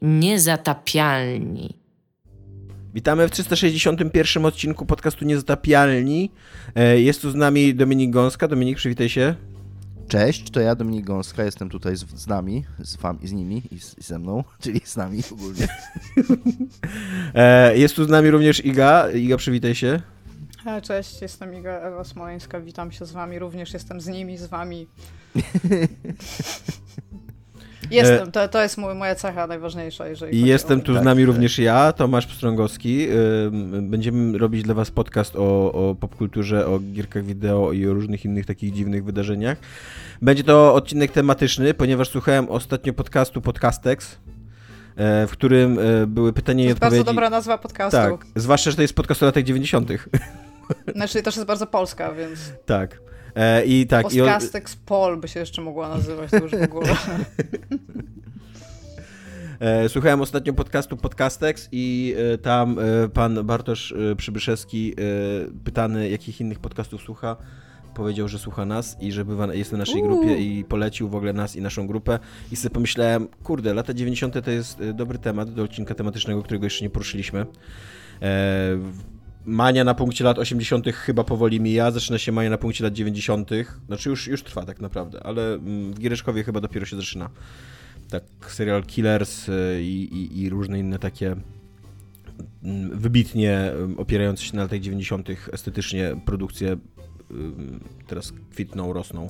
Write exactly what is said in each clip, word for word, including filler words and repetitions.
Niezatapialni. Witamy w trzysta sześćdziesiątym pierwszym odcinku podcastu Niezatapialni. Jest tu z nami Dominik Gąska. Dominik, przywitaj się. Cześć, to ja Dominik Gąska, jestem tutaj z, z nami, z wami, z nimi i, z, i ze mną, czyli z nami ogólnie. Jest tu z nami również Iga. Iga, przywitaj się. Cześć, jestem Iga Ewa Smoleńska, witam się z wami, również jestem z nimi, z wami. Jestem, to, to jest mój, moja cecha najważniejsza. Jeżeli I jestem o... tu tak, z nami tak. również ja, Tomasz Pstrągowski. Będziemy robić dla was podcast o, o popkulturze, o gierkach wideo i o różnych innych takich dziwnych wydarzeniach. Będzie to odcinek tematyczny, ponieważ słuchałem ostatnio podcastu Podcastex, w którym były pytania i odpowiedzi. Bardzo dobra nazwa podcastu. Tak, zwłaszcza, że to jest podcast o latach dziewięćdziesiątych. Znaczy też jest bardzo polska, więc... Tak. E, i tak Podcastex Pol by się jeszcze mogła nazywać, to już w ogóle. e, Słuchałem ostatnio podcastu Podcastex i e, tam e, pan Bartosz e, Przybyszewski, e, pytany jakich innych podcastów słucha, powiedział, że słucha nas i że bywa, jest na naszej Uuu. grupie i polecił w ogóle nas i naszą grupę. I sobie pomyślałem, kurde, lata dziewięćdziesiąte to jest dobry temat do odcinka tematycznego, którego jeszcze nie poruszyliśmy. E, Mania na punkcie lat osiemdziesiątych chyba powoli mija, zaczyna się mania na punkcie lat dziewięćdziesiątych. Znaczy już, już trwa tak naprawdę, ale w Giereszkowie chyba dopiero się zaczyna. Tak, serial Killers i, i, i różne inne takie wybitnie opierające się na latach dziewięćdziesiątych estetycznie produkcje teraz kwitną, rosną.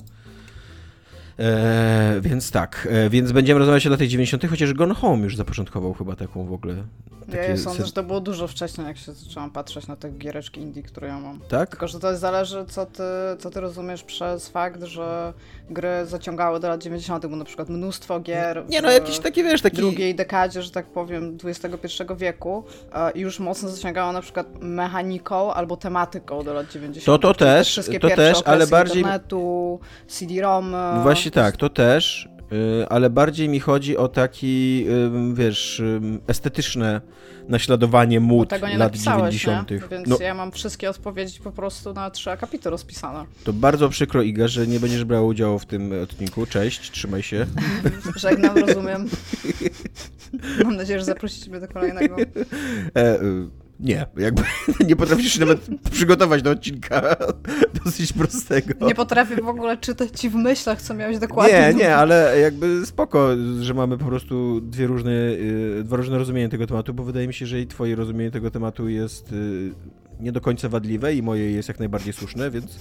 E, więc tak, e, więc będziemy rozmawiać o latach dziewięćdziesiątych, chociaż Gone Home już zapoczątkował chyba taką w ogóle. Ja, ja sądzę, że to było dużo wcześniej, jak się zaczęłam patrzeć na te giereczki indie, które ja mam. Tak? Tylko, że to zależy, co ty, co ty rozumiesz przez fakt, że gry zaciągały do lat dziewięćdziesiątych, bo na przykład mnóstwo gier Nie no, jakieś takie, wiesz, taki... w drugiej dekadzie, że tak powiem, dwudziestego pierwszego wieku i już mocno zaciągało na przykład mechaniką albo tematyką do lat dziewięćdziesiątych. To to też, wszystkie to też, ale bardziej... internetu, C D-ROM. Właśnie tak, to też, ale bardziej mi chodzi o taki, wiesz, estetyczne naśladowanie mód tego nie lat napisałeś, dziewięćdziesiątych. Nie? Więc no, ja mam wszystkie odpowiedzi po prostu na trzy akapity rozpisane. To bardzo przykro, Iga, że nie będziesz brała udziału w tym odcinku. Cześć, trzymaj się. Żegnam, rozumiem. Mam nadzieję, że zaprosicie mnie do kolejnego. E, Nie, jakby nie potrafisz się nawet przygotować do odcinka dosyć prostego. Nie potrafię w ogóle czytać ci w myślach, co miałeś dokładnie. Nie, nie, ale jakby spoko, że mamy po prostu dwie różne, dwa różne rozumienia tego tematu, bo wydaje mi się, że i twoje rozumienie tego tematu jest nie do końca wadliwe i moje jest jak najbardziej słuszne, więc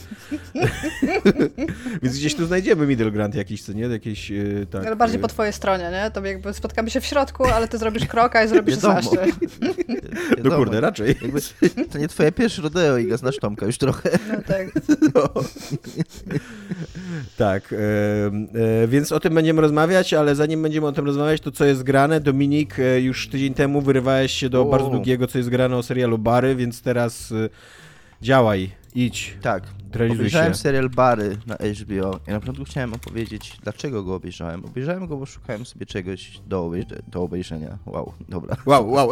więc gdzieś tu znajdziemy middle ground jakiś, co nie? Jakieś, tak. Ale bardziej po twojej stronie, nie? To jakby spotkamy się w środku, ale ty zrobisz kroka i zrobisz szesnaście. No kurde, raczej. Jakby, to nie twoje pierwsze rodeo, Iga, znasz Tomka już trochę. No tak. No. Tak, e, e, więc o tym będziemy rozmawiać, ale zanim będziemy o tym rozmawiać, to co jest grane, Dominik, e, już tydzień temu wyrywałeś się do o. bardzo długiego, co jest grane o serialu Barry, więc teraz e, działaj, idź, tak. realizuj Obejrzałem się. serial Barry na H B O i na początku chciałem opowiedzieć, dlaczego go obejrzałem. Obejrzałem go, bo szukałem sobie czegoś do, obejrz- do obejrzenia. Wow, dobra. Wow, wow.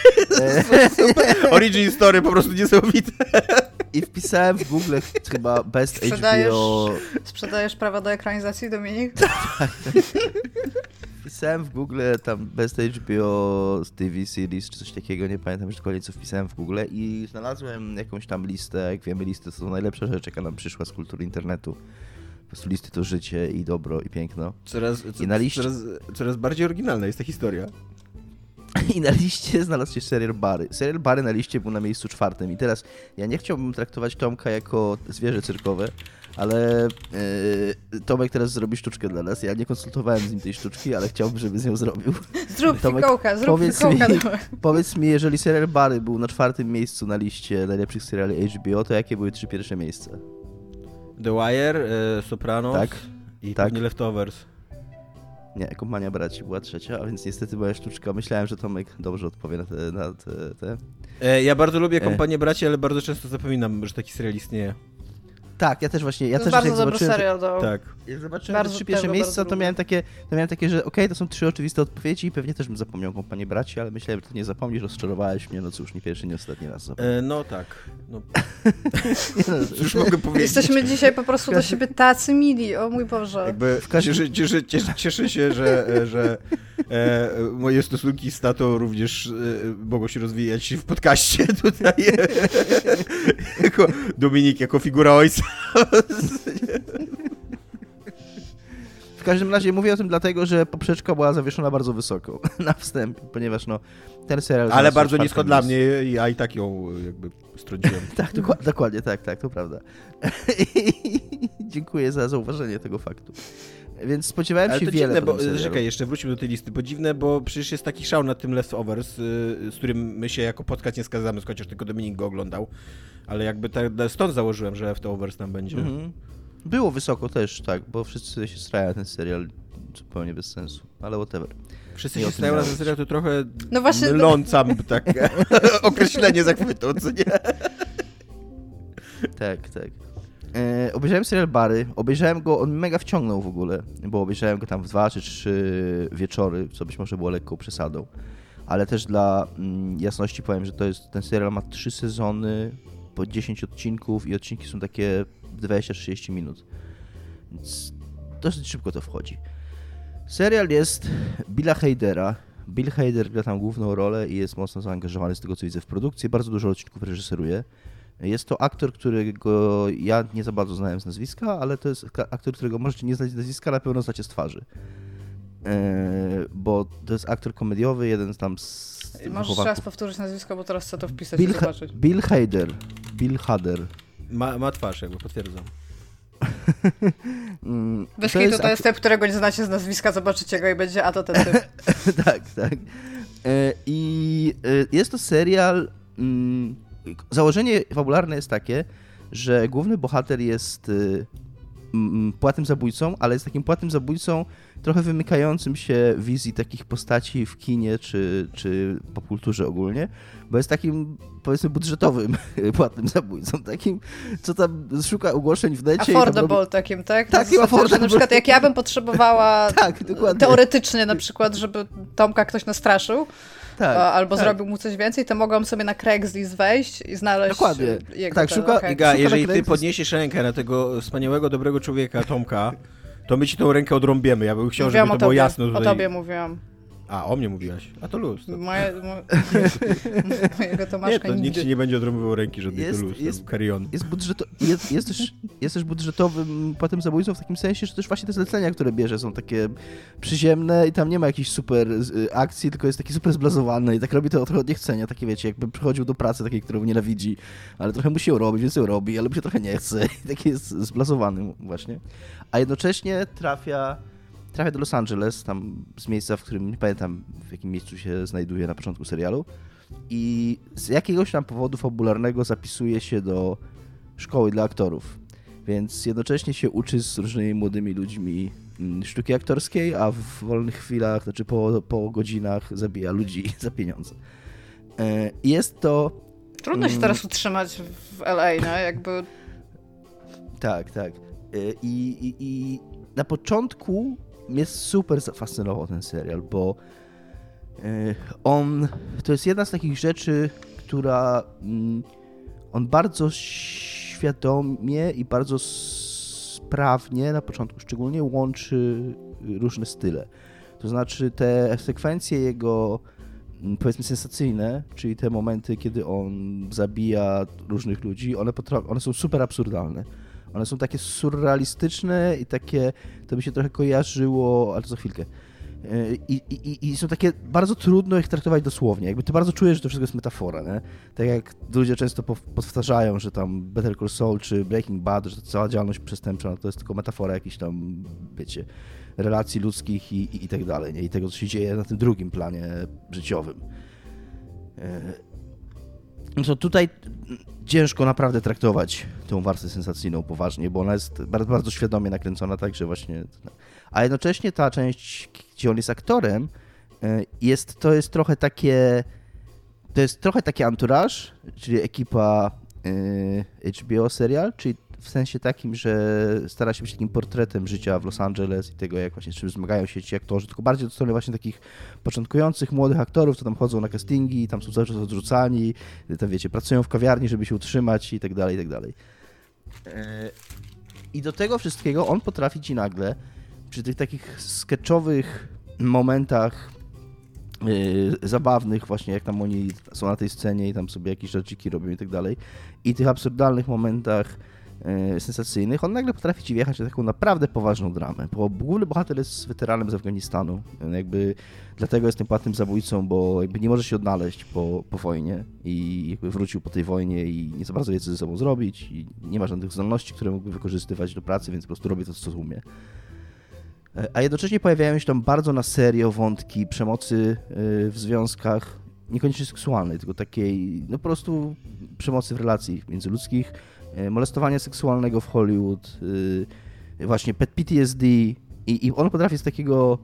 Origin story po prostu niesamowite. I wpisałem w Google chyba Best Sprzedajesz, H B O... Sprzedajesz prawa do ekranizacji, Dominik? Tak. Wpisałem w Google tam Best H B O T V Series czy coś takiego, nie pamiętam już dokładnie co wpisałem w Google i znalazłem jakąś tam listę, jak wiemy listy to są najlepsze rzeczy, jaka nam przyszła z kultury internetu. Po prostu listy to życie i dobro i piękno. Coraz, co, I na liście... coraz, coraz bardziej oryginalna jest ta historia. I na liście znalazł się serial Barry. Serial Barry na liście był na miejscu czwartym i teraz ja nie chciałbym traktować Tomka jako zwierzę cyrkowe, ale yy, Tomek teraz zrobi sztuczkę dla nas. Ja nie konsultowałem z nim tej sztuczki, ale chciałbym, żeby z nią zrobił. Zrób Tomek, fikołka, zrób powiedz fikołka. Mi, powiedz mi, jeżeli serial Barry był na czwartym miejscu na liście najlepszych seriali H B O, to jakie były trzy pierwsze miejsca? The Wire, e, Sopranos tak, i tak. pewnie Leftovers. Nie, Kompania Braci była trzecia, a więc niestety moja sztuczka. Myślałem, że Tomek dobrze odpowie na te... Na te, te. E, ja bardzo lubię Kompanię Braci, ale bardzo często zapominam, że taki serial istnieje. Tak, ja też właśnie... Ja to też jest bardzo jak dobry serial. Do... Tak. Jak zobaczyłem bardzo te trzy pierwsze tego, miejsca, to miałem takie, to miałem takie, że okej, okay, to są trzy oczywiste odpowiedzi i pewnie też bym zapomniał Kompanię Braci, ale myślałem, że to nie zapomnisz, rozczarowałeś mnie, no cóż, nie pierwszy, nie ostatni raz zapomniałem. E, no tak. No. Cóż mogę powiedzieć? Jesteśmy dzisiaj po prostu do siebie tacy mili, o mój Boże. Jakby cieszę, cieszę, cieszę, cieszę się, że, że E, moje stosunki z tatą również e, mogą się rozwijać w podcaście tutaj. jako Dominik, jako figura ojca. W każdym razie mówię o tym dlatego, że poprzeczka była zawieszona bardzo wysoko na wstępie, ponieważ no ten serial... Ale bardzo nisko dla mnie, ja i tak ją jakby strąciłem. Tak, dokładnie, dokładnie, tak, tak, to prawda. Dziękuję za zauważenie tego faktu. Więc spodziewałem Ale się to wiele dziwne, po bo, tym serialu. czekaj, jeszcze wróćmy do tej listy, bo dziwne, bo przecież jest taki szał nad tym Leftovers, y, z którym my się jako podcast nie skazamy, chociaż tylko Dominik go oglądał, ale jakby tak, stąd założyłem, że Leftovers tam będzie. Mhm. Było wysoko też, tak, bo wszyscy się strają na ten serial zupełnie bez sensu, ale whatever. Wszyscy Nie się o tym stają na miało ten być. serial, to trochę No właśnie- myląca tak określenie zachwytu, co nie? Tak, tak. E, obejrzałem serial Barry, obejrzałem go, on mega wciągnął w ogóle, bo obejrzałem go tam w dwa czy trzy wieczory, co być może było lekką przesadą. Ale też dla mm, jasności powiem, że to jest, ten serial ma trzy sezony, po dziesięć odcinków i odcinki są takie dwadzieścia trzydzieści minut. Więc dosyć szybko to wchodzi. Serial jest Billa Hadera. Bill Hader gra tam główną rolę i jest mocno zaangażowany z tego, co widzę w produkcji. Bardzo dużo odcinków reżyseruje. Jest to aktor, którego ja nie za bardzo znałem z nazwiska, ale to jest aktor, którego możecie nie znać z nazwiska, na pewno znacie z twarzy. Eee, bo to jest aktor komediowy, jeden z tam z Możesz wychowanków. raz powtórzyć nazwisko, bo teraz chcę to wpisać Bill, i ha- zobaczyć. Bill Hader. Bill Hader. Ma, ma twarz, jakby potwierdzam. Mm, Bez to kitu jest to jest typ, którego nie znacie z nazwiska, zobaczycie go i będzie, a to ten typ. tak, tak. E, I e, jest to serial... Mm, założenie fabularne jest takie, że główny bohater jest y, mm, płatnym zabójcą, ale jest takim płatnym zabójcą trochę wymykającym się wizji takich postaci w kinie czy, czy popkulturze ogólnie, bo jest takim, powiedzmy, budżetowym płatnym zabójcą, takim, co tam szuka ogłoszeń w necie. Affordable i tam robi... takim, tak? Takim Na zasadzie, affordable. że na przykład jak ja bym potrzebowała Tak, dokładnie. teoretycznie na przykład, żeby Tomka ktoś nastraszył, Tak, a, albo tak. zrobił mu coś więcej, to mogłam sobie na Craigslist wejść i znaleźć Dokładnie. jego Tak, ten, szuka- okej. Iga, Szuka jeżeli na ty Craigslist- podniesiesz rękę na tego wspaniałego, dobrego człowieka, Tomka, to my ci tą rękę odrąbiemy. Ja bym chciał, Mówiłam żeby o to było tobie, jasne o tutaj. tobie mówiłam. A, o mnie mówiłaś. A to luz. To... Moje, mo... Mojego Nie, Tomaszka to nikt nigdy. ci nie będzie odrąbywał ręki żadnej, Jest- to luz. jest- To carry on. Jest, budżeto- jest, jest, też, jest też budżetowym płatnym zabójcą w takim sensie, że też właśnie te zlecenia, które bierze, są takie przyziemne i tam nie ma jakichś super y, akcji, tylko jest taki super zblazowany i tak robi to trochę od niechcenia, takie wiecie, jakby przychodził do pracy takiej, którą nienawidzi, ale trochę musi ją robić, więc ją robi, ale mu się trochę nie chce i taki jest zblazowany właśnie. A jednocześnie trafia Trafia do Los Angeles, tam z miejsca, w którym nie pamiętam, w jakim miejscu się znajduje na początku serialu. I z jakiegoś tam powodu fabularnego zapisuje się do szkoły dla aktorów. Więc jednocześnie się uczy z różnymi młodymi ludźmi mm, sztuki aktorskiej, a w wolnych chwilach, znaczy po, po godzinach zabija ludzi za pieniądze. E, Jest to... Trudno się Mm. teraz utrzymać w L A, no jakby... Tak, tak. Y, I, i, i na początku mnie super zafascynował ten serial, bo y, on, to jest jedna z takich rzeczy, która mm, on bardzo świadomie i bardzo sprawnie, na początku szczególnie, łączy różne style. To znaczy te sekwencje jego, mm, powiedzmy, sensacyjne, czyli te momenty, kiedy on zabija różnych ludzi, one, potra- one są super absurdalne. One są takie surrealistyczne i takie, to by się trochę kojarzyło, ale to za chwilkę. I, i, I są takie, bardzo trudno ich traktować dosłownie. Jakby ty bardzo czujesz, że to wszystko jest metafora, nie? Tak jak ludzie często powtarzają, że tam Better Call Saul czy Breaking Bad, że cała działalność przestępcza, no to jest tylko metafora jakichś tam, wiecie, relacji ludzkich i, i, i tak dalej, nie? I tego, co się dzieje na tym drugim planie życiowym. No tutaj ciężko naprawdę traktować tą warstwę sensacyjną poważnie, bo ona jest bardzo, bardzo świadomie nakręcona, także właśnie... A jednocześnie ta część, gdzie on jest aktorem, jest, to jest trochę takie... To jest trochę taki entourage, czyli ekipa H B O serial, czyli w sensie takim, że stara się być takim portretem życia w Los Angeles i tego, jak właśnie z czym zmagają się ci aktorzy, tylko bardziej od strony właśnie takich początkujących młodych aktorów, co tam chodzą na castingi, tam są cały czas odrzucani, tam wiecie, pracują w kawiarni, żeby się utrzymać i tak dalej, i tak dalej. I do tego wszystkiego on potrafi ci nagle przy tych takich sketchowych momentach yy, zabawnych właśnie, jak tam oni są na tej scenie i tam sobie jakieś żarciki robią i tak dalej. I tych absurdalnych momentach yy, sensacyjnych, on nagle potrafi ci wjechać na taką naprawdę poważną dramę, bo główny bohater jest weteranem z Afganistanu, jakby dlatego jest tym płatnym zabójcą, bo jakby nie może się odnaleźć po, po wojnie i jakby wrócił po tej wojnie i nie za bardzo wie, co ze sobą zrobić i nie ma żadnych zdolności, które mógłby wykorzystywać do pracy, więc po prostu robi to, co umie. A jednocześnie pojawiają się tam bardzo na serio wątki przemocy w związkach, niekoniecznie seksualnej, tylko takiej, no po prostu przemocy w relacji międzyludzkich, molestowania seksualnego w Hollywood, właśnie P T S D i, i on potrafi z takiego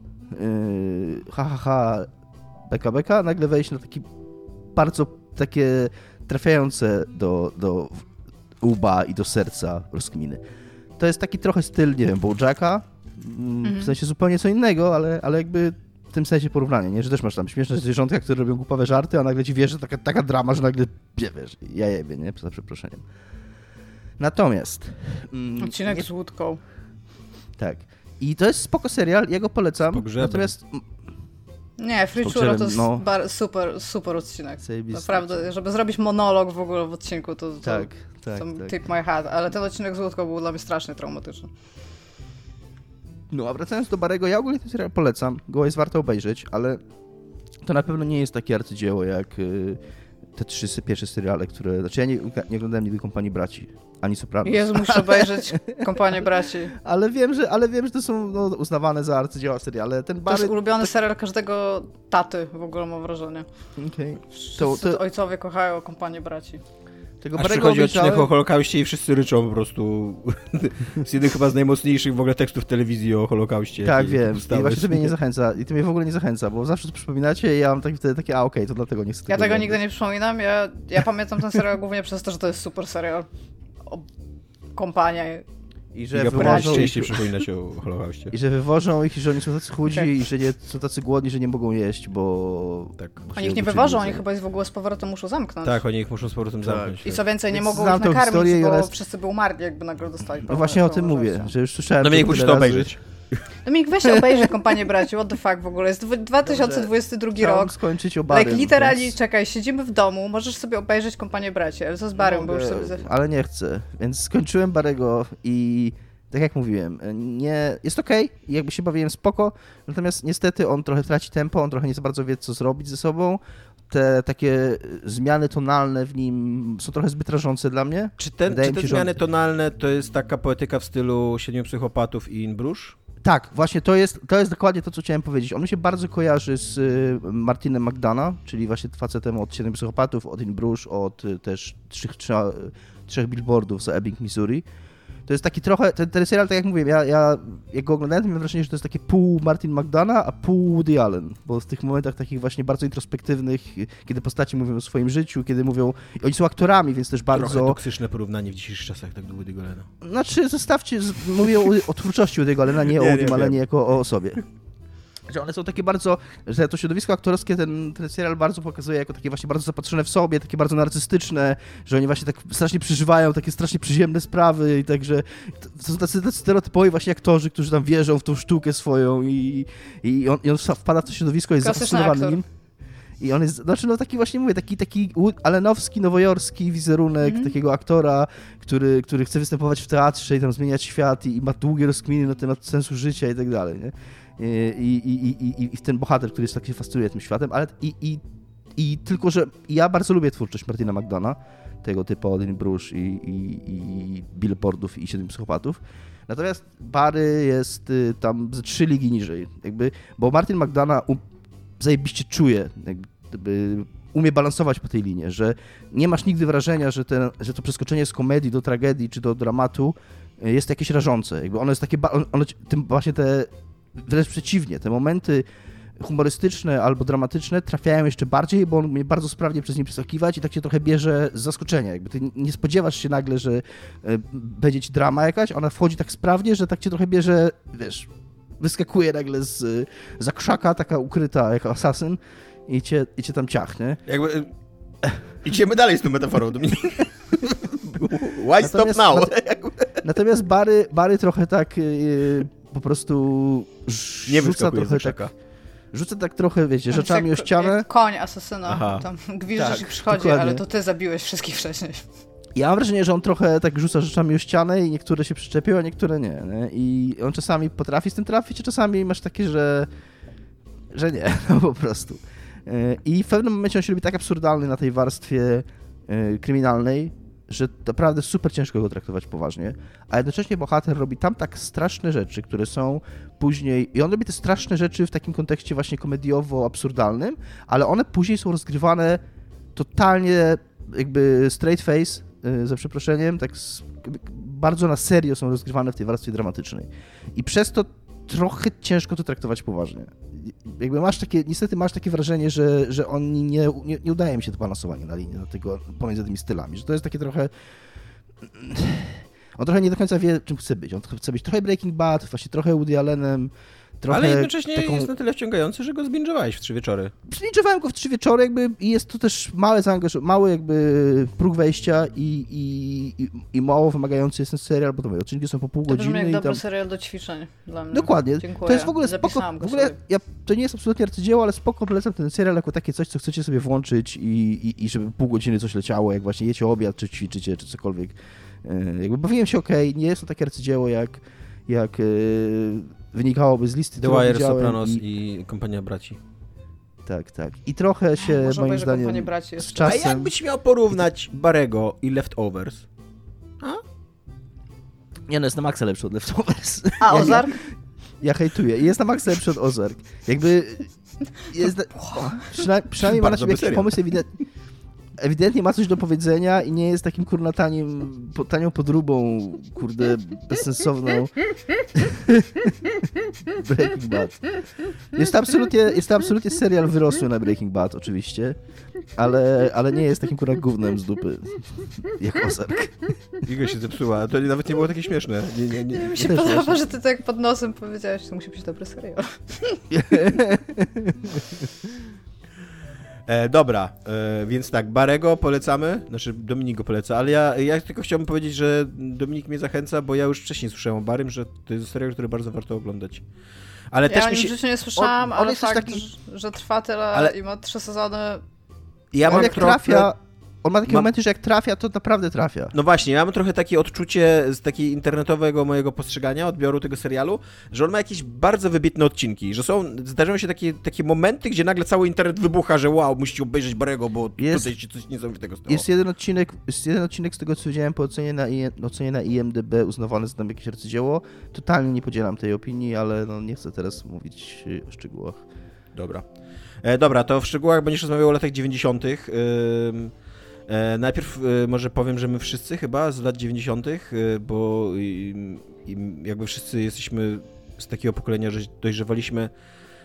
ha ha ha, beka beka, nagle wejść na taki bardzo takie trafiające do, do łba i do serca rozkminy. To jest taki trochę styl, nie wiem, Bojacka, w sensie zupełnie co innego, ale, ale jakby w tym sensie porównanie, nie? Że też masz tam śmieszne zwierzątka, które robią głupawe żarty, a nagle ci wiesz, że taka, taka drama, że nagle, wiesz, ja jebie, nie? Za przeproszeniem. Natomiast... Mm, Odcinek nie... z łódką. Tak. I to jest spoko serial, ja go polecam. Natomiast... Nie, Free Churro to jest no. bar, super, super odcinek. Naprawdę, żeby zrobić monolog w ogóle w odcinku, to, to, tak, tak, to tak. tip my hat, ale ten odcinek z łódką był dla mnie strasznie traumatyczny. No, a wracając do Barry'ego, ja ogólnie ten serial polecam, go jest warto obejrzeć, ale to na pewno nie jest takie arcydzieło jak y, te trzy pierwsze seriale, które... Znaczy ja nie, nie oglądałem nigdy Kompanii Braci, ani Sopranos. Jezu, muszę ale... obejrzeć Kompanię Braci. Ale wiem, że, ale wiem, że to są no, uznawane za arcydzieła seriale. Ten Barry... To jest ulubiony serial każdego taty, w ogóle mam wrażenie. Okay. To, to... Ojcowie kochają Kompanię Braci. Tego Aż przychodzi odcinek o Holokauście i wszyscy ryczą po prostu. Z jednych chyba z najmocniejszych w ogóle tekstów telewizji o Holokauście. Tak, wiem. I właśnie to mnie nie zachęca. I to mnie w ogóle nie zachęca, bo zawsze to przypominacie i ja mam tak, wtedy takie, a okej, okay, to dlatego nie chcę tego Ja tego oglądać. nigdy nie przypominam. Ja, ja pamiętam ten serial głównie przez to, że to jest super serial o kompanii. I że I wywożą częściej przypomina się o Holokauście. I że wywożą ich i że oni są tacy chudzi okay. i że nie, są tacy głodni, że nie mogą jeść, bo... Tak. Oni ich nie wywożą, oni chyba ich w ogóle z powrotem muszą zamknąć. Tak, oni ich muszą z powrotem tak. zamknąć. I co więcej, nie mogą ich nakarmić, bo jest... wszyscy by umarli, jakby nagle dostali. No właśnie o tym mówię, że już słyszałem... Dominik, musisz to obejrzeć. Dominik, weź obejrzyj Kompanię Braci, what the fuck w ogóle. Jest dwa tysiące dwudziesty drugi Dobrze. rok. Skończyć o Barrym. Like literally, więc... czekaj, siedzimy w domu, możesz sobie obejrzeć Kompanię Braci, ale co z Barrym, bo już sobie... Ale nie chcę, więc skończyłem Barry'ego i... Tak jak mówiłem, nie, jest okej, okay, jakby się bawiłem spoko, natomiast niestety on trochę traci tempo, on trochę nie za bardzo wie, co zrobić ze sobą. Te takie zmiany tonalne w nim są trochę zbyt rażące dla mnie. Czy, ten, czy te się, zmiany on... tonalne to jest taka poetyka w stylu Siedmiu Psychopatów i In Bruges? Tak, właśnie to jest, to jest dokładnie to, co chciałem powiedzieć. On mi się bardzo kojarzy z y, Martinem McDonough, czyli właśnie facetem od Siedmiu Psychopatów, od In Bruges, od y, też trzech, trzech, trzech billboardów za Ebbing, Missouri. To jest taki trochę, ten, ten serial, tak jak mówię, ja, ja jak go oglądałem, to miałem wrażenie, że to jest takie pół Martin McDonagh, a pół Woody Allen, bo w tych momentach takich właśnie bardzo introspektywnych, kiedy postaci mówią o swoim życiu, kiedy mówią, oni są aktorami, więc też bardzo... Trochę toksyczne porównanie w dzisiejszych czasach tak do Woody'ego Allena. Znaczy, zostawcie, mówię o, o twórczości Woody'ego Allena, nie, nie o Woodym Allenie jako o osobie. Że one są takie bardzo, że to środowisko aktorskie ten, ten serial bardzo pokazuje jako takie właśnie bardzo zapatrzone w sobie, takie bardzo narcystyczne, że oni właśnie tak strasznie przeżywają takie strasznie przyziemne sprawy i także to są tacy, tacy stereotypowi właśnie aktorzy, którzy tam wierzą w tą sztukę swoją i, i, on, i on wpada w to środowisko, jest zafascynowany nim. I on jest, znaczy no taki właśnie mówię, taki, taki allenowski, nowojorski wizerunek mm-hmm. takiego aktora, który, który chce występować w teatrze i tam zmieniać świat i, i ma długie rozkminy na temat sensu życia i tak dalej, nie? I, i, i, i, i ten bohater, który jest tak się fascynuje tym światem, ale i, i, i tylko, że ja bardzo lubię twórczość Martina McDonagha, tego typu od In Bruges i, i, i Billboardów i Siedmiu Psychopatów. Natomiast Barry jest y, tam ze trzy ligi niżej, jakby, bo Martin McDonagh um, zajebiście czuje, jakby umie balansować po tej linie, że nie masz nigdy wrażenia, że, ten, że to przeskoczenie z komedii do tragedii czy do dramatu jest jakieś rażące. Jakby ono jest takie, ono, tym właśnie te wręcz przeciwnie, te momenty humorystyczne albo dramatyczne trafiają jeszcze bardziej, bo on mnie bardzo sprawnie przez nie przeskakiwać i tak cię trochę bierze z zaskoczenia. Jakby ty nie spodziewasz się nagle, że będzie ci drama jakaś, ona wchodzi tak sprawnie, że tak cię trochę bierze, wiesz, wyskakuje nagle z za krzaka, taka ukryta jak asasyn i cię, i cię tam ciachnie. Jakby... Idziemy dalej z tą metaforą, Dominik. Why stop now? Natomiast Barry, Barry trochę tak... Yy, po prostu nie wyskakuje z krzaka. Tak, Rzuca tak trochę, wiecie, Jak- rzeczami o ścianę. jak koń asasyna, Aha. tam gwizdesz Tak, i przychodzi, dokładnie. ale to ty zabiłeś wszystkich wcześniej. Ja mam wrażenie, że on trochę tak rzuca rzeczami o ścianę i niektóre się przyczepią, a niektóre nie, nie? I on czasami potrafi z tym trafić, a czasami masz takie, że że nie, no po prostu. Yy, I w pewnym momencie on się robi tak absurdalny na tej warstwie yy, kryminalnej, że naprawdę super ciężko go traktować poważnie, a jednocześnie bohater robi tam tak straszne rzeczy, które są później... I on robi te straszne rzeczy w takim kontekście właśnie komediowo-absurdalnym, ale one później są rozgrywane totalnie jakby straight face, yy, za przeproszeniem, tak z, bardzo na serio są rozgrywane w tej warstwie dramatycznej. I przez to trochę ciężko to traktować poważnie. Jakby masz takie, niestety masz takie wrażenie, że, że oni nie, nie, nie udaje mi się to balansowanie na linii, dlatego pomiędzy tymi stylami, że to jest takie trochę... On trochę nie do końca wie, czym chce być. On chce być trochę Breaking Bad, właśnie trochę Woody Allenem, trochę Ale jednocześnie taką... jest na tyle wciągający, że go zbingowałeś w trzy wieczory. Przeliczowałem go w trzy wieczory jakby i jest to też małe zaangażowanie, mały jakby próg wejścia i, i, i, i mało wymagający jest ten serial, bo to mówię, odcinki są po pół To brzmi godziny jak i dobry tam... serial do ćwiczeń dla mnie. Dokładnie. Dziękuję. To jest w ogóle spoko. Zapisałam go W ogóle sobie. ja, to nie jest absolutnie arcydzieło, ale spoko polecam ten serial jako takie coś, co chcecie sobie włączyć i, i, i żeby pół godziny coś leciało, jak właśnie jecie obiad, czy ćwiczycie, czy cokolwiek. Yy, jakby bawiłem się okej, nie jest to takie arcydzieło, jak, jak yy, wynikałoby z listy, The którą Wire, widziałem Sopranos i, i kompania braci. Tak, tak. I trochę się, Może moim obejrzę zdaniem, Kompanię Braci z jeszcze. A czasem... jakbyś miał porównać Barego i Leftovers? Nie no, jest na maksa lepszy od Leftovers. A Ja- Ozark? Ja hejtuję. I jest na maksa lepszy od Ozark. Jakby... Jest na... Przyna... Przynajmniej ma na Bardzo siebie jakiś serial. pomysł, ewidentnie... Ewidentnie ma coś do powiedzenia i nie jest takim kurna tanim, po, tanią podróbą, kurde, bezsensowną. Breaking Bad. Jest to absolutnie, jest to absolutnie serial wyrosły na Breaking Bad, oczywiście, ale, ale nie jest takim kurna gównem z dupy, jak Ozark. Iga się zepsuła, to nawet nie było takie śmieszne. Nie, nie, nie. Mi się też podoba, właśnie. że ty tak pod nosem powiedziałeś, to musi być dobry serial. E, dobra, e, więc tak, Barego polecamy, znaczy Dominik go poleca, ale ja, ja tylko chciałbym powiedzieć, że Dominik mnie zachęca, bo ja już wcześniej słyszałem o Barym, że to jest serial, który bardzo warto oglądać. Ale Ja też o mi nim się... w życiu nie słyszałam, On- on ale jest też fakt, taki- że, że trwa tyle Ale- i ma trzy sezony. Ja On mam jak trochę... trafia, on ma takie mam- momenty, że jak trafia, to naprawdę trafia. No właśnie, ja mam trochę takie odczucie z takiego internetowego mojego postrzegania, odbioru tego serialu, że on ma jakieś bardzo wybitne odcinki, że są, zdarzają się takie, takie momenty, gdzie nagle cały internet wybucha, że wow, musicie obejrzeć Barego, bo Jest- tutaj się coś niesamowitego stało. Jest jeden odcinek, jest jeden odcinek z tego, co widziałem po ocenie na, I, ocenie na I M D B uznawany za tam jakieś arcydzieło. Totalnie nie podzielam tej opinii, ale no nie chcę teraz mówić y, o szczegółach. Dobra. E, dobra, to w szczegółach będziesz rozmawiał o latach dziewięćdziesiątych. Ym, e, najpierw e, może powiem, że my wszyscy chyba z lat dziewięćdziesiątych, e, bo i, i jakby wszyscy jesteśmy z takiego pokolenia, że dojrzewaliśmy e,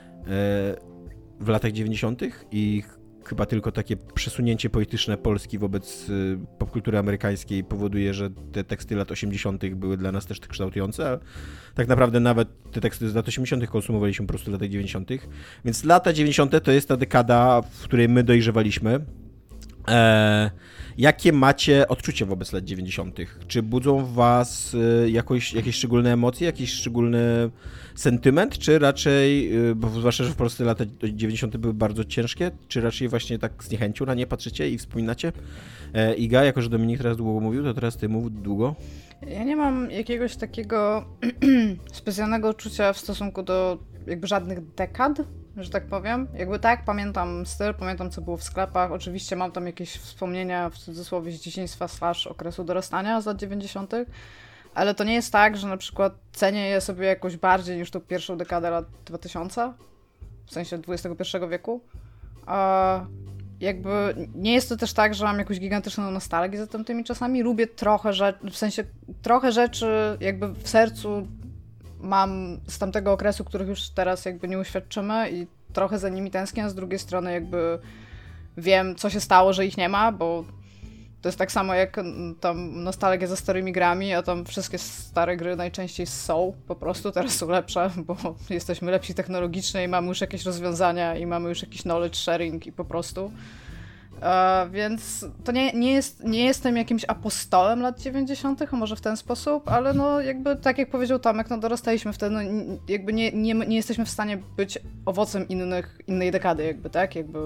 w latach dziewięćdziesiątych i chyba tylko takie przesunięcie polityczne Polski wobec y, popkultury amerykańskiej powoduje, że te teksty lat osiemdziesiątych były dla nas też tak kształtujące, a tak naprawdę nawet te teksty z lat osiemdziesiątych konsumowaliśmy po prostu w latach dziewięćdziesiątych. Więc lata dziewięćdziesiąte to jest ta dekada, w której my dojrzewaliśmy. E, jakie macie odczucie wobec lat dziewięćdziesiątych? Czy budzą w was y, jakoś, jakieś szczególne emocje, jakiś szczególny sentyment, czy raczej, y, bo zwłaszcza, że w Polsce lata dziewięćdziesiąte były bardzo ciężkie, czy raczej właśnie tak z niechęcią na nie patrzycie i wspominacie? E, Iga, jako że Dominik teraz długo mówił, to teraz ty mów długo. Ja nie mam jakiegoś takiego specjalnego uczucia w stosunku do jakby żadnych dekad, że tak powiem. Jakby tak, pamiętam styl, pamiętam co było w sklepach. Oczywiście mam tam jakieś wspomnienia w cudzysłowie z dzieciństwa slash okresu dorastania z lat dziewięćdziesiątych. Ale to nie jest tak, że na przykład cenię je sobie jakoś bardziej niż tą pierwszą dekadę lat dwa tysiące, w sensie dwudziestego pierwszego wieku. A jakby nie jest to też tak, że mam jakąś gigantyczną nostalgię za tamtymi czasami. Lubię trochę rzeczy, w sensie trochę rzeczy jakby w sercu mam z tamtego okresu, których już teraz jakby nie uświadczymy i trochę za nimi tęsknię, a z drugiej strony jakby wiem, co się stało, że ich nie ma, bo to jest tak samo jak tam nostalgia za starymi grami, a tam wszystkie stare gry najczęściej są, po prostu teraz są lepsze, bo jesteśmy lepsi technologicznie i mamy już jakieś rozwiązania i mamy już jakiś knowledge sharing i po prostu. E, więc to nie, nie, jest, nie jestem jakimś apostołem lat dziewięćdziesiątych, a może w ten sposób, ale no jakby tak jak powiedział Tomek, no dorastaliśmy wtedy, no jakby nie, nie, nie jesteśmy w stanie być owocem innych, innej dekady jakby, tak? Jakby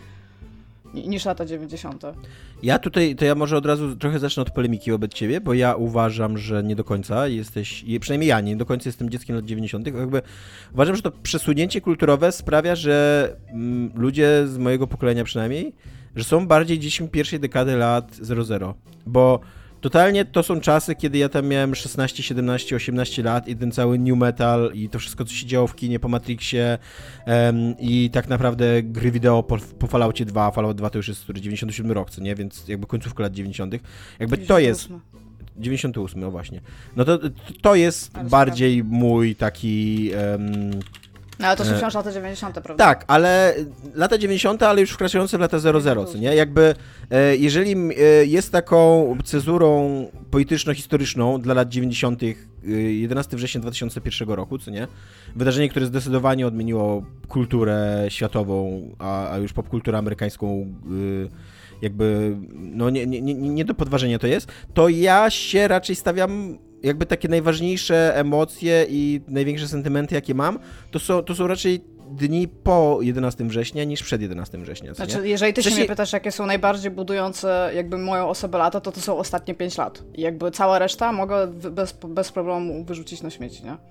niż lata dziewięćdziesiąte. Ja tutaj, to ja może od razu trochę zacznę od polemiki wobec ciebie, bo ja uważam, że nie do końca jesteś, przynajmniej ja nie do końca jestem dzieckiem lat dziewięćdziesiątych. Jakby uważam, że to przesunięcie kulturowe sprawia, że mm, ludzie z mojego pokolenia przynajmniej, że są bardziej dziećmi pierwszej dekady lat zero zero, bo totalnie to są czasy, kiedy ja tam miałem szesnaście, siedemnaście, osiemnaście lat i ten cały new metal i to wszystko, co się działo w kinie po Matrixie um, i tak naprawdę gry wideo po, po Falloutie dwa, Fallout dwa to już jest dziewięćdziesiąty siódmy rok, co nie? Więc jakby końcówka lat dziewięćdziesiątych. Jakby to jest... dziewięćdziesiąty ósmy, o właśnie. No to, to jest ale bardziej sprawy. Mój taki... Um, No ale to są wciąż lata dziewięćdziesiąte, prawda? Tak, ale lata dziewięćdziesiąte, ale już wkraczające w lata zero zero, co nie? Jakby jeżeli jest taką cezurą polityczno-historyczną dla lat dziewięćdziesiątych jedenastego września dwa tysiące pierwszego roku, co nie? Wydarzenie, które zdecydowanie odmieniło kulturę światową, a, a już popkulturę amerykańską jakby, no nie, nie, nie, nie do podważenia to jest, to ja się raczej stawiam jakby takie najważniejsze emocje i największe sentymenty, jakie mam, to są, to są raczej dni po jedenastego września niż przed jedenastego września. Co znaczy, nie? jeżeli ty Wcześniej... się mnie pytasz, jakie są najbardziej budujące jakby moją osobę lata, to to są ostatnie pięć lat. I jakby cała reszta mogę bez, bez problemu wyrzucić na śmieci, nie?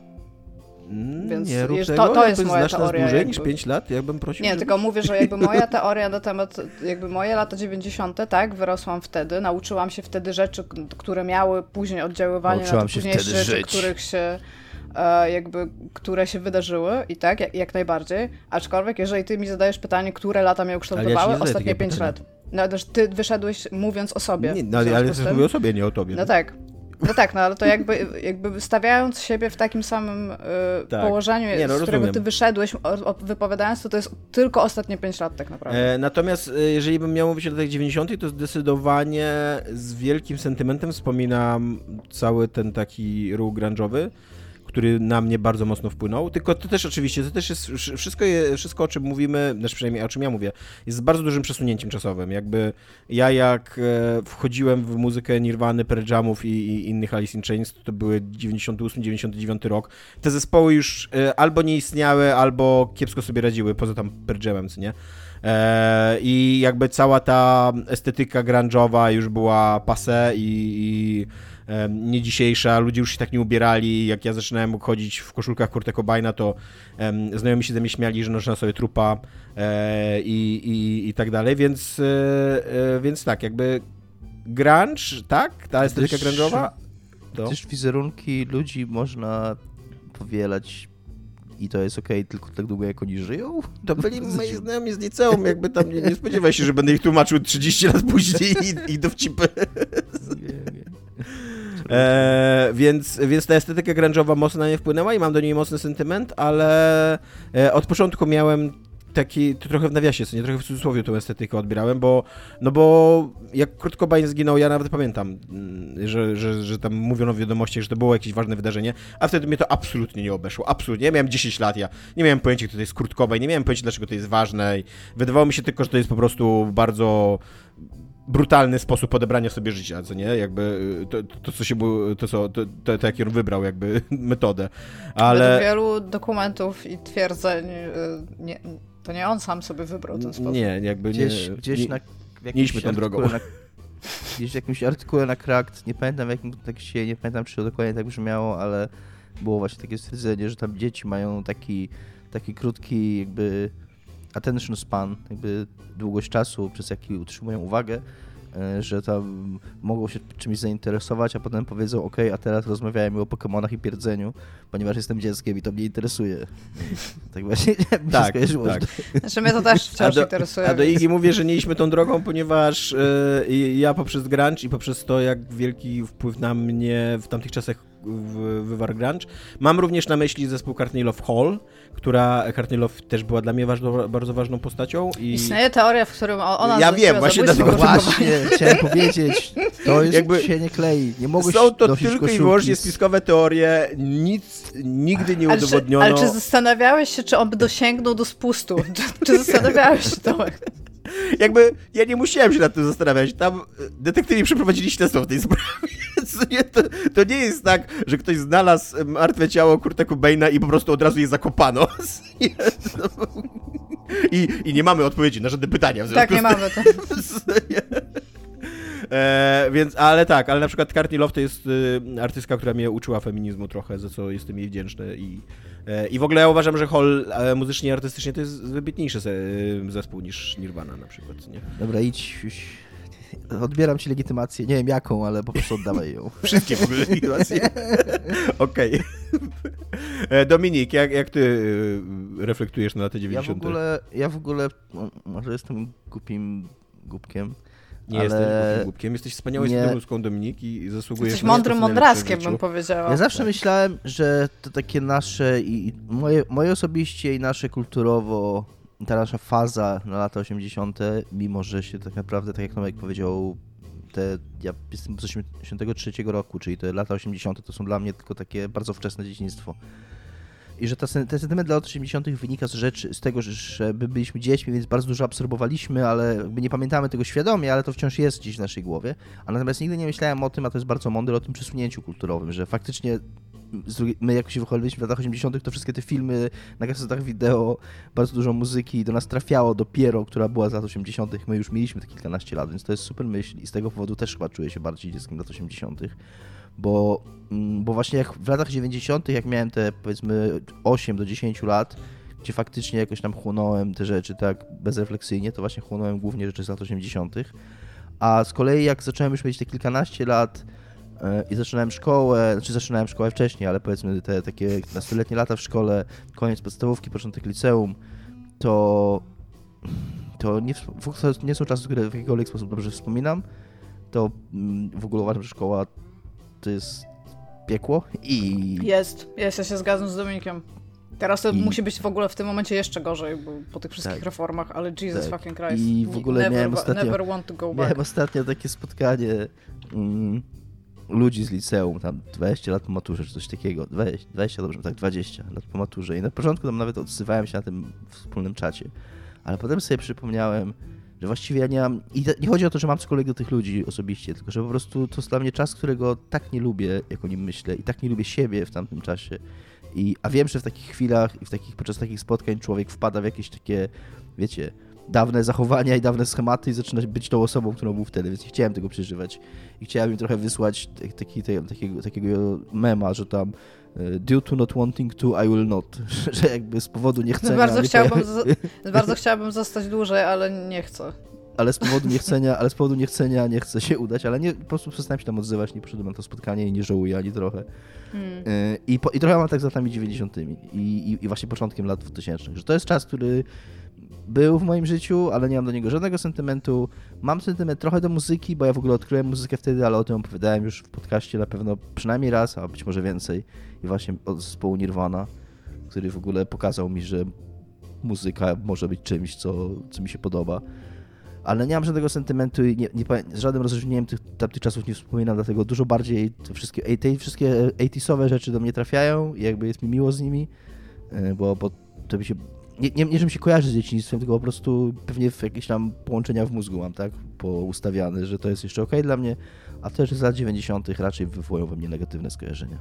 Więc nie rób to, tego, to jest jakby moja znasz teoria. nas dłużej jakby. niż pięć lat, jakbym prosił. Nie, żebyś... tylko mówię, że jakby moja teoria na temat, jakby moje lata dziewięćdziesiąte, tak, wyrosłam wtedy, nauczyłam się wtedy rzeczy, które miały później oddziaływanie nauczyłam na te późniejsze rzeczy, żyć. których się e, jakby, które się wydarzyły i tak, jak, jak najbardziej. Aczkolwiek, jeżeli ty mi zadajesz pytanie, które lata mnie ukształtowały, ja ostatnie pięć lat. No też ty wyszedłeś mówiąc o sobie. Nie, no, ale ja mówię o sobie, nie o tobie. No tak. No tak, no ale to jakby, jakby stawiając siebie w takim samym y, tak. położeniu, nie, no, z którego ty wyszedłeś, o, o, wypowiadając to, to jest tylko ostatnie pięć lat tak naprawdę. E, natomiast e, jeżeli bym miał mówić o latach dziewięćdziesiątych, to zdecydowanie z wielkim sentymentem wspominam cały ten taki ruch grunge'owy, który na mnie bardzo mocno wpłynął, tylko to też oczywiście, to też jest wszystko, wszystko o czym mówimy, znaczy przynajmniej o czym ja mówię, jest z bardzo dużym przesunięciem czasowym. Jakby ja jak wchodziłem w muzykę Nirwany, Pearl Jamów i, i innych Alice in Chains, to, to były dziewięćdziesiąty ósmy dziewięćdziesiąty dziewiąty rok. Te zespoły już albo nie istniały, albo kiepsko sobie radziły, poza tam Pearl Jamem, co nie? I jakby cała ta estetyka grunge'owa już była passé i, i nie dzisiejsza, ludzie już się tak nie ubierali, jak ja zaczynałem chodzić w koszulkach Kurta Cobaina, to um, znajomi się ze mnie śmiali, że noszę na sobie trupa e, i, i, i tak dalej, więc, e, więc tak, jakby grunge, tak, ta estetyka grunge'owa, to... Też wizerunki ludzi można powielać i to jest okej okay, tylko tak długo, jak oni żyją? To byli moi znajomi z liceum, jakby tam nie, nie spodziewaj się, że będę ich tłumaczył trzydzieści lat później i ich dowcipy. Nie, nie. E, więc, więc ta estetyka grunge'owa mocno na mnie wpłynęła i mam do niej mocny sentyment, ale e, od początku miałem taki, to trochę w nawiasie, co nie, trochę w cudzysłowie tą estetykę odbierałem, bo, no bo jak Kurt Cobain zginął, ja nawet pamiętam, że, że, że tam mówiono w wiadomościach, że to było jakieś ważne wydarzenie, a wtedy mnie to absolutnie nie obeszło, absolutnie. Ja miałem dziesięć lat, ja nie miałem pojęcia, kto to jest Kurt Cobain, nie miałem pojęcia, dlaczego to jest ważne i wydawało mi się tylko, że to jest po prostu bardzo brutalny sposób odebrania sobie życia, co nie? Jakby to, to co się było, to co, to, to, to jak on wybrał jakby metodę, ale... Według wielu dokumentów i twierdzeń nie, to nie on sam sobie wybrał ten sposób. Nie, jakby gdzieś, nie... Gdzieś nie, na... Nie idźmy tą drogą. Na, gdzieś w jakimś artykule na Cracked, nie pamiętam w jakim tekście, nie pamiętam czy to dokładnie tak brzmiało, ale było właśnie takie stwierdzenie, że tam dzieci mają taki, taki krótki jakby attention span, jakby długość czasu, przez jaki utrzymują uwagę, że tam mogą się czymś zainteresować, a potem powiedzą, ok, a teraz rozmawiajmy o Pokemonach i pierdzeniu, ponieważ jestem dzieckiem i to mnie interesuje. Tak właśnie mi się tak, skojarzyło. tak. Znaczy mnie to też wciąż a do, interesuje. A do Igi mówię, że nie idźmy tą drogą, ponieważ yy, ja poprzez grunge i poprzez to, jak wielki wpływ na mnie w tamtych czasach w, wywarł grunge, mam również na myśli zespół Courtney Love Hall, która Courtney Love też była dla mnie ważną, bardzo ważną postacią. I... Istnieje teoria, w którym ona Ja wiem, właśnie dlatego właśnie chciałem powiedzieć, to jest, jakby się nie klei, nie mogłeś są to nosić tylko koszulki. I wyłącznie spiskowe teorie, nic nigdy nie ale udowodniono. Czy, ale czy zastanawiałeś się, czy on by dosięgnął do spustu? Czy, czy zastanawiałeś się, Tomek? jakby ja nie musiałem się nad tym zastanawiać. Tam detektywi przeprowadzili śledztwo w tej sprawie. Nie, to, to nie jest tak, że ktoś znalazł martwe ciało Kurta Cobaina i po prostu od razu je zakopano. I, I nie mamy odpowiedzi na żadne pytania. W tak, nie z mamy to. E, więc, ale tak, ale na przykład Courtney Love to jest y, artystka, która mnie uczyła feminizmu trochę, za co jestem jej wdzięczny i, e, i w ogóle ja uważam, że Hall e, muzycznie i artystycznie to jest wybitniejszy ze, zespół niż Nirvana na przykład, nie? Dobra, idź już. Odbieram ci legitymację, nie wiem jaką, ale po prostu oddawaj ją. Wszystkie w ogóle legitymacje. Okej. Okay. Dominik, jak, jak ty y, reflektujesz na lata dziewięćdziesiąte? Ja w ogóle, ja w ogóle, no, może jestem głupim głupkiem, Nie ale... jesteś głupim głupkiem, jesteś wspaniałą luską, Dominik, i zasługujesz jesteś na mądrym mądraskiem, bym powiedziała. Ja zawsze tak. myślałem, że to takie nasze, i moje, moje osobiście i nasze kulturowo, ta nasza faza na lata osiemdziesiąte, mimo że się tak naprawdę, tak jak Tomek powiedział, te, ja jestem z osiemdziesiątego trzeciego roku, czyli te lata osiemdziesiąte to są dla mnie tylko takie bardzo wczesne dzieciństwo. I że ta, ten sentyment dla lat osiemdziesiątych wynika z rzeczy, z tego, że my byliśmy dziećmi, więc bardzo dużo absorbowaliśmy, ale jakby nie pamiętamy tego świadomie, ale to wciąż jest gdzieś w naszej głowie. A natomiast nigdy nie myślałem o tym, a to jest bardzo mądre, o tym przesunięciu kulturowym, że faktycznie my jak się wychowywaliśmy w latach osiemdziesiątych, to wszystkie te filmy na kasetach wideo, bardzo dużo muzyki do nas trafiało dopiero, która była z lat osiemdziesiątych. My już mieliśmy te kilkanaście lat, więc to jest super myśl i z tego powodu też chyba czuję się bardziej dzieckiem lat osiemdziesiątych. Bo, bo właśnie jak w latach dziewięćdziesiątych, jak miałem te powiedzmy osiem do dziesięciu lat, gdzie faktycznie jakoś tam chłonąłem te rzeczy tak bezrefleksyjnie, to właśnie chłonąłem głównie rzeczy z lat osiemdziesiątych. A z kolei jak zacząłem już mieć te kilkanaście lat yy, i zaczynałem szkołę, znaczy zaczynałem szkołę wcześniej, ale powiedzmy te takie nastoletnie lata w szkole, koniec podstawówki, początek liceum, to, to, nie, to nie są czasy, które w jakikolwiek sposób dobrze wspominam. To yy, w ogóle uważam, że szkoła to jest piekło i... Jest, jest, ja się zgadzam z Dominikiem. Teraz to I... musi być w ogóle w tym momencie jeszcze gorzej, bo po tych wszystkich tak. reformach, ale Jesus tak. fucking Christ. I w ogóle never, miałem ostatnio, never want to go back. miałem ostatnio takie spotkanie mm, ludzi z liceum, tam dwadzieścia lat po maturze, czy coś takiego, dwadzieścia, dwadzieścia dobrze, tak dwadzieścia lat po maturze i na początku tam nawet odsywałem się na tym wspólnym czacie, ale potem sobie przypomniałem, że właściwie ja nie mam, i nie chodzi o to, że mam cokolwiek do tych ludzi osobiście, tylko że po prostu to jest dla mnie czas, którego tak nie lubię, jak o nim myślę i tak nie lubię siebie w tamtym czasie. I, a wiem, że w takich chwilach i w takich, podczas takich spotkań człowiek wpada w jakieś takie, wiecie, dawne zachowania i dawne schematy i zaczyna być tą osobą, którą był wtedy, więc nie chciałem tego przeżywać. I chciałem im trochę wysłać taki, taki, takiego, takiego mema, że tam due to not wanting to, I will not. Że jakby z powodu niechcenia... Bardzo, nie chciałabym, z, bardzo chciałabym zostać dłużej, ale nie chcę. Ale z powodu niechcenia, ale z powodu niechcenia nie chcę się udać, ale nie, po prostu przestałem się tam odzywać, nie przyszedłem na to spotkanie i nie żałuję ani trochę. Hmm. I, po, I trochę mam tak z latami dziewięćdziesiątymi i, i, i właśnie początkiem lat dwutysięcznych, że to jest czas, który był w moim życiu, ale nie mam do niego żadnego sentymentu. Mam sentyment trochę do muzyki, bo ja w ogóle odkryłem muzykę wtedy, ale o tym opowiadałem już w podcaście na pewno przynajmniej raz, a być może więcej. I właśnie od zespołu Nirvana, który w ogóle pokazał mi, że muzyka może być czymś, co, co mi się podoba. Ale nie mam żadnego sentymentu i nie, nie, z żadnym rozróżnieniem tych, tych czasów nie wspominam, dlatego dużo bardziej te wszystkie, te wszystkie osiemdziesiąte rzeczy do mnie trafiają i jakby jest mi miło z nimi, bo, bo to mi się, nie, nie, nie że mi się kojarzy z dzieciństwem, tylko po prostu pewnie w jakieś tam połączenia w mózgu mam, tak, poustawiane, że to jest jeszcze okej dla mnie, a też z lat dziewięćdziesiątych raczej wywołują we mnie negatywne skojarzenia.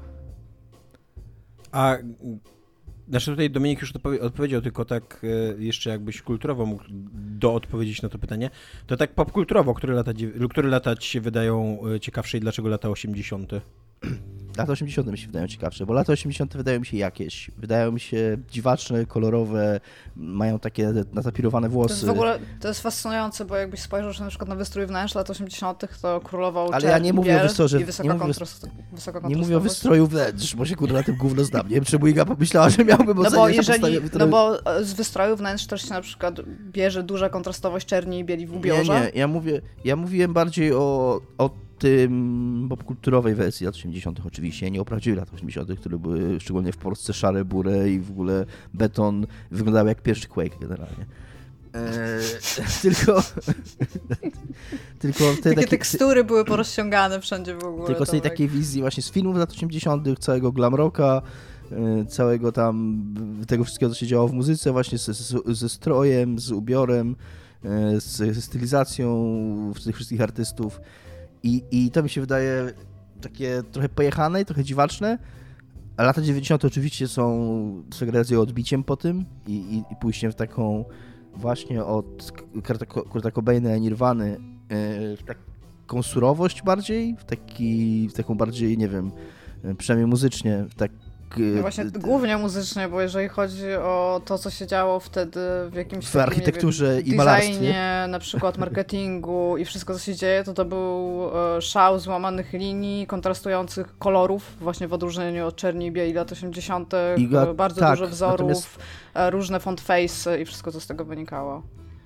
A znaczy tutaj Dominik już odpowiedział, tylko tak jeszcze jakbyś kulturowo mógł doodpowiedzieć na to pytanie, to tak popkulturowo, które lata, które lata ci się wydają ciekawsze i dlaczego lata osiemdziesiąte? Lata osiemdziesiąte mi się wydają ciekawsze, bo lata osiemdziesiąte wydają mi się jakieś. Wydają mi się dziwaczne, kolorowe, mają takie natapirowane włosy. To jest w ogóle, to jest fascynujące, bo jakbyś spojrzał na przykład na wystrój wnętrz lat osiemdziesiątych, to królował Ale ja nie mówię o wystrojze, i wysoka nie, mówię, kontrast, wysoka nie mówię o wystroju wnętrz, bo się kurwa na tym gówno znam. Nie wiem, czemu Iga pomyślała, że miałbym no bo jeżeli, podstawie... No bo z wystroju wnętrz też się na przykład bierze duża kontrastowość czerni i bieli w ubiorze. Nie, nie, ja, mówię, ja mówiłem bardziej o, o tym popkulturowej wersji lat osiemdziesiątych oczywiście, nie o prawdziwych lat osiemdziesiątych, które były szczególnie w Polsce szare, burę i w ogóle beton wyglądał jak pierwszy Quake generalnie. Eee, tylko tylko takie takie tekstury były porozciągane wszędzie w ogóle. Tylko z tej tak. takiej wizji właśnie z filmów lat osiemdziesiątych, całego glam rocka, całego tam tego wszystkiego, co się działo w muzyce właśnie ze, ze strojem, z ubiorem, z, ze stylizacją tych wszystkich artystów i, i to mi się wydaje takie trochę pojechane i trochę dziwaczne. A lata dziewięćdziesiąte oczywiście są swego rodzaju odbiciem po tym i, i, i pójściem w taką właśnie od Kurta Cobaina, Nirwany w taką surowość bardziej, w, taki, w taką bardziej, nie wiem, przynajmniej muzycznie, w tak. No właśnie, głównie muzycznie, bo jeżeli chodzi o to, co się działo wtedy w jakimś w architekturze wiem, i malarstwie, designie, na przykład marketingu i wszystko, co się dzieje, to to był szał złamanych linii, kontrastujących kolorów, właśnie w odróżnieniu od czerni i bieli lat osiemdziesiątych, I ga, bardzo tak, dużo wzorów, natomiast... różne font face i wszystko, co z tego wynikało.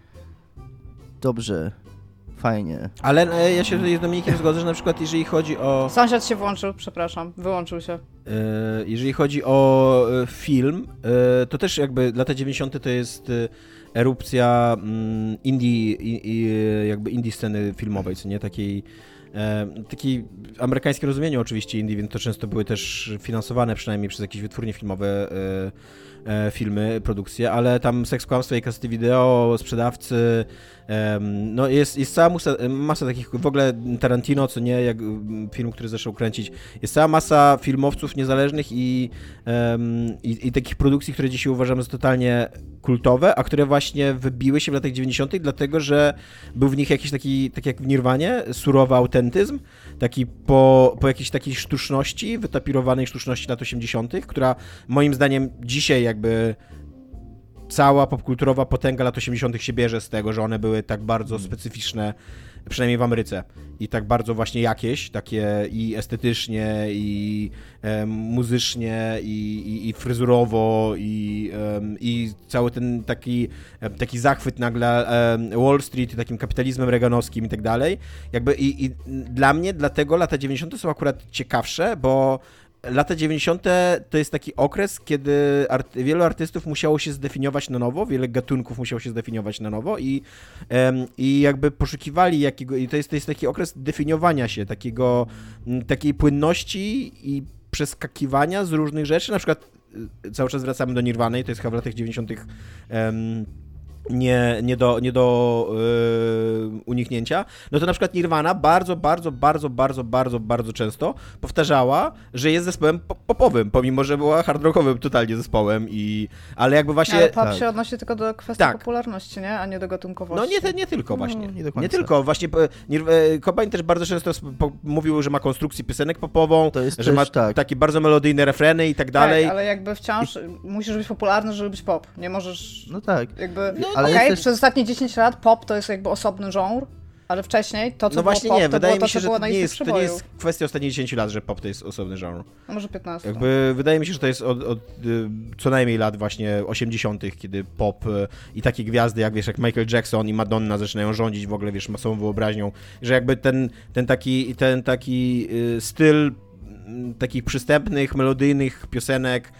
Dobrze. Fajnie. Ale e, ja się tutaj z Dominikiem zgodzę, że na przykład jeżeli chodzi o... Sąsiad się włączył, przepraszam, wyłączył się. E, jeżeli chodzi o e, film, e, to też jakby lata dziewięćdziesiąte to jest e, erupcja mm, indie, i, i, jakby indie sceny filmowej, co nie? Takiej, e, takiej amerykańskie rozumienie oczywiście indie, więc to często były też finansowane przynajmniej przez jakieś wytwórnie filmowe e, e, filmy, produkcje, ale tam Seks, Kłamstwo i Kasety Wideo, Sprzedawcy, no jest, jest cała masa, masa takich, w ogóle Tarantino, co nie, jak film, który zaczął kręcić, jest cała masa filmowców niezależnych i, i, i takich produkcji, które dzisiaj uważamy za totalnie kultowe, a które właśnie wybiły się w latach dziewięćdziesiątych, dlatego, że był w nich jakiś taki, tak jak w Nirwanie, surowy autentyzm, taki po, po jakiejś takiej sztuczności, wytapirowanej sztuczności lat osiemdziesiątych, która moim zdaniem dzisiaj jakby cała popkulturowa potęga lat osiemdziesiątych się bierze z tego, że one były tak bardzo specyficzne, przynajmniej w Ameryce, i tak bardzo właśnie jakieś, takie i estetycznie, i e, muzycznie, i, i, i fryzurowo, i, e, i cały ten taki, e, taki zachwyt nagle e, Wall Street, takim kapitalizmem reaganowskim i tak dalej. Jakby i, i dla mnie, dlatego lata dziewięćdziesiąte są akurat ciekawsze, bo lata dziewięćdziesiąte to jest taki okres, kiedy art- wielu artystów musiało się zdefiniować na nowo, wiele gatunków musiało się zdefiniować na nowo i, em, i jakby poszukiwali jakiego, i to jest, to jest taki okres definiowania się, takiego, m, takiej płynności i przeskakiwania z różnych rzeczy, na przykład y, cały czas wracamy do Nirwany, to jest chyba w latach dziewięćdziesiątych em, nie, nie do, nie do yy, uniknięcia, no to na przykład Nirvana bardzo, bardzo, bardzo, bardzo, bardzo, bardzo często powtarzała, że jest zespołem popowym, pomimo, że była hard rockowym totalnie zespołem, i, ale jakby właśnie... Ale pop tak. się odnosi tylko do kwestii tak. popularności, nie? A nie do gatunkowości. No nie, nie tylko właśnie. No, nie, do nie tylko, właśnie Cobain też bardzo często mówił, że ma konstrukcję piosenek popową, że też, ma tak. takie bardzo melodyjne refreny i tak dalej. Tak, ale jakby wciąż I... musisz być popularny, żeby być pop. Nie możesz... No tak. Jakby... No, ale Okej, okay, też... przez ostatnie dziesięć lat pop to jest jakby osobny żonr, ale wcześniej to, co no było właśnie pop, nie, to wydaje było mi to, się, co że było to nie, jest, to nie jest kwestia ostatnich dziesięciu lat, że pop to jest osobny żonr. No może piętnaście. Jakby wydaje mi się, że to jest od, od co najmniej lat właśnie osiemdziesiątych, kiedy pop i takie gwiazdy jak, wiesz, jak Michael Jackson i Madonna zaczynają rządzić w ogóle, wiesz, masową wyobraźnią, że jakby ten, ten taki, ten taki styl takich przystępnych, melodyjnych piosenek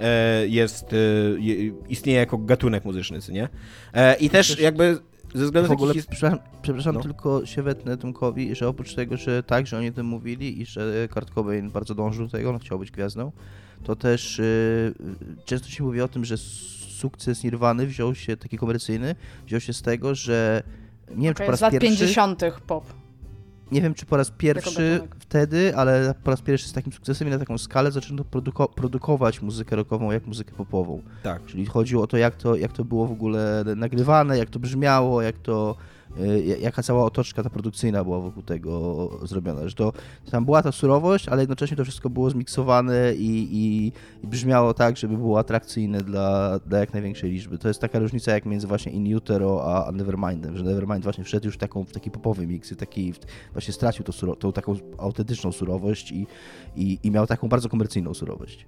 jest, istnieje jako gatunek muzyczny, nie? I też jakby ze względu w ogóle, takich... przepraszam, przepraszam no. tylko się wetnę Tomkowi, że oprócz tego, że tak, że oni o tym mówili i że Kurt Cobain bardzo dążył do tego, on chciał być gwiazdą, to też yy, często się mówi o tym, że sukces Nirwany wziął się, taki komercyjny, wziął się z tego, że nie wiem, okay, czy po raz z lat pierwszy... pięćdziesiątych pop. Nie wiem, czy po raz pierwszy wtedy, ale po raz pierwszy z takim sukcesem i na taką skalę zaczęto produko- produkować muzykę rockową jak muzykę popową. Tak. Czyli chodziło o to, jak to, jak to było w ogóle nagrywane, jak to brzmiało, jak to, jaka cała otoczka ta produkcyjna była wokół tego zrobiona. Że to, tam była ta surowość, ale jednocześnie to wszystko było zmiksowane i, i, i brzmiało tak, żeby było atrakcyjne dla, dla jak największej liczby. To jest taka różnica jak między właśnie In Utero a, a Nevermindem, że Nevermind właśnie wszedł już w, taką, w taki popowy miks, taki, właśnie stracił to suro, tą taką autentyczną surowość i, i, i miał taką bardzo komercyjną surowość.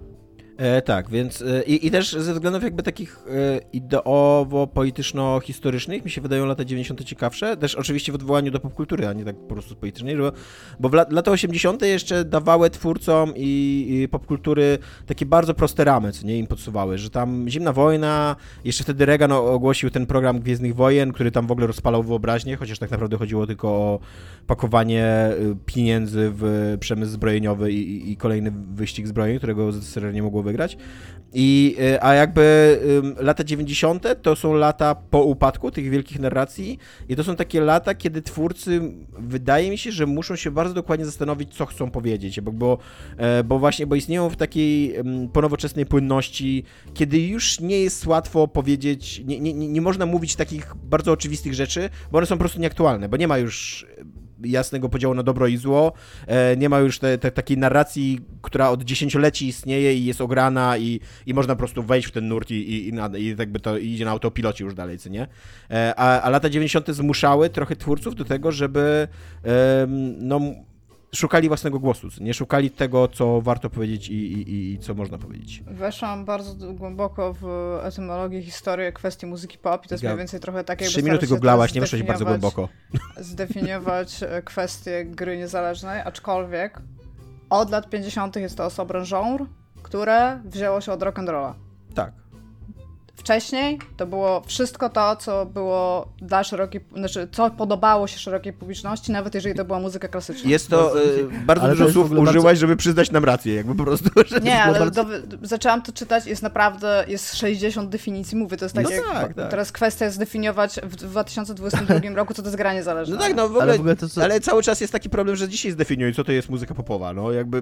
E, tak, więc e, i, i też ze względów jakby takich e, ideowo-polityczno-historycznych mi się wydają lata dziewięćdziesiąte ciekawsze, też oczywiście w odwołaniu do popkultury, a nie tak po prostu politycznej, bo, bo w lat, lata osiemdziesiąte jeszcze dawały twórcom i, i popkultury takie bardzo proste ramy, co nie im podsuwały, że tam Zimna Wojna, jeszcze wtedy Reagan ogłosił ten program Gwiezdnych Wojen, który tam w ogóle rozpalał wyobraźnię, chociaż tak naprawdę chodziło tylko o pakowanie pieniędzy w przemysł zbrojeniowy i, i, i kolejny wyścig zbrojeń, którego Z S R R nie mogło wygrać. I, a jakby um, lata dziewięćdziesiąte to są lata po upadku tych wielkich narracji i to są takie lata, kiedy twórcy, wydaje mi się, że muszą się bardzo dokładnie zastanowić, co chcą powiedzieć, bo, bo, bo właśnie, bo istnieją w takiej um, ponowoczesnej płynności, kiedy już nie jest łatwo powiedzieć, nie, nie, nie można mówić takich bardzo oczywistych rzeczy, bo one są po prostu nieaktualne, bo nie ma już jasnego podziału na dobro i zło, nie ma już te, te, takiej narracji, która od dziesięcioleci istnieje i jest ograna i, i można po prostu wejść w ten nurt i, i, i, na, i jakby to idzie na autopilocie już dalej, co nie? A, a lata dziewięćdziesiąte zmuszały trochę twórców do tego, żeby no, szukali własnego głosu, nie szukali tego, co warto powiedzieć i, i, i co można powiedzieć. Weszłam bardzo głęboko w etymologię, historię kwestii muzyki pop i to jest Ja mniej więcej trochę tak, jakby Trzy minuty googlałaś, nie weszłaś bardzo głęboko. Zdefiniować kwestię gry niezależnej, aczkolwiek od lat pięćdziesiątych jest to osobny genre, które wzięło się od rock'n'rolla. Tak. Wcześniej to było wszystko to, co było dla szerokiej, znaczy co podobało się szerokiej publiczności, nawet jeżeli to była muzyka klasyczna. Jest to, y, bardzo ale dużo to słów użyłaś, bardzo... żeby przyznać nam rację, jakby po prostu. Że nie, ale bardzo... do, zaczęłam to czytać, jest naprawdę, jest sześćdziesiąt definicji, mówię, to jest tak no jak, tak, tak. teraz kwestia jest zdefiniować w dwa tysiące dwudziestym drugim roku, co to jest gra niezależna. No tak, no w ogóle, ale, w ogóle to co... ale cały czas jest taki problem, że dzisiaj zdefiniuj, co to jest muzyka popowa, no jakby...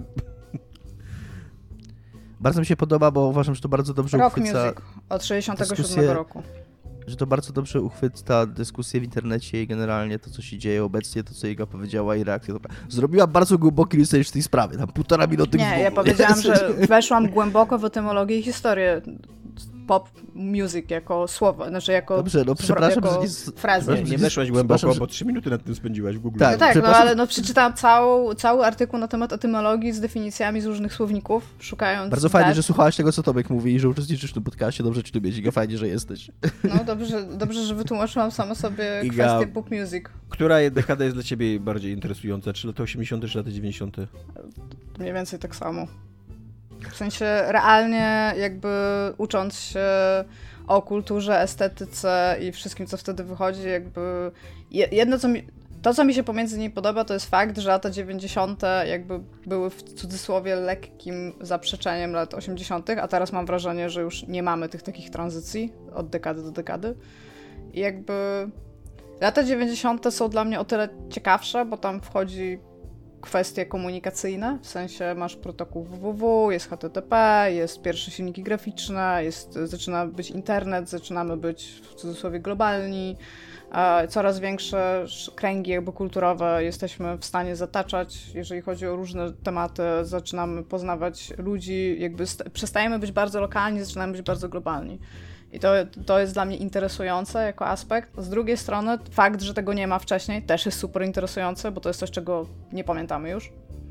Bardzo mi się podoba, bo uważam, że to bardzo dobrze Rock uchwyca... music od sześćdziesiątego siódmego dyskusję... roku. Że to bardzo dobrze uchwyta dyskusję w internecie i generalnie to, co się dzieje obecnie, to, co Iga powiedziała i reakcja. Zrobiła bardzo głęboki research w tej sprawie, tam półtora minuty. Nie, ja powiedziałam, że weszłam głęboko w etymologię i historię pop music jako słowo, znaczy jako Dobrze, no przepraszam, jako że nie... frazę. Nie, nie weszłaś głęboko, że... bo trzy minuty nad tym spędziłaś w Google. Tak, No tak, no przepraszam. ale no przeczytałam całą, cały artykuł na temat etymologii z definicjami z różnych słowników, szukając... Bardzo fajnie, dat. że słuchałaś tego, co Tomek mówi i że uczestniczysz w tym podcaście. Dobrze ci to mieć, Iga, fajnie, że jesteś. No dobrze, dobrze, że wytłumaczyłam sama sobie Iga, kwestię pop music. Która dekada jest dla ciebie bardziej interesująca? Czy lata osiemdziesiąte, czy lata dziewięćdziesiąte? Mniej więcej tak samo. W sensie realnie jakby ucząc się o kulturze, estetyce i wszystkim, co wtedy wychodzi, jakby jedno, co mi, to, co mi się pomiędzy nimi podoba, to jest fakt, że lata dziewięćdziesiąte jakby były w cudzysłowie lekkim zaprzeczeniem lat osiemdziesiątych, a teraz mam wrażenie, że już nie mamy tych takich tranzycji od dekady do dekady. I jakby lata dziewięćdziesiąte są dla mnie o tyle ciekawsze, bo tam wchodzi kwestie komunikacyjne, w sensie masz protokół www, jest H T T P, jest pierwsze silniki graficzne, jest, zaczyna być internet, zaczynamy być w cudzysłowie globalni, e, coraz większe kręgi jakby kulturowe jesteśmy w stanie zataczać, jeżeli chodzi o różne tematy, zaczynamy poznawać ludzi, jakby st- przestajemy być bardzo lokalni, zaczynamy być bardzo globalni. I to, to jest dla mnie interesujące jako aspekt. Z drugiej strony fakt, że tego nie ma wcześniej, też jest super interesujący, bo to jest coś, czego nie pamiętamy już.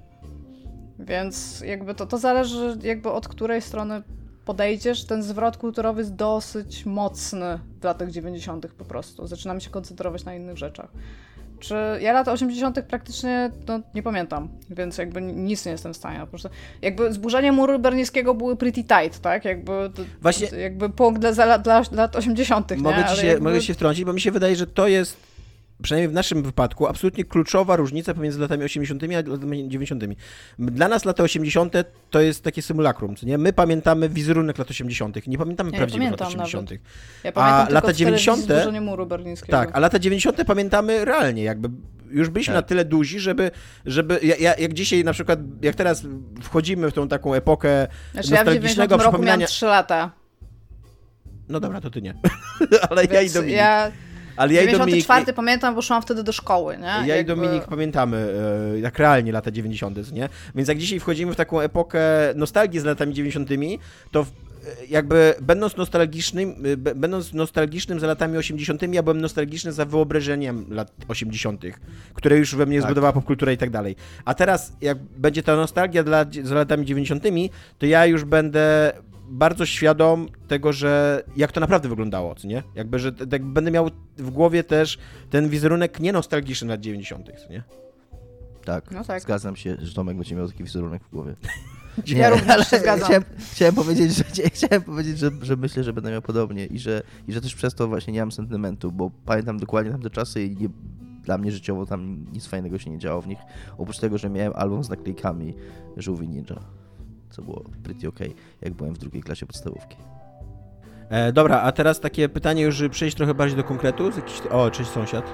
Więc jakby to, to zależy jakby od której strony podejdziesz. Ten zwrot kulturowy jest dosyć mocny w latach dziewięćdziesiątych po prostu. Zaczynamy się koncentrować na innych rzeczach. Czy ja lata osiemdziesiątych praktycznie no, nie pamiętam, więc jakby nic nie jestem w stanie. Po prostu, jakby zburzenie muru berlińskiego były pretty tight, tak? Jakby, Właśnie... jakby punkt dla, dla, dla lat osiemdziesiątych. Mogę, nie? ci się, jakby... mogę się wtrącić, bo mi się wydaje, że to jest, przynajmniej w naszym wypadku, absolutnie kluczowa różnica pomiędzy latami osiemdziesiątymi a latami dziewięćdziesiątymi. Dla nas lata osiemdziesiąte to jest takie symulakrum, co nie? My pamiętamy wizerunek lat osiemdziesiątych, nie pamiętamy ja prawdziwych lat osiemdziesiątych. Ja pamiętam a lata dziewięćdziesiąte zburzenie muru berlińskiego. Tak, a lata dziewięćdziesiąte pamiętamy realnie, jakby już byliśmy tak. na tyle duzi, żeby, żeby ja, ja, jak dzisiaj na przykład, jak teraz wchodzimy w tą taką epokę znaczy, nostalgicznego ja w przypominania... roku miałam trzy lata. No dobra, to ty nie. Ale Więc ja i Dominik. Ja... Ale ja i Dominik... czwarty pamiętam, bo szłam wtedy do szkoły, nie? Ja Jakby... i Dominik pamiętamy, jak realnie lata dziewięćdziesiąte, nie? Więc jak dzisiaj wchodzimy w taką epokę nostalgii z latami dziewięćdziesiątymi, to jakby będąc nostalgicznym, będąc nostalgicznym za latami osiemdziesiątymi, ja byłem nostalgiczny za wyobrażeniem lat osiemdziesiątych, które już we mnie tak. zbudowała popkultura i tak dalej. A teraz, jak będzie ta nostalgia dla, za latami dziewięćdziesiątymi, to ja już będę bardzo świadom tego, że jak to naprawdę wyglądało, co nie? Jakby, że tak będę miał w głowie też ten wizerunek nie nostalgiczny lat dziewięćdziesiątych, co nie? Tak, no tak, zgadzam się, że Tomek będzie miał taki wizerunek w głowie. Nie, ja również się zgadzam. Chciałem, chciałem powiedzieć, że, chciałem powiedzieć że, że myślę, że będę miał podobnie i że, i że też przez to właśnie nie mam sentymentu, bo pamiętam dokładnie tamte czasy i nie, dla mnie życiowo tam nic fajnego się nie działo w nich, oprócz tego, że miałem album z naklejkami Żółwi Ninja. co było pretty okej, okay, jak byłem w drugiej klasie podstawówki. E, dobra, a teraz takie pytanie już, żeby przejść trochę bardziej do konkretu. Z jakiś... O, cześć sąsiad.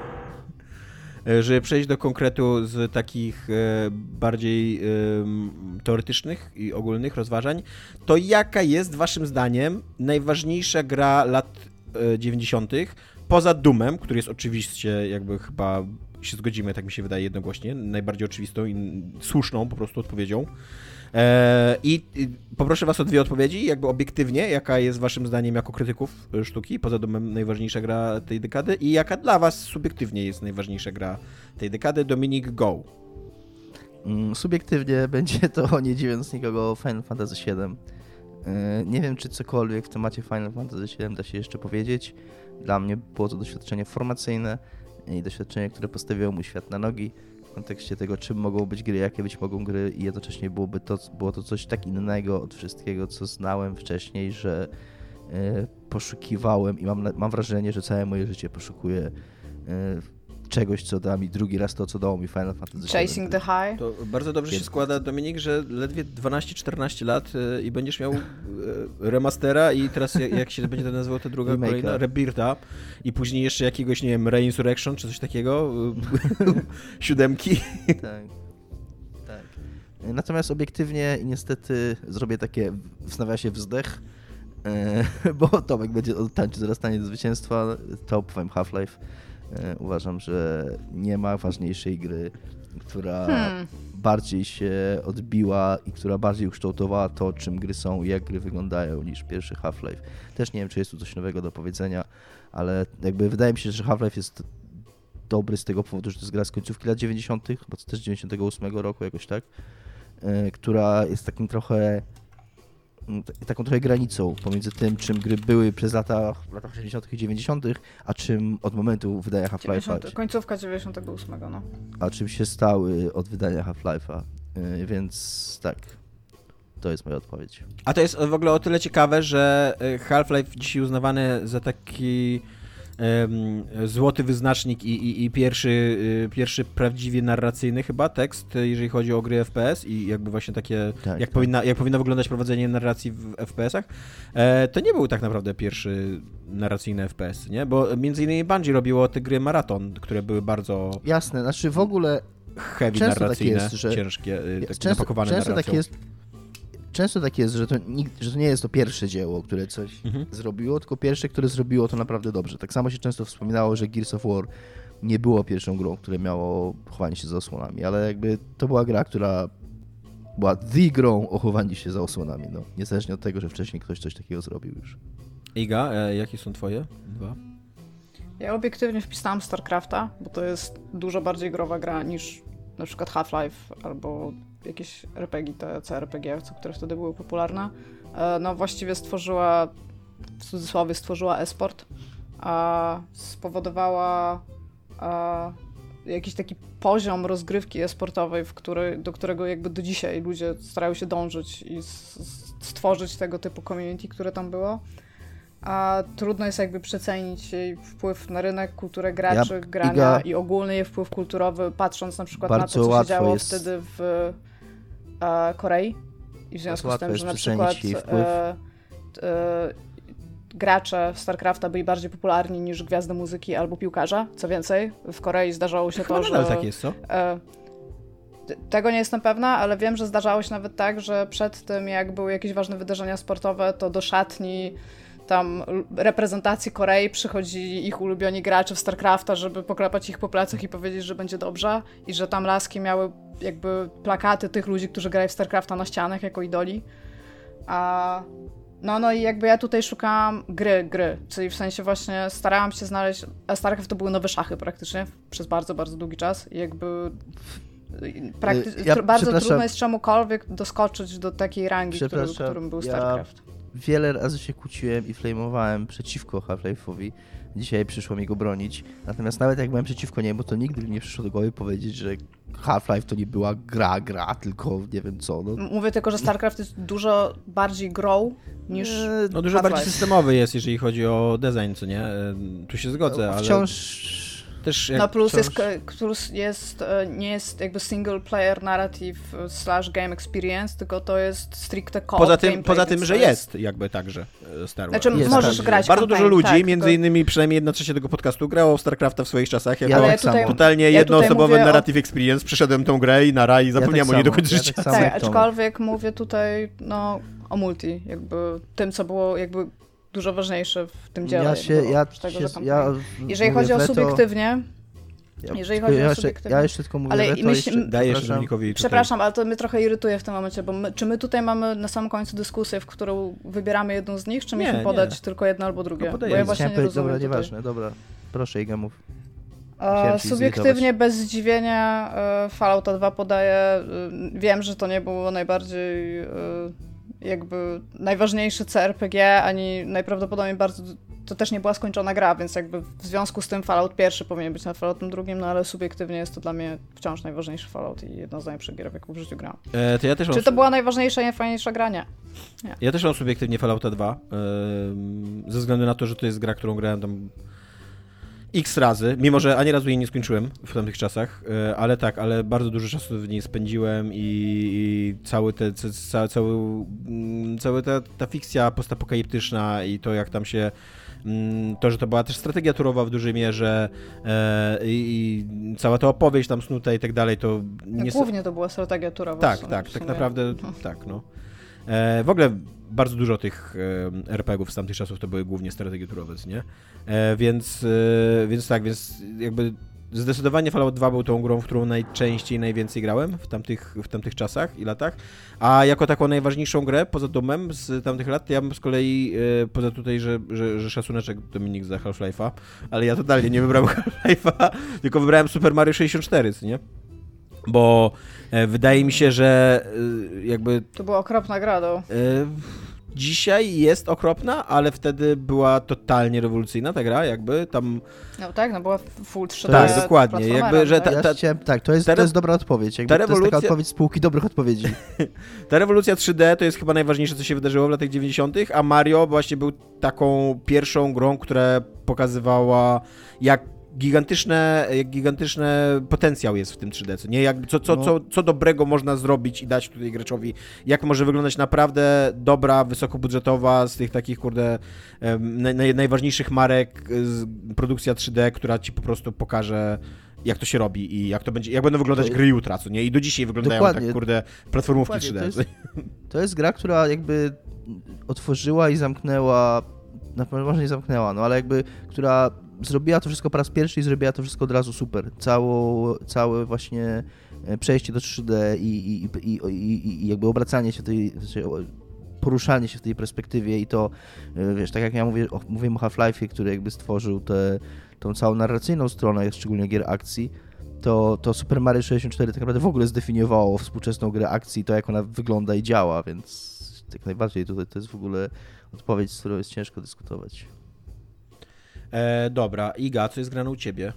Żeby przejść do konkretu z takich e, bardziej e, teoretycznych i ogólnych rozważań, to jaka jest waszym zdaniem najważniejsza gra lat e, dziewięćdziesiątych poza Doomem, który jest oczywiście jakby chyba się zgodzimy, tak mi się wydaje jednogłośnie, najbardziej oczywistą i słuszną po prostu odpowiedzią. E, I, I poproszę was o dwie odpowiedzi, jakby obiektywnie, jaka jest waszym zdaniem jako krytyków sztuki, poza Doomem najważniejsza gra tej dekady i jaka dla was subiektywnie jest najważniejsza gra tej dekady. Dominik, go. Mm, subiektywnie będzie to, nie dziwiąc nikogo, Final Fantasy siedem. Yy, nie wiem, czy cokolwiek w temacie Final Fantasy siedem da się jeszcze powiedzieć. Dla mnie było to doświadczenie formacyjne i doświadczenie, które postawiło mój świat na nogi w kontekście tego, czym mogą być gry, jakie być mogą gry i jednocześnie byłoby to, było to coś tak innego od wszystkiego, co znałem wcześniej, że yy, poszukiwałem i mam, mam wrażenie, że całe moje życie poszukuję yy, czegoś, co da mi drugi raz to, co dało mi Final Fantasy siedem. Chasing the High. To bardzo dobrze się składa, Dominik, że ledwie dwanaście czternaście lat y, i będziesz miał y, remastera i teraz jak, jak się będzie to nazywał ta druga Remake'a. kolejna? Rebirtha i później jeszcze jakiegoś, nie wiem, Reinsurrection czy coś takiego, y, siódemki. Tak, tak. Natomiast obiektywnie i niestety zrobię takie, w nawiasie wzdech, yy, bo Tomek będzie tańczył zaraz taniec do zwycięstwa, to powiem Half-Life. Uważam, że nie ma ważniejszej gry, która hmm. bardziej się odbiła i która bardziej ukształtowała to, czym gry są i jak gry wyglądają niż pierwszy Half-Life. Też nie wiem, czy jest tu coś nowego do powiedzenia, ale jakby wydaje mi się, że Half-Life jest dobry z tego powodu, że to jest gra z końcówki lat dziewięćdziesiątych, bo to też dziewięćdziesiątego ósmego roku jakoś tak, yy, która jest takim trochę taką trochę granicą pomiędzy tym, czym gry były przez lata, w latach osiemdziesiątych i dziewięćdziesiątych, a czym od momentu wydania Half-Life'a. Końcówka dziewięćdziesiątego ósmego, no. A czym się stały od wydania Half-Life'a, yy, więc tak, to jest moja odpowiedź. A to jest w ogóle o tyle ciekawe, że Half-Life dzisiaj uznawany za taki um, złoty wyznacznik i, i, i pierwszy, y, pierwszy prawdziwie narracyjny chyba tekst, jeżeli chodzi o gry F P S i jakby właśnie takie, tak, jak, tak. Powinna, jak powinno wyglądać prowadzenie narracji w F P S-ach, e, to nie był tak naprawdę pierwszy narracyjny F P S, nie? Bo między innymi Bungie robiło te gry Marathon, które były bardzo... Jasne, znaczy w ogóle heavy często narracyjne, tak jest, że ciężkie, tak często, napakowane często narracją. tak jest, Często tak jest, że to, że to nie jest to pierwsze dzieło, które coś mhm. zrobiło, tylko pierwsze, które zrobiło to naprawdę dobrze. Tak samo się często wspominało, że Gears of War nie było pierwszą grą, które miało chowanie się za osłonami, ale jakby to była gra, która była the grą o chowaniu się za osłonami, no. Niezależnie od tego, że wcześniej ktoś coś takiego zrobił już. Iga, e, jakie są twoje dwa? Ja obiektywnie wpisałam StarCrafta, bo to jest dużo bardziej growa gra niż na przykład Half-Life albo jakieś R P G, te C R P G, które wtedy były popularne. No właściwie stworzyła, w cudzysłowie stworzyła e-sport, a spowodowała a, jakiś taki poziom rozgrywki e-sportowej, w który, do którego jakby do dzisiaj ludzie starają się dążyć i s- stworzyć tego typu community, które tam było. A trudno jest jakby przecenić jej wpływ na rynek, kulturę graczy, ja, grania Iga, i ogólny jej wpływ kulturowy, patrząc na przykład na to, co się działo jest... wtedy w e, Korei. I w związku z tym, że na przykład e, e, gracze StarCrafta byli bardziej popularni niż gwiazdy muzyki albo piłkarze. Co więcej, w Korei zdarzało się to, że... tak jest, co? E, Tego nie jestem pewna, ale wiem, że zdarzało się nawet tak, że przed tym, jak były jakieś ważne wydarzenia sportowe, to do szatni tam reprezentacji Korei przychodzili ich ulubioni gracze w StarCrafta, żeby poklepać ich po plecach i powiedzieć, że będzie dobrze i że tam laski miały jakby plakaty tych ludzi, którzy grają w StarCrafta na ścianach jako idoli. A no, no i jakby ja tutaj szukałam gry, gry, czyli w sensie właśnie starałam się znaleźć, a StarCraft to były nowe szachy praktycznie przez bardzo, bardzo długi czas i jakby prakty- ja, bardzo trudno jest czemukolwiek doskoczyć do takiej rangi, który, którym był StarCraft. Ja wiele razy się kłóciłem i flame'owałem przeciwko Half-Life'owi. Dzisiaj przyszło mi go bronić. Natomiast nawet jak byłem przeciwko niemu, to nigdy mi nie przyszło do głowy powiedzieć, że Half-Life to nie była gra, gra, tylko nie wiem co. No. Mówię tylko, że StarCraft jest dużo bardziej grą niż No dużo bardziej systemowy jest, jeżeli chodzi o design, co nie? Tu się zgodzę, ale... Wciąż... też... Jak no plus coś... jest, plus jest, nie jest jakby single player narrative slash game experience, tylko to jest stricte co-op Poza tym, gameplay, poza tym że jest... jest jakby także Star Wars. Znaczy jest, możesz tak. grać Bardzo dużo campaign, ludzi, tak, między tylko... innymi przynajmniej jedna trzecia tego podcastu grało w StarCrafta w swoich czasach, jako Ja Ale tak ja tutaj, samo. totalnie ja jednoosobowy tutaj narrative experience. Przyszedłem tą grę i na raj i zapomniałem tak o niej do samo, końca ja życia. tak samo. Tak, jak Tomek. aczkolwiek mówię tutaj no, o multi, jakby tym, co było jakby dużo ważniejsze w tym dziele. Ja się, jakby, ja, oprócz tego, się, że ja Jeżeli mówię chodzi o weto, subiektywnie, ja, jeżeli tylko chodzi ja o jeszcze, subiektywnie. ja jeszcze tylko mówię Ale weto, myśl- jeszcze, Daję jeszcze przepraszam. Dominikowi tutaj. Przepraszam, ale to mnie trochę irytuje w tym momencie, bo my, czy my tutaj mamy na samym końcu dyskusję, w którą wybieramy jedną z nich, czy Nie, musimy podać nie. tylko jedno albo drugie? No Bo podajemy. ja właśnie Chciałem nie powiedzieć, rozumiem dobra, tutaj. nieważne, dobra. Proszę, Iga, mów. E, Chciałem ci subiektywnie, zirytować. bez zdziwienia e, Fallouta dwa podaję. E, wiem, że to nie było najbardziej e, jakby najważniejszy C R P G, ani najprawdopodobniej bardzo... To też nie była skończona gra, więc jakby w związku z tym Fallout pierwszy powinien być nad Falloutem drugim, no ale subiektywnie jest to dla mnie wciąż najważniejszy Fallout i jedna z najlepszych gier, w jaką w życiu grałem. E, to ja też mam... Czy to była najważniejsza i najfajniejsza gra? Nie. Ja też mam subiektywnie Fallouta dwa, ym, ze względu na to, że to jest gra, którą grałem tam x razy, mimo że ani razu jej nie skończyłem w tamtych czasach, yy, ale tak, ale bardzo dużo czasu w niej spędziłem i, i cały te, ca, cały, mm, cała ta, ta fikcja postapokaliptyczna i to jak tam się mm, to, że to była też strategia turowa w dużej mierze e, i, i cała ta opowieść tam snuta i tak dalej, to No, nie... głównie to była strategia turowa. Tak, w sumie, tak, w tak sumie. naprawdę tak, no. E, w ogóle bardzo dużo tych e, er pe gie ów z tamtych czasów to były głównie strategie turowe, nie? E, więc, e, więc tak, więc jakby zdecydowanie Fallout dwa był tą grą, w którą najczęściej, najwięcej grałem w tamtych, w tamtych czasach i latach, a jako taką najważniejszą grę, poza Doomem z tamtych lat, ja bym z kolei, e, poza tutaj, że, że, że szacuneczek Dominik za Half-Life'a, ale ja totalnie nie wybrałem Half-Life'a, tylko wybrałem Super Mario sześćdziesiąt cztery, nie? Bo e, wydaje mi się, że e, jakby To była okropna gra, do. e, dzisiaj jest okropna, ale wtedy była totalnie rewolucyjna ta gra, jakby tam... No tak, no była full trzy D. Tak, dokładnie, platformera, jakby, że tak? ta- Ja chciałem, tak, to jest, ta to re- jest dobra odpowiedź. Jakby ta To jest rewolucja- taka odpowiedź z półki dobrych odpowiedzi. Ta rewolucja trzy D to jest chyba najważniejsze, co się wydarzyło w latach dziewięćdziesiątych, a Mario właśnie był taką pierwszą grą, która pokazywała, jak gigantyczne, jak gigantyczny potencjał jest w tym trzy D, co nie? Jakby co, co, No. co, co dobrego można zrobić i dać tutaj graczowi, jak może wyglądać naprawdę dobra, wysokobudżetowa, z tych takich, kurde, em, naj, naj, najważniejszych marek z, produkcja trzy D, która ci po prostu pokaże, jak to się robi i jak to będzie, jak będą wyglądać To- gry jutro, co nie? I do dzisiaj wyglądają Dokładnie. tak, kurde, platformówki Dokładnie, trzy D. to jest- To jest gra, która jakby otworzyła i zamknęła, na pewno może nie zamknęła, no ale jakby, która zrobiła to wszystko po raz pierwszy i zrobiła to wszystko od razu super. Cało, całe właśnie przejście do trzy D i, i, i, i, i jakby obracanie się w tej, znaczy poruszanie się w tej perspektywie i to, wiesz, tak jak ja mówię, o, mówiłem o Half-Life'ie, który jakby stworzył tę tą całą narracyjną stronę, szczególnie gier akcji, to, to Super Mario sześćdziesiąt cztery tak naprawdę w ogóle zdefiniowało współczesną grę akcji, to jak ona wygląda i działa, więc tak najbardziej tutaj to jest w ogóle odpowiedź, z którą jest ciężko dyskutować. E, dobra, Iga, co jest grane u ciebie?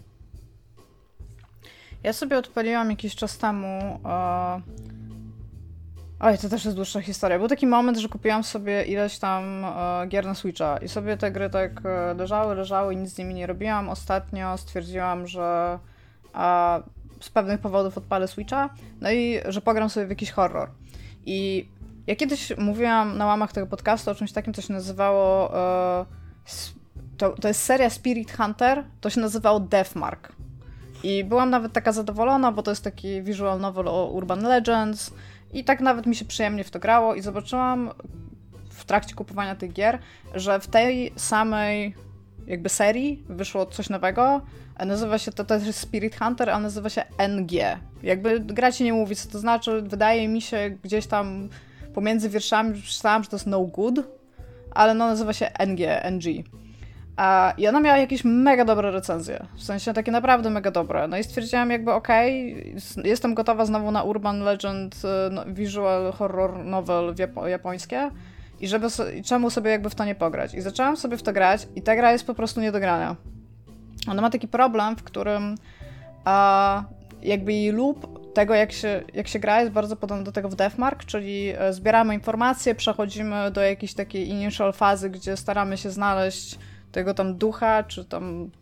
Ja sobie odpaliłam jakiś czas temu. E... Oj, to też jest dłuższa historia. Był taki moment, że kupiłam sobie ileś tam e, gier na Switcha i sobie te gry tak e, leżały, leżały i nic z nimi nie robiłam. Ostatnio stwierdziłam, że e, z pewnych powodów odpalę Switcha, no i że pogram sobie w jakiś horror. I ja kiedyś mówiłam na łamach tego podcastu o czymś takim, co się nazywało... E, to, to jest seria Spirit Hunter, to się nazywało Deathmark. I byłam nawet taka zadowolona, bo to jest taki visual novel o Urban Legends i tak nawet mi się przyjemnie w to grało i zobaczyłam w trakcie kupowania tych gier, że w tej samej jakby serii wyszło coś nowego. Nazywa się, to też jest Spirit Hunter, a nazywa się N G. Jakby gra ci nie mówi, co to znaczy. Wydaje mi się gdzieś tam pomiędzy wierszami przeczytałam, że to jest no good, ale no nazywa się N G, N G. I ona miała jakieś mega dobre recenzje, w sensie takie naprawdę mega dobre. No i stwierdziłam jakby okej, okay, jestem gotowa znowu na Urban Legend, no, visual horror novel japo- japońskie i żeby so, i czemu sobie jakby w to nie pograć. I zaczęłam sobie w to grać i ta gra jest po prostu nie do grania. Ona ma taki problem, w którym a, jakby jej lub tego, jak się, jak się gra, jest bardzo podobny do tego w Deathmark, czyli zbieramy informacje, przechodzimy do jakiejś takiej initial fazy, gdzie staramy się znaleźć tego tam ducha, czy tam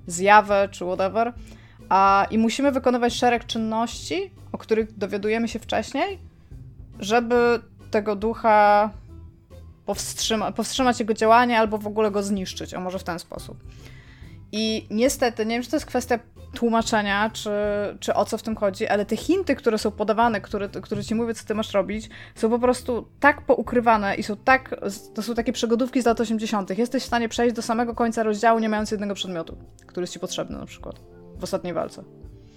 zjawę czy whatever. A, I musimy wykonywać szereg czynności, o których dowiadujemy się wcześniej, żeby tego ducha powstrzyma- powstrzymać jego działanie albo w ogóle go zniszczyć, a może w ten sposób. I niestety, nie wiem, czy to jest kwestia tłumaczenia, czy, czy o co w tym chodzi, ale te hinty, które są podawane, które, które ci mówią, co ty masz robić, są po prostu tak poukrywane i są tak, to są takie przygodówki z lat osiemdziesiątych. Jesteś w stanie przejść do samego końca rozdziału, nie mając jednego przedmiotu, który jest ci potrzebny na przykład w ostatniej walce.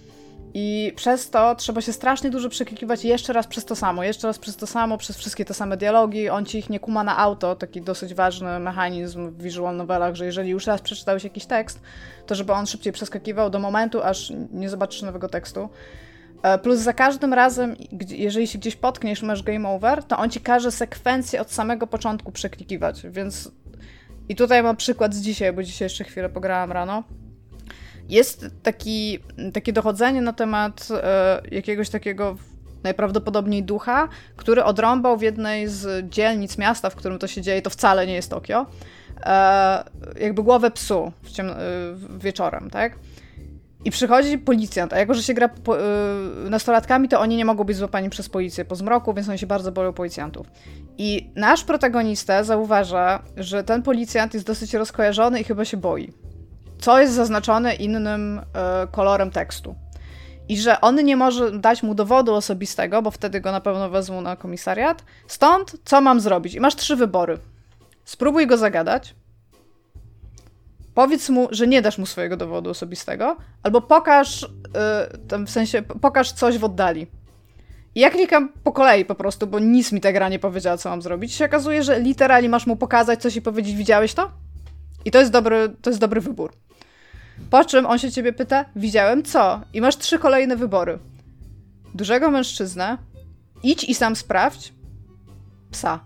I przez to trzeba się strasznie dużo przeklikiwać jeszcze raz przez to samo, jeszcze raz przez to samo, przez wszystkie te same dialogi, on ci ich nie kuma na auto, taki dosyć ważny mechanizm w visual novelach, że jeżeli już raz przeczytałeś jakiś tekst, to żeby on szybciej przeskakiwał do momentu, aż nie zobaczysz nowego tekstu. Plus za każdym razem, jeżeli się gdzieś potkniesz, masz game over, to on ci każe sekwencję od samego początku przeklikiwać, więc... I tutaj mam przykład z dzisiaj, bo dzisiaj jeszcze chwilę pograłam rano. Jest taki, takie dochodzenie na temat e, jakiegoś takiego najprawdopodobniej ducha, który odrąbał w jednej z dzielnic miasta, w którym to się dzieje, to wcale nie jest Tokio, e, jakby głowę psu w ciemno, e, wieczorem, tak? I przychodzi policjant, a jako, że się gra po, e, nastolatkami, to oni nie mogą być złapani przez policję po zmroku, więc oni się bardzo boją policjantów. I nasz protagonista zauważa, że ten policjant jest dosyć rozkojarzony i chyba się boi. Co jest zaznaczone innym e, kolorem tekstu. I że on nie może dać mu dowodu osobistego, bo wtedy go na pewno wezmą na komisariat. Stąd, co mam zrobić? I masz trzy wybory. Spróbuj go zagadać. Powiedz mu, że nie dasz mu swojego dowodu osobistego. Albo pokaż, e, tam w sensie, pokaż coś w oddali. I ja klikam po kolei po prostu, bo nic mi ta gra nie powiedziała, co mam zrobić. I się okazuje, że literalnie masz mu pokazać coś i powiedzieć, widziałeś to? I to jest dobry, to jest dobry wybór. Po czym on się ciebie pyta, widziałem co? I masz trzy kolejne wybory. Dużego mężczyznę, idź i sam sprawdź, psa.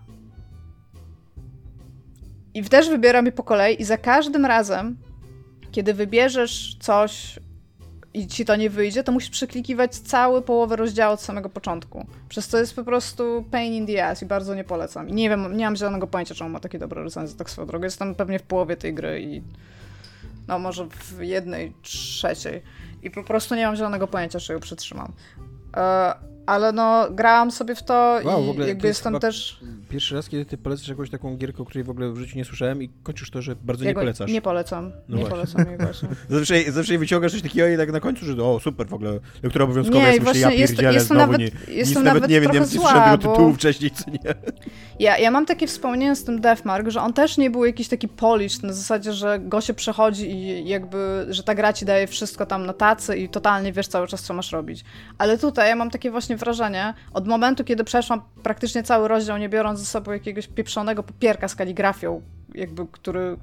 I też wybieram je po kolei i za każdym razem, kiedy wybierzesz coś i ci to nie wyjdzie, to musisz przeklikiwać całą połowę rozdziału od samego początku. Przez co jest po prostu pain in the ass i bardzo nie polecam. I nie wiem, nie mam zielonego pojęcia, czemu ma takie dobre recenzje, tak swoją drogą. Jestem pewnie w połowie tej gry i no może w jednej trzeciej. I po prostu nie mam zielonego pojęcia, czy ją przetrzymam. E, ale no, grałam sobie w to wow, i w ogóle jakby jestem też... Pierwszy raz, kiedy ty polecasz jakąś taką gierkę, o której w ogóle w życiu nie słyszałem i kończysz to, że bardzo nie polecasz. Nie polecam, no nie właśnie. polecam jej właśnie. Zawsze, zawsze wyciągasz coś takiego i tak na końcu, że o super, w ogóle lektura obowiązkowa, nie, jest, myślę, ja pierdzielę, jest, znowu nawet, nie, jest nic to nawet nawet nie wiem, nie wiem, co słyszałem tego tytułu wcześniej, co nie. Ja, ja mam takie wspomnienie z tym Deathmark, że on też nie był jakiś taki polished, na zasadzie, że go się przechodzi i jakby, że ta gra ci daje wszystko tam na tacy i totalnie wiesz cały czas, co masz robić. Ale tutaj ja mam takie właśnie wrażenie, od momentu, kiedy przeszłam praktycznie cały rozdział, nie biorąc ze sobą jakiegoś pieprzonego papierka z kaligrafią, jakby, który...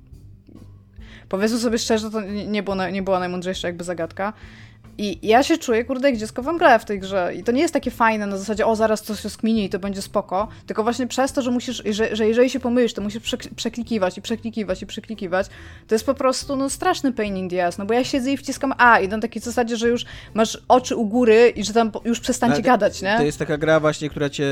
Powiedzmy sobie szczerze, to nie, było, nie była najmądrzejsza jakby zagadka. I ja się czuję, kurde, jak dziecko we mgle w tej grze. I to nie jest takie fajne na zasadzie, o, zaraz coś się skminie i to będzie spoko. Tylko właśnie przez to, że musisz, że, że jeżeli się pomylisz, to musisz przeklikiwać i przeklikiwać i przeklikiwać. To jest po prostu, no, straszny pain in the ass. No bo ja siedzę i wciskam A i na takiej zasadzie, że już masz oczy u góry i że tam już przestańcie Ale gadać, nie? To jest taka gra właśnie, która cię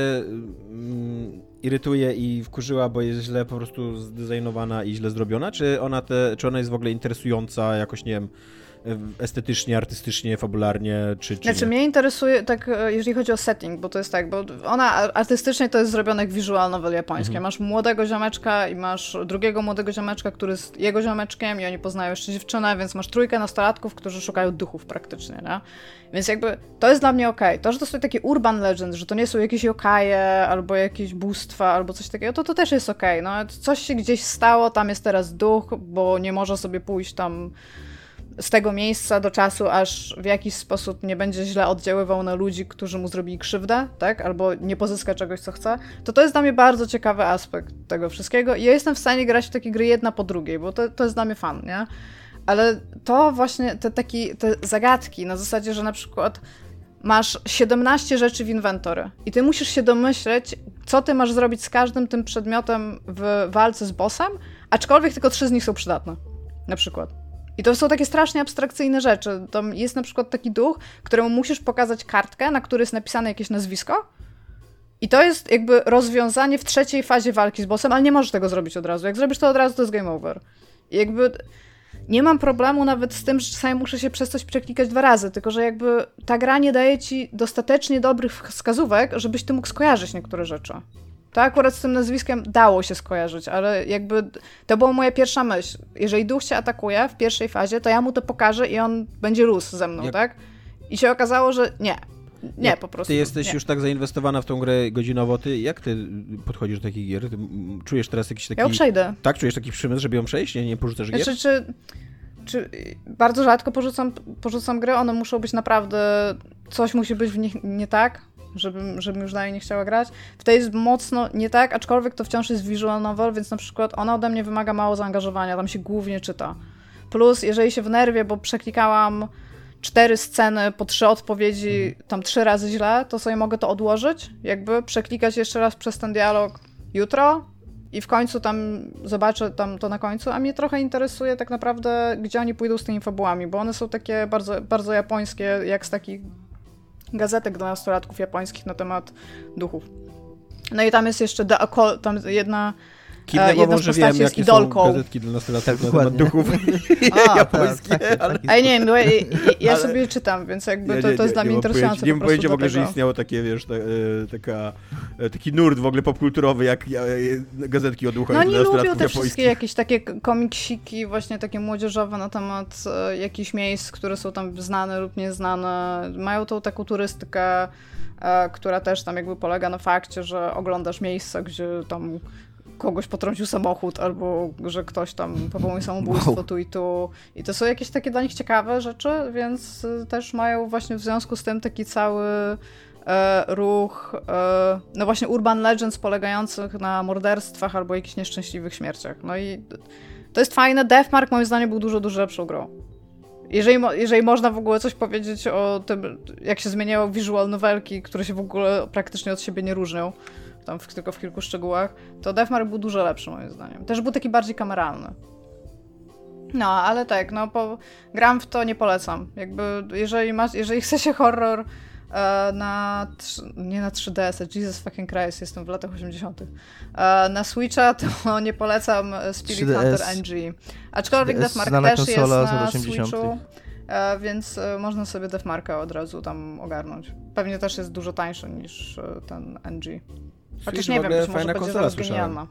mm, irytuje i wkurzyła, bo jest źle po prostu zdezajnowana i źle zrobiona? Czy ona, te, czy ona jest w ogóle interesująca jakoś, nie wiem, estetycznie, artystycznie, fabularnie, czy, czy Znaczy nie? mnie interesuje, tak, jeżeli chodzi o setting, bo to jest tak, bo ona artystycznie to jest zrobione jak visual novel japońskie. Mhm. Masz młodego ziomeczka i masz drugiego młodego ziomeczka, który jest jego ziomeczkiem i oni poznają jeszcze dziewczynę, więc masz trójkę nastolatków, którzy szukają duchów praktycznie, nie? Więc jakby to jest dla mnie okej. Okay. To, że to są takie urban legends, że to nie są jakieś yokaje albo jakieś bóstwa albo coś takiego, to to też jest okej. Okay. No, coś się gdzieś stało, tam jest teraz duch, bo nie może sobie pójść tam z tego miejsca do czasu, aż w jakiś sposób nie będzie źle oddziaływał na ludzi, którzy mu zrobili krzywdę, tak? Albo nie pozyska czegoś, co chce, to to jest dla mnie bardzo ciekawy aspekt tego wszystkiego i ja jestem w stanie grać w takie gry jedna po drugiej, bo to, to jest dla mnie fan, nie? Ale to właśnie, te, taki, te zagadki na zasadzie, że na przykład masz siedemnaście rzeczy w inwentory i ty musisz się domyśleć, co ty masz zrobić z każdym tym przedmiotem w walce z bossem, aczkolwiek tylko trzy z nich są przydatne, na przykład. I to są takie strasznie abstrakcyjne rzeczy. Tam jest na przykład taki duch, któremu musisz pokazać kartkę, na której jest napisane jakieś nazwisko. I to jest jakby rozwiązanie w trzeciej fazie walki z bossem, ale nie możesz tego zrobić od razu. Jak zrobisz to od razu, to jest game over. I jakby nie mam problemu nawet z tym, że czasami muszę się przez coś przeklikać dwa razy, tylko że jakby ta gra nie daje ci dostatecznie dobrych wskazówek, żebyś ty mógł skojarzyć niektóre rzeczy. To akurat z tym nazwiskiem dało się skojarzyć, ale jakby to była moja pierwsza myśl. Jeżeli duch cię atakuje w pierwszej fazie, to ja mu to pokażę i on będzie rósł ze mną, Jak... tak? I się okazało, że nie. Nie, jak po prostu. Ty jesteś nie. już tak zainwestowana w tą grę godzinowo, ty jak ty podchodzisz do takich gier? Ty czujesz teraz jakiś taki... Ja ją przejdę. Tak? Czujesz taki przymysł, żeby ją przejść? Nie, nie porzucasz gier? Znaczy, czy, czy bardzo rzadko porzucam, porzucam gry, one muszą być naprawdę... Coś musi być w nich nie tak, żebym, żebym już dalej nie chciała grać. W tej jest mocno nie tak, aczkolwiek to wciąż jest visual novel, więc na przykład ona ode mnie wymaga mało zaangażowania, tam się głównie czyta. Plus, jeżeli się wnerwię, bo przeklikałam cztery sceny po trzy odpowiedzi, tam trzy razy źle, to sobie mogę to odłożyć, jakby przeklikać jeszcze raz przez ten dialog jutro i w końcu tam zobaczę tam to na końcu, a mnie trochę interesuje tak naprawdę, gdzie oni pójdą z tymi fabułami, bo one są takie bardzo, bardzo japońskie, jak z takich gazetek dla nastolatków japońskich na temat duchów. No i tam jest jeszcze The Occult, tam jedna Kiwne jedna głową, z że postaci wiem, jest jakie idolką. są gazetki dla nastolatków Tak, na temat dokładnie. duchów A, japońskie. tak, tak, ale... tak. Ale nie wiem, bo ja, ja, ja Ale- sobie czytam, więc jakby Nie, to, nie, to jest nie, dla mnie nie mam interesujące pojęcia, Nie po mam prostu pojęcia w do ogóle, że tego. istniało takie, wiesz, ta, e, taka, e, taki nurt w ogóle popkulturowy, jak e, gazetki o duchach No dla nie lubią nastolatków te wszystkie japońskich. jakieś takie komiksiki właśnie takie młodzieżowe na temat e, jakichś miejsc, które są tam znane lub nieznane. Mają tą taką turystykę, e, która też tam jakby polega na fakcie, że oglądasz miejsca, gdzie tam kogoś potrącił samochód, albo że ktoś tam popełnił samobójstwo Wow. tu i tu. I to są jakieś takie dla nich ciekawe rzeczy, więc y, też mają właśnie w związku z tym taki cały e, ruch, e, no właśnie urban legends polegających na morderstwach albo jakichś nieszczęśliwych śmierciach. No i to jest fajne. Deathmark moim zdaniem był dużo, dużo lepszą grą. Jeżeli, mo- jeżeli można w ogóle coś powiedzieć o tym, jak się zmieniało visual novelki, które się w ogóle praktycznie od siebie nie różnią, tam w, tylko w kilku szczegółach, to Deathmark był dużo lepszy moim zdaniem. Też był taki bardziej kameralny. No, ale tak, no po, gram w to, nie polecam. Jakby, jeżeli, masz, jeżeli chce się horror e, na, trzy, nie na trzy D S, Jesus fucking Christ, jestem w latach osiemdziesiątych. E, na Switcha to nie polecam Spirit trzy D S. Hunter N G. Aczkolwiek trzy D S, Deathmark znana też jest konsola z lat na osiemdziesiątych. Switchu. E, więc e, można sobie Deathmarka od razu tam ogarnąć. Pewnie też jest dużo tańszy niż e, ten N G. Chociaż Switch nie w wiem, ogóle być może fajna będzie konsola, zaraz słyszałem. genialna.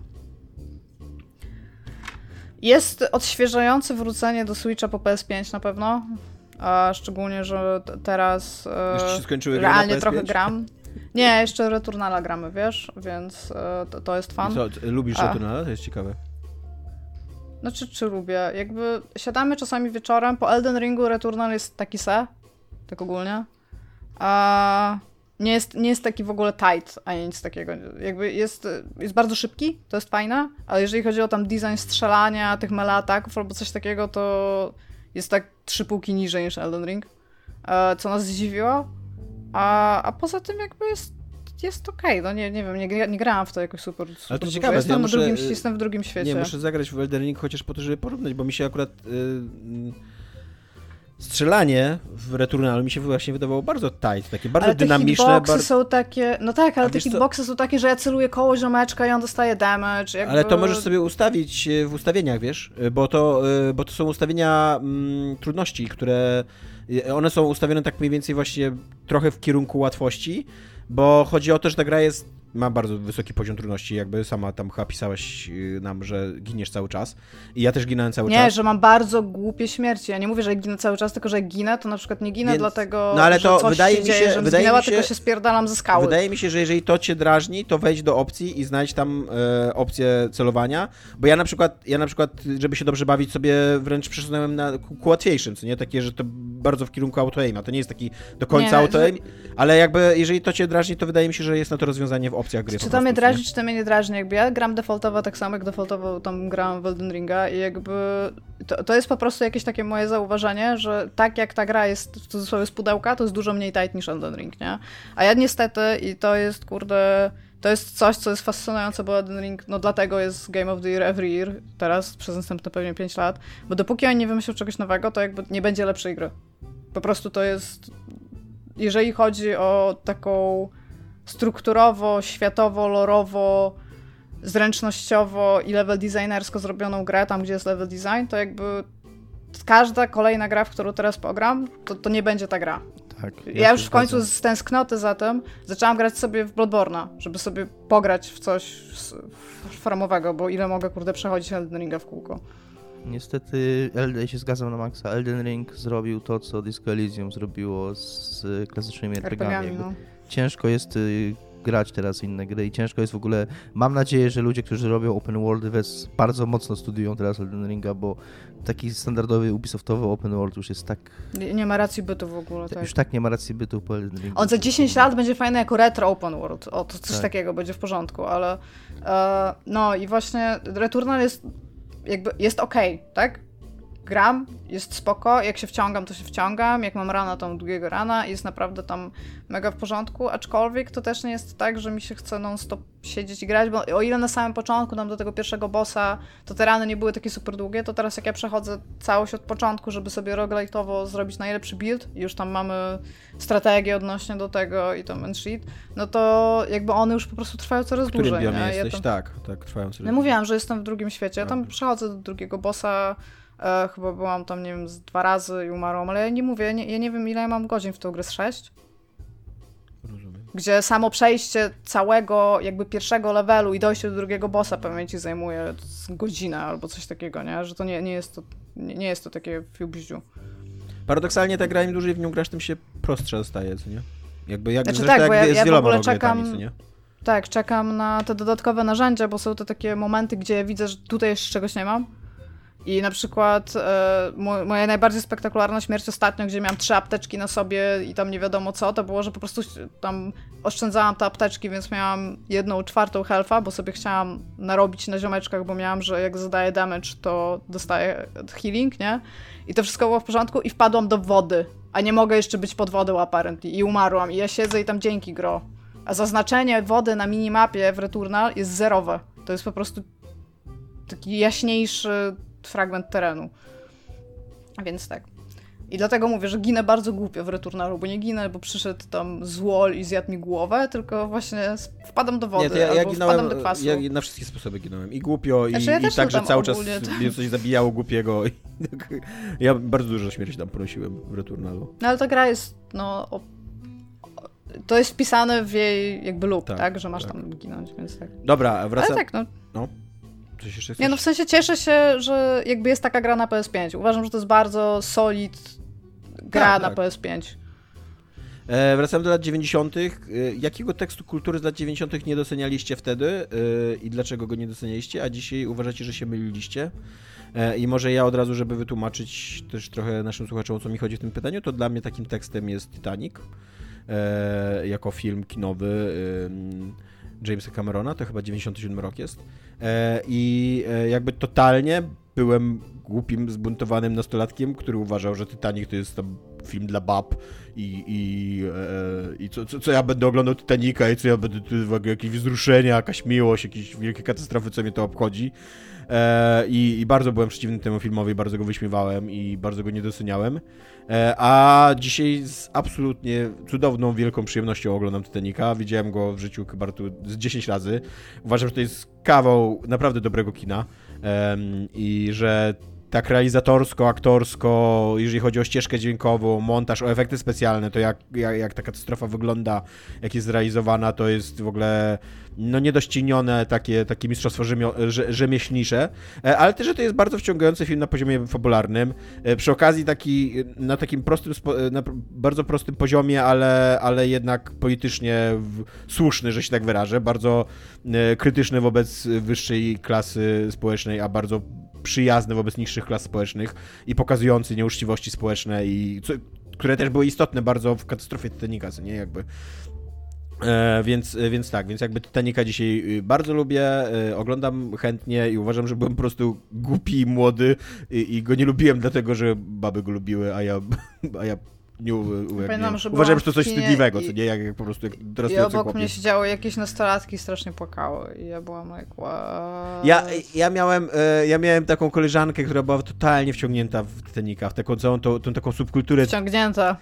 Jest odświeżające wrócenie do Switcha po P S pięć na pewno. A szczególnie, że t- teraz e, Już się skończyły gry na realnie P S pięć? trochę gram. Nie, jeszcze Returnala gramy, wiesz, więc e, to, to jest fan. Co, ty lubisz A. Returnala? To jest ciekawe. Znaczy, czy lubię? Jakby siadamy czasami wieczorem, po Elden Ringu Returnal jest taki se, tak ogólnie. A nie jest, nie jest taki w ogóle tight, ani nic takiego. Jakby jest, jest bardzo szybki, to jest fajne, ale jeżeli chodzi o tam design strzelania, tych melee ataków albo coś takiego, to jest tak trzy półki niżej niż Elden Ring, e, co nas zdziwiło. A, a poza tym jakby jest jest okej, okay. No nie, nie wiem, nie, gra- nie grałam w to jakoś super, super Ale to dużo. ciekawe, Jestem, ja na muszę, drugim, y, jestem w drugim świecie. Nie, muszę zagrać w Elden Ring chociaż po to, żeby porównać, bo mi się akurat y, y, strzelanie w Returnalu mi się właśnie wydawało bardzo tight, takie bardzo ale te dynamiczne. hitboxy Bar... są takie, no tak, ale A te wiesz co? hitboxy są takie, że ja celuję koło ziomeczka i on dostaje damage. Jakby... Ale to możesz sobie ustawić y, w ustawieniach, wiesz, y, bo to, y, bo to są ustawienia mm, trudności, które y, one są ustawione tak mniej więcej właśnie trochę w kierunku łatwości, bo chodzi o to, że ta gra jest ma bardzo wysoki poziom trudności, jakby sama tam chyba pisałaś nam, że giniesz cały czas. I ja też ginąłem cały nie, czas. Nie, że mam bardzo głupie śmierci. Ja nie mówię, że ginę cały czas, tylko że jak ginę, to na przykład nie ginę Więc... dlatego, no, ale że to coś wydaje się mi się, dzieje, że wydaje zginęła, mi się, tylko się spierdalam ze skały. Wydaje mi się, że jeżeli to cię drażni, to wejdź do opcji i znajdź tam e, opcję celowania, bo ja na przykład, ja na przykład, żeby się dobrze bawić, sobie wręcz przesunąłem na ku, ku łatwiejszym, co nie? Takie, że to bardzo w kierunku auto-aima. To nie jest taki do końca Nie, auto-aim, że... ale jakby jeżeli to cię drażni, to wydaje mi się, że jest na to rozwiązanie w opcjach gry. Czy to mnie drażni, czy to mnie nie drażni? Jakby ja gram defaultowo tak samo, jak defaultowo tam grałam w Elden Ringa i jakby to, to jest po prostu jakieś takie moje zauważenie, że tak jak ta gra jest w cudzysłowie z pudełka, to jest dużo mniej tight niż Elden Ring, nie? A ja niestety, i to jest, kurde, to jest coś, co jest fascynujące, bo Elden Ring, no dlatego jest Game of the Year every year, teraz, przez następne pewnie pięć lat, bo dopóki oni nie wymyślą czegoś nowego, to jakby nie będzie lepszej gry. Po prostu to jest, jeżeli chodzi o taką strukturowo, światowo, lorowo, zręcznościowo i level designersko zrobioną grę, tam gdzie jest level design, to jakby każda kolejna gra, w którą teraz pogram, to, to nie będzie ta gra. Tak, ja, ja już w końcu z tęsknoty za tym zaczęłam grać sobie w Bloodborne'a, żeby sobie pograć w coś farmowego, bo ile mogę, kurde, przechodzić Elden Ringa w kółko. Niestety, ja się zgadzam na maksa, Elden Ring zrobił to, co Disco Elysium zrobiło z klasycznymi er pe gami. No. Ciężko jest y, grać teraz inne gry i ciężko jest w ogóle... Mam nadzieję, że ludzie, którzy robią open worldy, bardzo mocno studiują teraz Elden Ringa, bo taki standardowy Ubisoftowy open world już jest tak... Nie, nie ma racji bytu w ogóle. Tak. Już tak nie ma racji bytu po Elden Ringu. On za dziesięć lat będzie fajny jako retro open world. O, to coś tak. takiego będzie w porządku, ale... E, no i właśnie Returnal jest jakby... Jest okej, okay, tak? Gram, jest spoko, jak się wciągam, to się wciągam, jak mam rana, to mam długiego rana i jest naprawdę tam mega w porządku, aczkolwiek to też nie jest tak, że mi się chce non-stop siedzieć i grać, bo o ile na samym początku tam do tego pierwszego bossa to te rany nie były takie super długie, to teraz jak ja przechodzę całość od początku, żeby sobie roguelite'owo zrobić najlepszy build i już tam mamy strategię odnośnie do tego i tam and shit, no to jakby one już po prostu trwają coraz w którym dłużej. biomie Ja jesteś? tam... Tak, tak, trwają coraz No mówiłam, że jestem w drugim świecie, ja tam tak. przechodzę do drugiego bossa. E, chyba byłam tam, nie wiem, z dwa razy i umarłam, ale ja nie mówię, ja nie, ja nie wiem, ile ja mam godzin w tą grę, z sześć. Rozumiem. Gdzie samo przejście całego jakby pierwszego levelu i dojście do drugiego bossa pewnie ci zajmuje godzinę albo coś takiego, nie? Że to nie, nie jest to nie, nie jest to takie fiubździu. Paradoksalnie ta gra, im dłużej w nią grasz, tym się prostsza staje, co nie? Jakby jak Znaczy zresztą tak, bo jak ja, jest ja z wieloma w ogóle roguelite'ami, czekam, co nie? tak, czekam na te dodatkowe narzędzia, bo są to takie momenty, gdzie ja widzę, że tutaj jeszcze czegoś nie mam. I na przykład e, moja najbardziej spektakularna śmierć ostatnio, gdzie miałam trzy apteczki na sobie i tam nie wiadomo co, to było, że po prostu tam oszczędzałam te apteczki, więc miałam jedną czwartą health'a, bo sobie chciałam narobić na ziomeczkach, bo miałam, że jak zadaję damage, to dostaję healing, nie? I to wszystko było w porządku i wpadłam do wody, a nie mogę jeszcze być pod wodą apparently i umarłam i ja siedzę i tam dzięki gro. A zaznaczenie wody na minimapie w Returnal jest zerowe. To jest po prostu taki jaśniejszy fragment terenu. Więc tak. I dlatego mówię, że ginę bardzo głupio w Returnalu, bo nie ginę, bo przyszedł tam złol i zjadł mi głowę, tylko właśnie wpadam do wody, Nie, to ja, ja albo ginąłem, wpadam do kwasu. Ja na wszystkie sposoby ginąłem. I głupio, i, Znaczy, ja i tak, że cały czas ogólnie, to... mnie coś zabijało głupiego. I tak, ja bardzo dużo śmierci tam ponosiłem w Returnalu. No ale ta gra jest, no... O... To jest wpisane w jej jakby loop, tak? tak? Że masz tak. tam ginąć, więc tak. Dobra, wracam... Ale tak, no. No. Coś jeszcze chcesz? Nie, no w sensie cieszę się, że jakby jest taka gra na P S pięć. Uważam, że to jest bardzo solid gra tak, na tak. P S pięć. E, wracamy do lat dziewięćdziesiątych. E, jakiego tekstu kultury z lat dziewięćdziesiątych nie docenialiście wtedy e, i dlaczego go nie docenialiście, a dzisiaj uważacie, że się myliliście? E, I może ja od razu, żeby wytłumaczyć też trochę naszym słuchaczom, o co mi chodzi w tym pytaniu, to dla mnie takim tekstem jest Titanic, e, jako film kinowy e, Jamesa Camerona, to chyba dziewięćdziesiąty siódmy rok jest. E, I e, jakby totalnie byłem głupim, zbuntowanym nastolatkiem, który uważał, że Titanic to jest tam film dla bab i, i, e, i co, co, co ja będę oglądał Titanica i co ja będę, tu jakieś wzruszenia, jakaś miłość, jakieś wielkie katastrofy, co mnie to obchodzi. E, i, I bardzo byłem przeciwny temu filmowi, bardzo go wyśmiewałem i bardzo go nie doceniałem. E, a dzisiaj z absolutnie cudowną, wielką przyjemnością oglądam Titanica. Widziałem go w życiu chyba tu z dziesięć razy. Uważam, że to jest kawał naprawdę dobrego kina e, i że tak realizatorsko, aktorsko, jeżeli chodzi o ścieżkę dźwiękową, montaż, o efekty specjalne, to jak, jak, jak ta katastrofa wygląda, jak jest zrealizowana, to jest w ogóle no niedoścignione takie, takie mistrzostwo rzemio, rze, rzemieślnicze, ale też, że to jest bardzo wciągający film na poziomie fabularnym. Przy okazji taki, na takim prostym, na bardzo prostym poziomie, ale, ale jednak politycznie w, słuszny, że się tak wyrażę, bardzo krytyczny wobec wyższej klasy społecznej, a bardzo przyjazny wobec niższych klas społecznych i pokazujący nieuczciwości społeczne, i co, które też były istotne bardzo w katastrofie Titanica, co nie, jakby. E, więc, więc tak, więc jakby Titanica dzisiaj bardzo lubię, e, oglądam chętnie i uważam, że byłem po prostu głupi i młody i, i go nie lubiłem dlatego, że baby go lubiły, a ja, a ja nie, Pamiętam, nie. że uważam, że to coś wstydliwego, i... co nie, jak, jak po prostu jak I obok chłopiec. Mnie siedziały jakieś nastolatki, strasznie płakały i ja byłam like, what? Ja, ja, miałem, ja miałem taką koleżankę, która była totalnie wciągnięta w Titanica, w taką całą tą, tą taką subkulturę. Wciągnięta.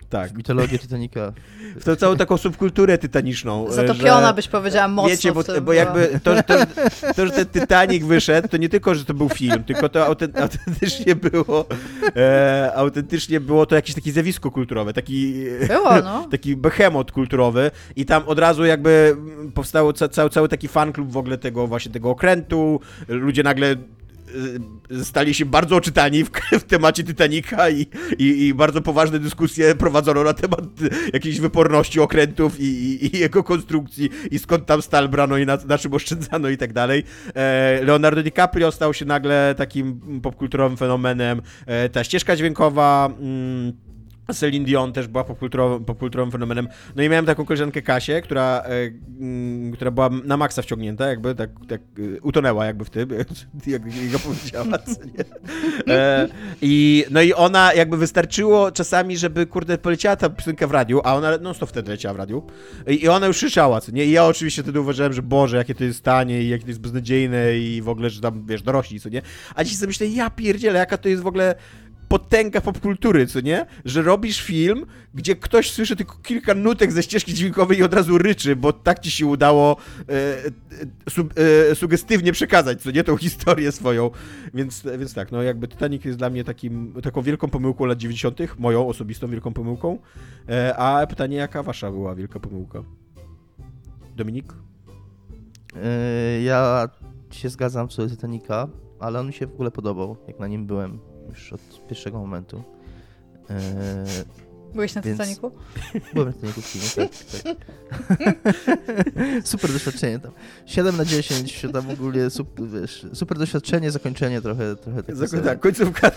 Tak. Mitologię Titanica. W tą całą taką subkulturę tytaniczną. Zatopiona że... byś powiedziała mocno. Wiecie, bo, w tym, bo jakby to, że to, to, że ten Titanic wyszedł, to nie tylko, że to był film, tylko to autentycznie było e, autentycznie było to jakieś takie zjawisko kulturowe, taki, było, no. taki behemoth kulturowy i tam od razu jakby powstał ca, cały, cały taki fanklub w ogóle tego właśnie tego okrętu, ludzie nagle stali się bardzo oczytani w, w temacie Titanica i, i, i bardzo poważne dyskusje prowadzono na temat jakiejś wyporności okrętów i, i, i jego konstrukcji i skąd tam stal brano i na, na czym oszczędzano i tak dalej. E, Leonardo DiCaprio stał się nagle takim popkulturowym fenomenem. E, ta ścieżka dźwiękowa... Mm, Celine Dion też była popkulturowym, popkulturowym fenomenem. No i miałem taką koleżankę Kasię, która, e, m, która była na maksa wciągnięta, jakby tak, tak e, utonęła jakby w tym, jak jej opowiedziała, co nie? E, i, no i ona jakby wystarczyło czasami, żeby kurde poleciała ta piosenka w radiu, a ona non stop wtedy leciała w radiu i, i ona już krzyczała, co nie? I ja oczywiście wtedy uważałem, że Boże, jakie to jest tanie i jakie to jest beznadziejne i w ogóle, że tam, wiesz, dorośli, co nie? A dzisiaj sobie myślę, ja pierdzielę, jaka to jest w ogóle potęga popkultury, co nie? Że robisz film, gdzie ktoś słyszy tylko kilka nutek ze ścieżki dźwiękowej i od razu ryczy, bo tak ci się udało e, e, su, e, sugestywnie przekazać, co nie? Tą historię swoją. Więc, więc tak, no jakby Titanic jest dla mnie takim, taką wielką pomyłką lat dziewięćdziesiątych, moją osobistą wielką pomyłką. E, a pytanie, jaka wasza była wielka pomyłka? Dominik? Yy, ja się zgadzam co do Titanica, ale on mi się w ogóle podobał, jak na nim byłem. Już od pierwszego momentu. Eee, Byłeś na więc... Titanicu? Byłem na Titanicu w filmie, tak, tak. Super doświadczenie tam. siedem na dziesięć, tam w ogóle super, wiesz, super doświadczenie, zakończenie trochę, trochę takie Zak- tak, końcówka.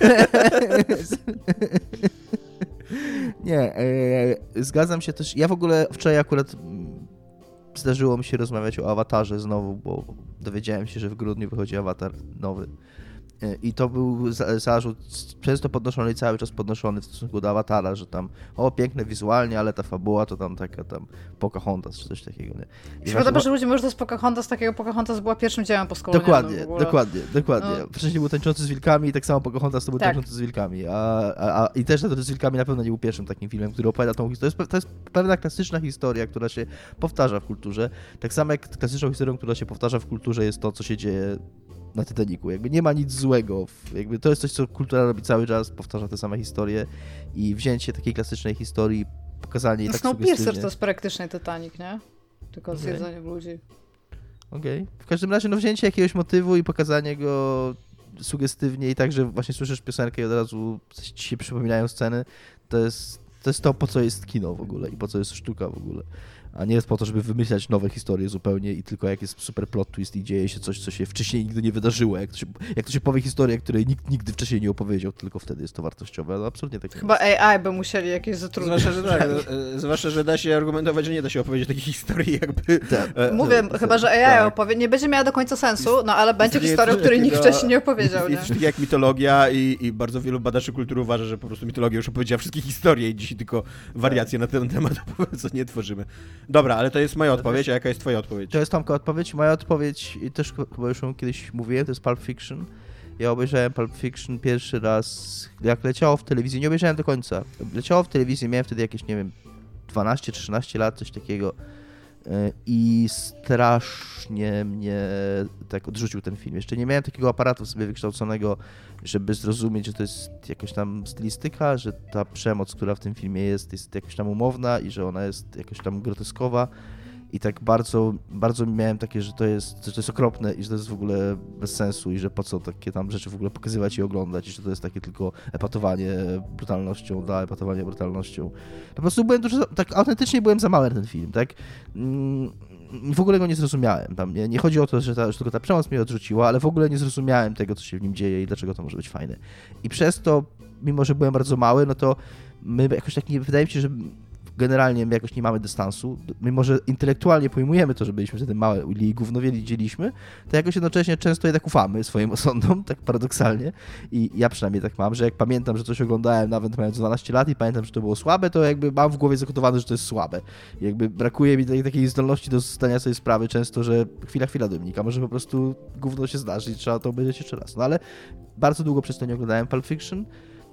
Nie, e, zgadzam się też. Ja w ogóle wczoraj akurat zdarzyło mi się rozmawiać o Awatarze znowu, bo dowiedziałem się, że w grudniu wychodzi Awatar nowy. I to był zarzut często podnoszony i cały czas podnoszony w stosunku do Awatara, że tam o, piękne wizualnie, ale ta fabuła to tam taka tam Pocahontas czy coś takiego. Nie? I się podoba, bo... że ludzie mówią, że to jest Pocahontas, takiego Pocahontas była pierwszym dziełem postkolonialnym. Dokładnie, dokładnie, dokładnie. No. Wcześniej był Tańczący z wilkami i tak samo Pocahontas to był tak. Tańczący z wilkami. A, a, a, I też Tańczący z wilkami na pewno nie był pierwszym takim filmem, który opowiada tą historię. To jest, to jest pewna klasyczna historia, która się powtarza w kulturze. Tak samo jak klasyczną historią, która się powtarza w kulturze jest to, co się dzieje na Titanicu. Jakby nie ma nic złego. Jakby to jest coś, co kultura robi cały czas, powtarza te same historie i wzięcie takiej klasycznej historii, pokazanie jej no tak Snowpiercer sugestywnie. to jest praktycznie Titanic, nie? Tylko z Okay. jedzeniem ludzi. Okej. Okay. W każdym razie no wzięcie jakiegoś motywu i pokazanie go sugestywnie i tak, że właśnie słyszysz piosenkę i od razu ci się przypominają sceny, to jest, to jest to, po co jest kino w ogóle i po co jest sztuka w ogóle. A nie jest po to, żeby wymyślać nowe historie zupełnie i tylko jak jest super plot twist i dzieje się coś, co się wcześniej nigdy nie wydarzyło. Jak to się, jak to się powie historię, której nikt nigdy wcześniej nie opowiedział, tylko wtedy jest to wartościowe, ale absolutnie tak nie Chyba jest. A I by musieli jakieś zatrudnić. Zwłaszcza, że tak, zwłaszcza, że da się argumentować, że nie da się opowiedzieć takich historii jakby... Tak. E, Mówię, e, chyba, że A I tak. opowie, nie będzie miała do końca sensu, no ale będzie Istnieje historią, coś której nikt takiego- wcześniej nie opowiedział, nie? Jest coś takiego jak mitologia i, i bardzo wielu badaczy kultury uważa, że po prostu mitologia już opowiedziała wszystkie historie i dzisiaj tylko wariacje na ten temat co nie tworzymy. Dobra, ale to jest moja odpowiedź, a jaka jest twoja odpowiedź? To jest Tomka odpowiedź. Moja odpowiedź, i też chyba już ją kiedyś mówiłem, to jest Pulp Fiction. Ja obejrzałem Pulp Fiction pierwszy raz, jak leciało w telewizji, nie obejrzałem do końca. Leciało w telewizji, miałem wtedy jakieś, nie wiem, dwanaście trzynaście lat, coś takiego. I strasznie mnie tak odrzucił ten film. Jeszcze nie miałem takiego aparatu sobie wykształconego, żeby zrozumieć, że to jest jakaś tam stylistyka, że ta przemoc, która w tym filmie jest, jest jakoś tam umowna i że ona jest jakoś tam groteskowa. I tak bardzo, bardzo miałem takie, że to jest, że to jest okropne i że to jest w ogóle bez sensu i że po co takie tam rzeczy w ogóle pokazywać i oglądać i że to jest takie tylko epatowanie brutalnością dla epatowania brutalnością. Po prostu byłem dużo, tak autentycznie byłem za mały na ten film, tak? W ogóle go nie zrozumiałem. Tam nie, nie chodzi o to, że, ta, że tylko ta przemoc mnie odrzuciła, ale w ogóle nie zrozumiałem tego, co się w nim dzieje i dlaczego to może być fajne. I przez to, mimo że byłem bardzo mały, no to my jakoś tak nie, wydaje mi się, że generalnie my jakoś nie mamy dystansu, mimo że intelektualnie pojmujemy to, że byliśmy wtedy małe i gówno widzieliśmy, to jakoś jednocześnie często jednak ufamy swoim osądom, tak paradoksalnie. I ja przynajmniej tak mam, że jak pamiętam, że coś oglądałem nawet mając dwanaście lat i pamiętam, że to było słabe, to jakby mam w głowie zakodowane, że to jest słabe. I jakby brakuje mi tej, takiej zdolności do zdania sobie sprawy często, że chwila, chwila Dominika, może po prostu gówno się zdarzy i trzeba to obejrzeć jeszcze raz. No ale bardzo długo przez to nie oglądałem Pulp Fiction.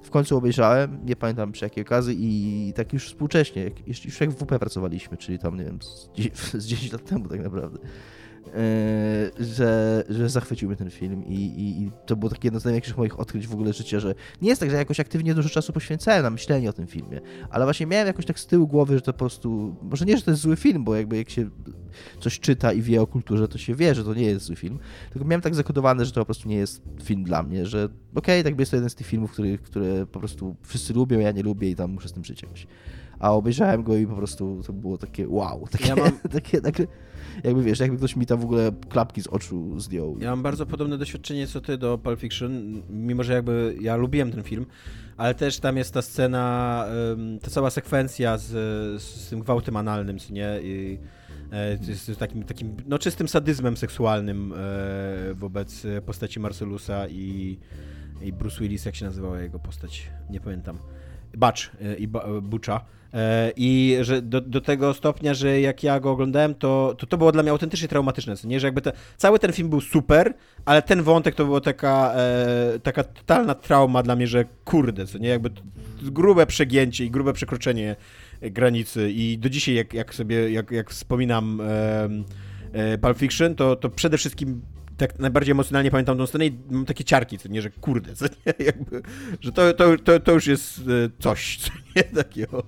w końcu obejrzałem, nie pamiętam przy jakiej okazji i tak już współcześnie, jak, już jak w W P pracowaliśmy, czyli tam, nie wiem, z dziesięć lat temu tak naprawdę, yy, że, że zachwycił mnie ten film i, i, i to było takie jedno z największych moich odkryć w ogóle życia, że nie jest tak, że ja jakoś aktywnie dużo czasu poświęcałem na myślenie o tym filmie, ale właśnie miałem jakoś tak z tyłu głowy, że to po prostu, może nie, że to jest zły film, bo jakby jak się coś czyta i wie o kulturze, to się wie, że to nie jest zły film, tylko miałem tak zakodowane, że to po prostu nie jest film dla mnie, że okej, okay, tak jest to jeden z tych filmów, który, które po prostu wszyscy lubią, ja nie lubię i tam muszę z tym żyć jakoś. A obejrzałem go i po prostu to było takie wow, takie, ja mam... takie, takie jakby wiesz, jakby ktoś mi tam w ogóle klapki z oczu zdjął. Ja mam bardzo podobne doświadczenie co ty do Pulp Fiction, mimo że jakby ja lubiłem ten film, ale też tam jest ta scena, ta cała sekwencja z, z tym gwałtem analnym, co nie? I, z takim, takim no, czystym sadyzmem seksualnym wobec postaci Marcelusa i, i Bruce Willis, jak się nazywała jego postać, nie pamiętam. Butch i Butcha. I że do, do tego stopnia, że jak ja go oglądałem, to to, to było dla mnie autentycznie traumatyczne, co nie? Że jakby te, cały ten film był super, ale ten wątek to była taka, e, taka totalna trauma dla mnie, że kurde, co nie? Jakby grube przegięcie i grube przekroczenie granicy i do dzisiaj jak, jak sobie, jak, jak wspominam e, e, Pulp Fiction, to, to przede wszystkim tak najbardziej emocjonalnie pamiętam tą scenę i mam takie ciarki, co nie, że kurde, co nie? Jakby, że to, to, to, to już jest coś, co nie? Takiego.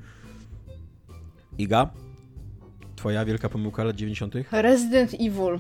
Iga? Twoja wielka pomyłka lat dziewięćdziesiątych? Resident Evil.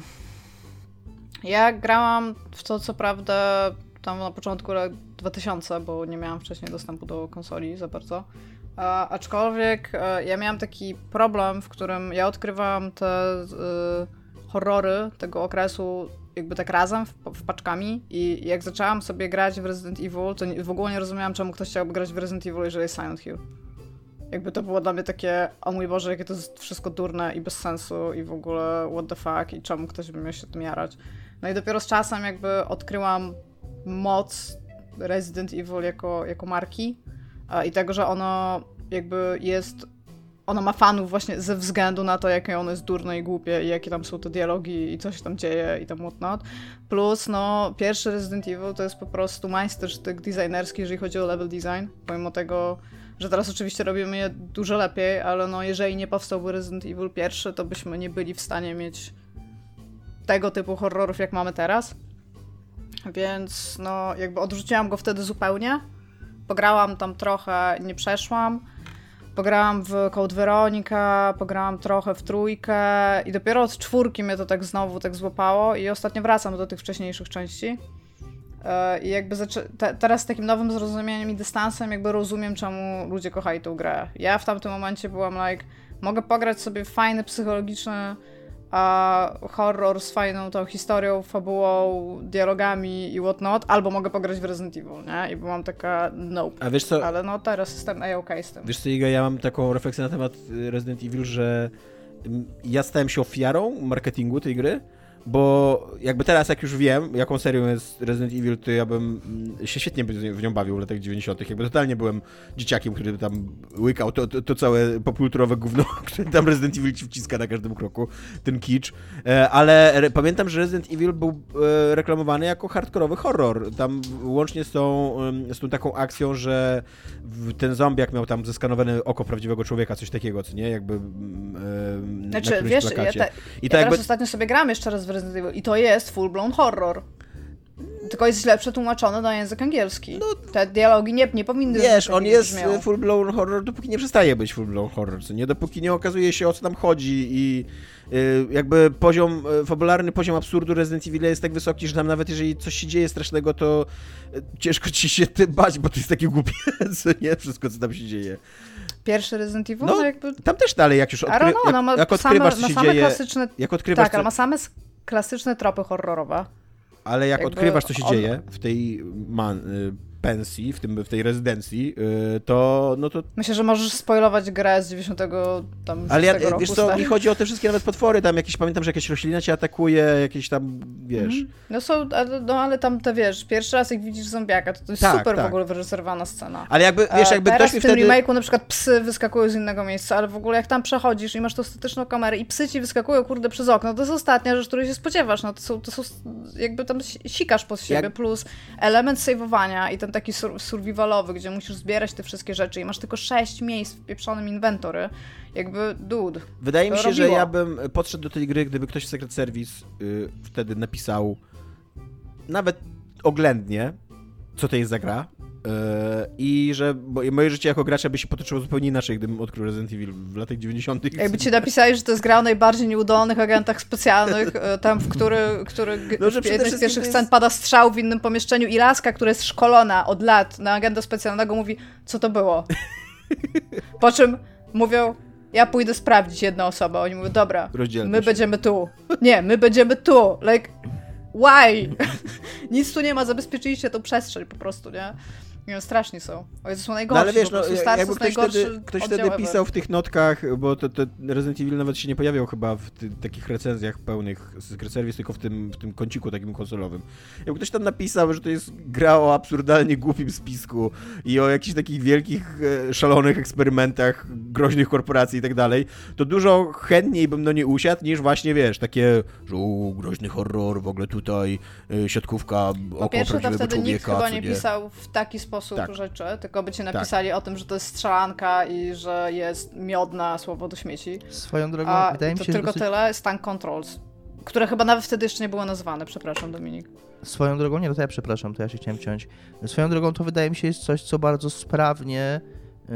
Ja grałam w to, co prawda, tam na początku lat dwa tysiące, bo nie miałam wcześniej dostępu do konsoli za bardzo. A, aczkolwiek a, ja miałam taki problem, w którym ja odkrywałam te y, horrory tego okresu jakby tak razem, w, w paczkami i jak zaczęłam sobie grać w Resident Evil, to nie, w ogóle nie rozumiałam, czemu ktoś chciałby grać w Resident Evil, jeżeli jest Silent Hill. Jakby to było dla mnie takie, o mój Boże, jakie to jest wszystko durne i bez sensu i w ogóle what the fuck i czemu ktoś by miał się tym jarać. No i dopiero z czasem jakby odkryłam moc Resident Evil jako, jako marki i tego, że ono jakby jest, ono ma fanów właśnie ze względu na to, jakie ono jest durne i głupie i jakie tam są te dialogi i co się tam dzieje i tam whatnot. Plus, no, pierwszy Resident Evil to jest po prostu majstersztyk designerski, jeżeli chodzi o level design, pomimo tego, że teraz oczywiście robimy je dużo lepiej, ale no jeżeli nie powstałby Resident Evil pierwszy, to byśmy nie byli w stanie mieć tego typu horrorów, jak mamy teraz. Więc no jakby odrzuciłam go wtedy zupełnie. Pograłam tam trochę, nie przeszłam. Pograłam w Code Veronica, pograłam trochę w trójkę i dopiero od czwórki mnie to tak znowu tak złapało i ostatnio wracam do tych wcześniejszych części. I jakby zaczę- te- teraz z takim nowym zrozumieniem i dystansem jakby rozumiem, czemu ludzie kochali tę grę. Ja w tamtym momencie byłam like, mogę pograć sobie w fajny, psychologiczny a horror z fajną tą historią, fabułą, dialogami i whatnot, albo mogę pograć w Resident Evil, nie? I byłam taka nope. A wiesz co? Ale no teraz jestem a-okay z tym. Wiesz co, Iga, ja mam taką refleksję na temat Resident Evil, że ja stałem się ofiarą marketingu tej gry, bo jakby teraz, jak już wiem, jaką serią jest Resident Evil, to ja bym się świetnie w nią bawił w latach dziewięćdziesiątych. Jakby totalnie byłem dzieciakiem, który tam łykał to, to, to całe popkulturowe gówno, które tam Resident Evil ci wciska na każdym kroku, ten kicz. Ale re- pamiętam, że Resident Evil był reklamowany jako hardkorowy horror. Tam łącznie z tą, z tą taką akcją, że ten zombiak miał tam zeskanowane oko prawdziwego człowieka, coś takiego, co nie? Jakby na znaczy, którymś wiesz, plakacie. ja, te, I ja tak teraz jakby... ostatnio sobie gram jeszcze raz w Resident Evil i to jest full-blown horror. Tylko jest źle przetłumaczone na język angielski. No, te dialogi nie, nie powinny... Wiesz, on jest brzmiał. full-blown horror, dopóki nie przestaje być full-blown horror, co nie? Dopóki nie okazuje się, o co tam chodzi i y, jakby poziom, y, fabularny poziom absurdu Resident Evil jest tak wysoki, że tam nawet jeżeli coś się dzieje strasznego, to y, ciężko ci się tym bać, bo to jest takie głupie, co nie? Wszystko, co tam się dzieje. Pierwszy Resident Evil? No, no jakby... tam też dalej, jak już odkry... know, jak, no, ma jak odkrywasz, same, co się ma same dzieje... Klasyczne... Jak odkrywasz, tak, co... ale ma same klasyczne tropy horrorowe. Ale jak jakby odkrywasz, co się on... dzieje w tej man, pensji, w, tym, w tej rezydencji, to no to... Myślę, że możesz spoilować grę z dziewięćdziesiątego tam Ale ja, roku. wiesz co, mi chodzi o te wszystkie nawet potwory, tam jakieś, pamiętam, że jakaś roślina cię atakuje, jakieś tam, wiesz... Mm. No są, no ale tam te, wiesz, pierwszy raz jak widzisz zombiaka, to to jest tak, super tak. w ogóle wyreżyserowana scena. Ale jakby, wiesz, jakby teraz ktoś mi w tym wtedy... remake'u na przykład psy wyskakują z innego miejsca, ale w ogóle jak tam przechodzisz i masz tą statyczną kamerę i psy ci wyskakują, kurde, przez okno, to jest ostatnia rzecz, której się spodziewasz, no to są, to są jakby tam sikasz pod siebie, jak... plus element save'owania i ten taki sur- survivalowy, gdzie musisz zbierać te wszystkie rzeczy i masz tylko sześć miejsc w pieprzonym inwentory, jakby dude. Wydaje mi się, robiło. że ja bym podszedł do tej gry, gdyby ktoś w Secret Service y, wtedy napisał nawet oględnie, co to jest za gra. I że bo moje życie jako gracza by się potoczyło zupełnie inaczej, gdybym odkrył Resident Evil w latach dziewięćdziesiątych. Jakby ci napisali, że to jest gra o najbardziej nieudolnych agentach specjalnych, tam w który, który no, że w jednej z pierwszych jest... scen pada strzał w innym pomieszczeniu i laska, która jest szkolona od lat na agenta specjalnego, mówi, co to było. Po czym mówią, ja pójdę sprawdzić jedną osobę. Oni mówią, dobra, Rozdzielmy my się. będziemy tu. Nie, my będziemy tu. Like, why? Nic tu nie ma, zabezpieczyliście tą przestrzeń po prostu, nie? Nie, strasznie są. O Jezu, są najgorsi, No ale wiesz, po no, prostu Stars jakby jest ktoś najgorszy wtedy, ktoś oddział wtedy ever. pisał w tych notkach, bo to, to Resident Evil nawet się nie pojawiał chyba w ty, takich recenzjach pełnych Secret Service, tylko w tym, w tym kąciku takim konsolowym. Jakby ktoś tam napisał, że to jest gra o absurdalnie głupim spisku i o jakichś takich wielkich, e, szalonych eksperymentach groźnych korporacji i tak dalej, to dużo chętniej bym do niej usiadł, niż właśnie, wiesz, takie, że u, groźny horror, w ogóle tutaj e, siatkówka, Po oko pierwsze, to prawdziwego wtedy nikt człowieka, chyba co nie pisał w taki sposób Tak. rzeczy, tylko by ci napisali o tym, że to jest strzelanka i że jest miodna słowo do śmieci. Swoją drogą, A wydaje mi to się, że tylko dosyć... tyle, Stank Controls, które chyba nawet wtedy jeszcze nie było nazwane. Przepraszam, Dominik. Swoją drogą, nie, no to ja przepraszam, to ja się chciałem ciąć. Swoją drogą to wydaje mi się jest coś, co bardzo sprawnie yy,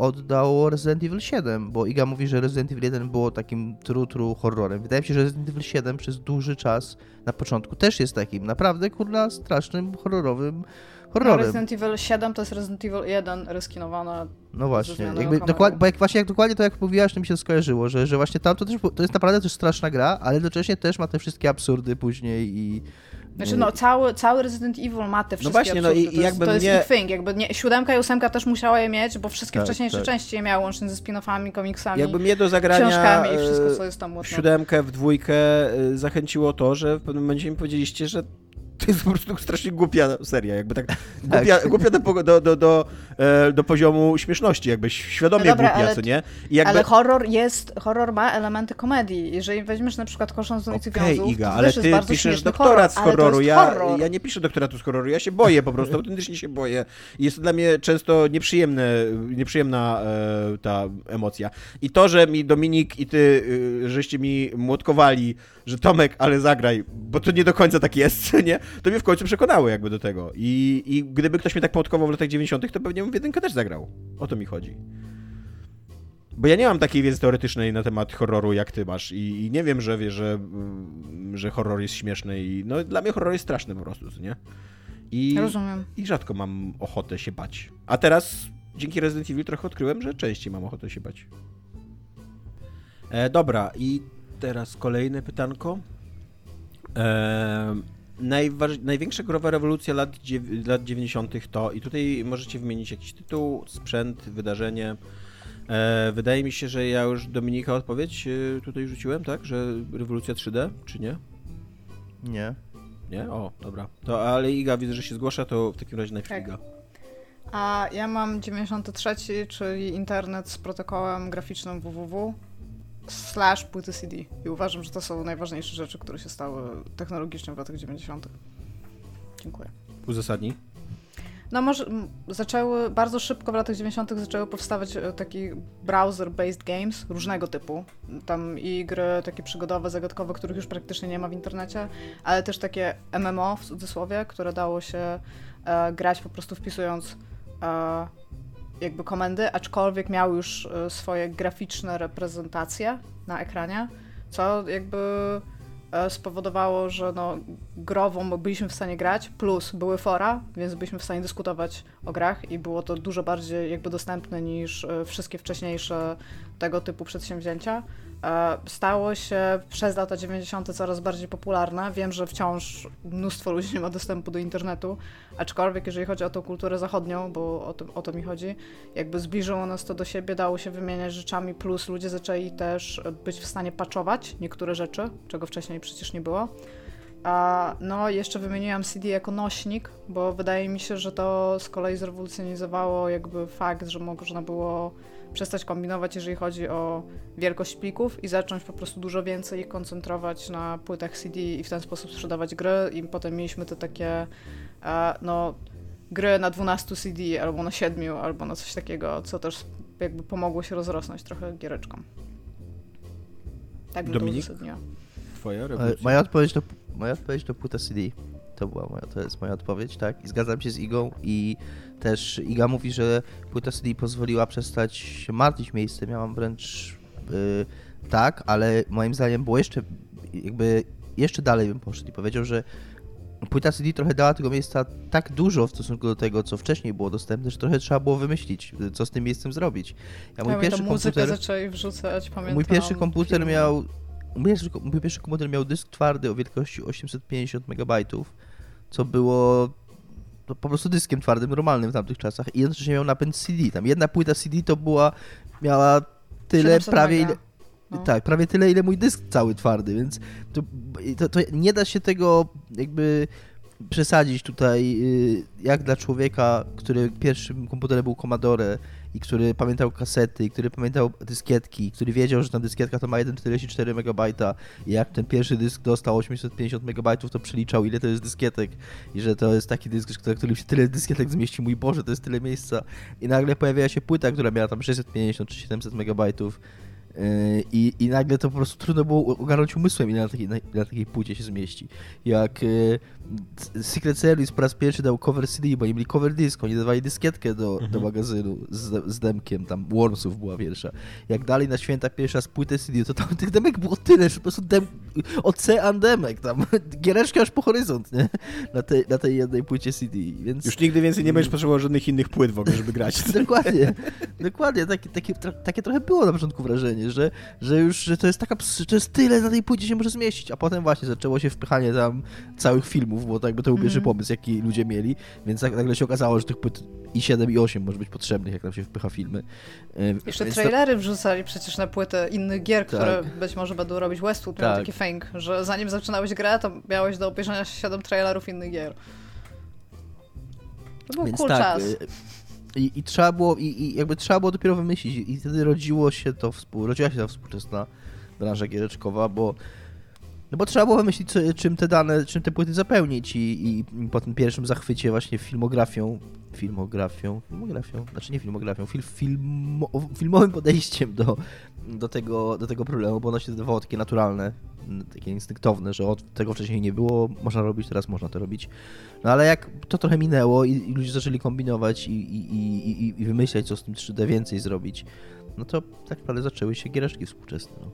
oddał Resident Evil siedem, bo Iga mówi, że Resident Evil jeden było takim true, true horrorem. Wydaje mi się, że Resident Evil siedem przez duży czas na początku też jest takim naprawdę, kurna, strasznym, horrorowym No, horrorem. Resident Evil siedem to jest Resident Evil jeden reskinowane. No właśnie, zmianą jakby kamery. dokładnie, bo jak, właśnie jak dokładnie to jak mówiłaś, to mi się skojarzyło, że, że właśnie tam to też to jest naprawdę też straszna gra, ale jednocześnie też ma te wszystkie absurdy później i... Znaczy no, cały, cały Resident Evil ma te wszystkie właśnie, no absurdy. i- i to jakby jest, to mnie- jest ich thing, jakby nie, siódemka i ósemka też musiała je mieć, bo wszystkie Tak, wcześniejsze tak. części je miały, łącznie ze spin-offami, komiksami, Jakby mnie do zagrania książkami i wszystko, e, co jest tam w łatwe. siódemkę, w dwójkę y, zachęciło to, że w pewnym momencie mi powiedzieliście, że to jest po prostu strasznie głupia seria, jakby tak głupia, głupia do, po- do, do, do, e, do poziomu śmieszności, jakby świadomie No dobra, głupia, ale- co nie? I jakby... Ale horror jest, horror ma elementy komedii. Jeżeli weźmiesz na przykład Koszą z ulicy Okej, Wiązów, Iga, to ale też jest ty bardzo piszesz śmieszny doktorat z horror, ale to horroru, jest ja, horror. ja nie piszę doktoratu z horroru, ja się boję po prostu, autentycznie się boję. I jest to dla mnie często nieprzyjemne, nieprzyjemna e, ta emocja. I to, że mi Dominik i ty, e, żeście mi młotkowali, że Tomek, ale zagraj, bo to nie do końca tak jest, nie? To mnie w końcu przekonało jakby do tego. I, i gdyby ktoś mnie tak młotkował w latach dziewięćdziesiątych, to pewnie bym w jedynkę też zagrał. O to mi chodzi. Bo ja nie mam takiej wiedzy teoretycznej na temat horroru, jak ty masz i, i nie wiem, że wiesz, że, mm, że horror jest śmieszny i no dla mnie horror jest straszny po prostu, co nie? I, Rozumiem. I rzadko mam ochotę się bać. A teraz dzięki Resident Evil trochę odkryłem, że częściej mam ochotę się bać. E, dobra, i teraz kolejne pytanko. E, najważ... Największa growa rewolucja lat, dziew... lat dziewięćdziesiątych to, i tutaj możecie wymienić jakiś tytuł, sprzęt, wydarzenie. E, wydaje mi się, że ja już Dominika odpowiedź e, tutaj rzuciłem, tak? Że rewolucja trzy D, czy nie? Nie. Nie? O, dobra. To, ale Iga, widzę, że się zgłasza, to w takim razie najpierw Tak. Iga. A ja mam dziewięćdziesiąty trzeci, czyli internet z protokołem graficznym www slash płyty C D. I uważam, że to są najważniejsze rzeczy, które się stały technologicznie w latach dziewięćdziesiątych. Dziękuję. Uzasadnij. No może m, zaczęły, bardzo szybko w latach dziewięćdziesiątych zaczęły powstawać e, taki browser-based games różnego typu. Tam i gry takie przygodowe, zagadkowe, których już praktycznie nie ma w internecie, ale też takie M M O w cudzysłowie, które dało się e, grać po prostu wpisując e, jakby komendy, aczkolwiek miały już e, swoje graficzne reprezentacje na ekranie, co jakby e, spowodowało, że no, grową byliśmy w stanie grać, plus były fora, więc byliśmy w stanie dyskutować o grach i było to dużo bardziej jakby dostępne niż e, wszystkie wcześniejsze tego typu przedsięwzięcia. E, Stało się przez lata dziewięćdziesiąte coraz bardziej popularne. Wiem, że wciąż mnóstwo ludzi nie ma dostępu do internetu, aczkolwiek jeżeli chodzi o tą kulturę zachodnią, bo o to, o to mi chodzi, jakby zbliżyło nas to do siebie, dało się wymieniać rzeczami, plus ludzie zaczęli też być w stanie patchować niektóre rzeczy, czego wcześniej przecież nie było. A no, jeszcze wymieniłam C D jako nośnik, bo wydaje mi się, że to z kolei zrewolucjonizowało jakby fakt, że można było przestać kombinować, jeżeli chodzi o wielkość plików i zacząć po prostu dużo więcej ich koncentrować na płytach C D i w ten sposób sprzedawać gry i potem mieliśmy te takie e, no gry na dwunastu C D, albo na siedmiu, albo na coś takiego, co też jakby pomogło się rozrosnąć trochę giereczkom. Tak bym Dominik? to uzasadniła. Twoja rewolucja? Moja odpowiedź to, moja odpowiedź to płyta C D. To była moja, to jest moja odpowiedź, tak. I zgadzam się z Igą i też Iga mówi, że płyta C D pozwoliła przestać się martwić miejscem. Ja mam wręcz yy, tak, ale moim zdaniem było jeszcze, jakby jeszcze dalej bym poszedł i powiedział, że płyta C D trochę dała tego miejsca tak dużo w stosunku do tego, co wcześniej było dostępne, że trochę trzeba było wymyślić, co z tym miejscem zrobić. Ja mój Ja pierwszy muzykę komputer, zaczęli wrzucać, pamiętam. mój pierwszy komputer filmy. miał mój pierwszy, mój pierwszy komputer miał dysk twardy o wielkości osiemset pięćdziesiąt megabajtów, co było no, po prostu dyskiem twardym, normalnym w tamtych czasach i jednocześnie miał napęd C D. Tam jedna płyta C D to była, miała tyle, siedemset prawie mega. ile, No. tak, prawie tyle, ile mój dysk cały twardy, więc to, to, to nie da się tego jakby przesadzić tutaj, jak dla człowieka, który pierwszym komputerem był Commodore i który pamiętał kasety, i który pamiętał dyskietki, który wiedział, że ta dyskietka to ma jeden przecinek czterdzieści cztery megabajta i jak ten pierwszy dysk dostał osiemset pięćdziesiąt megabajtów, to przeliczał, ile to jest dyskietek i że to jest taki dysk, na którym się tyle dyskietek zmieści, mój Boże, to jest tyle miejsca. I nagle pojawia się płyta, która miała tam sześćset pięćdziesiąt czy siedemset megabajtów. I, I nagle to po prostu trudno było ogarnąć umysłem, ile na takiej, na, na takiej płycie się zmieści. Jak e, Secret Service po raz pierwszy dał cover C D, bo oni mieli cover disc, oni dawali dyskietkę do, mhm. do magazynu z, z demkiem, tam Wormsów była pierwsza. Jak dali na święta pierwsza z płytę C D, to tam tych demek było tyle, że po prostu dem, ocean demek, tam giereczki aż po horyzont, nie? Na, te, na tej jednej płycie C D, więc... Już nigdy więcej nie będziesz potrzebował żadnych innych płyt w ogóle, żeby grać. Dokładnie, dokładnie, takie, takie, takie trochę było na początku wrażenie, że, że już że to jest taka, że to jest tyle, na tej płycie się może zmieścić, a potem właśnie zaczęło się wpychanie tam całych filmów, bo tak by to był pierwszy Mhm. pomysł, jaki ludzie mieli, więc tak nagle się okazało, że tych płyt i siedem i osiem może być potrzebnych, jak tam się wpycha filmy. Jeszcze Więc trailery to... wrzucali przecież na płytę innych gier, Tak. które być może będą robić. Westwood miał Tak. taki fęk, że zanim zaczynałeś grę, to miałeś do obejrzenia siedem trailerów innych gier. To był Więc cool tak, czas. y, I, i trzeba było, i, i jakby trzeba było dopiero wymyślić i wtedy rodziło się to, współ, rodziła się ta współczesna branża giereczkowa, bo no bo trzeba było wymyślić, co, czym te dane, czym te płyty zapełnić i, i, i po tym pierwszym zachwycie właśnie filmografią, filmografią, filmografią, znaczy nie filmografią, fil, filmo, filmowym podejściem do, do, tego, do tego problemu, bo ono się wydawało takie naturalne, takie instynktowne, że od tego wcześniej nie było, można robić, teraz można to robić. No ale jak to trochę minęło i, i ludzie zaczęli kombinować i, i, i, i, i wymyślać, co z tym trzy D więcej zrobić, no to tak naprawdę zaczęły się giereczki współczesne. No.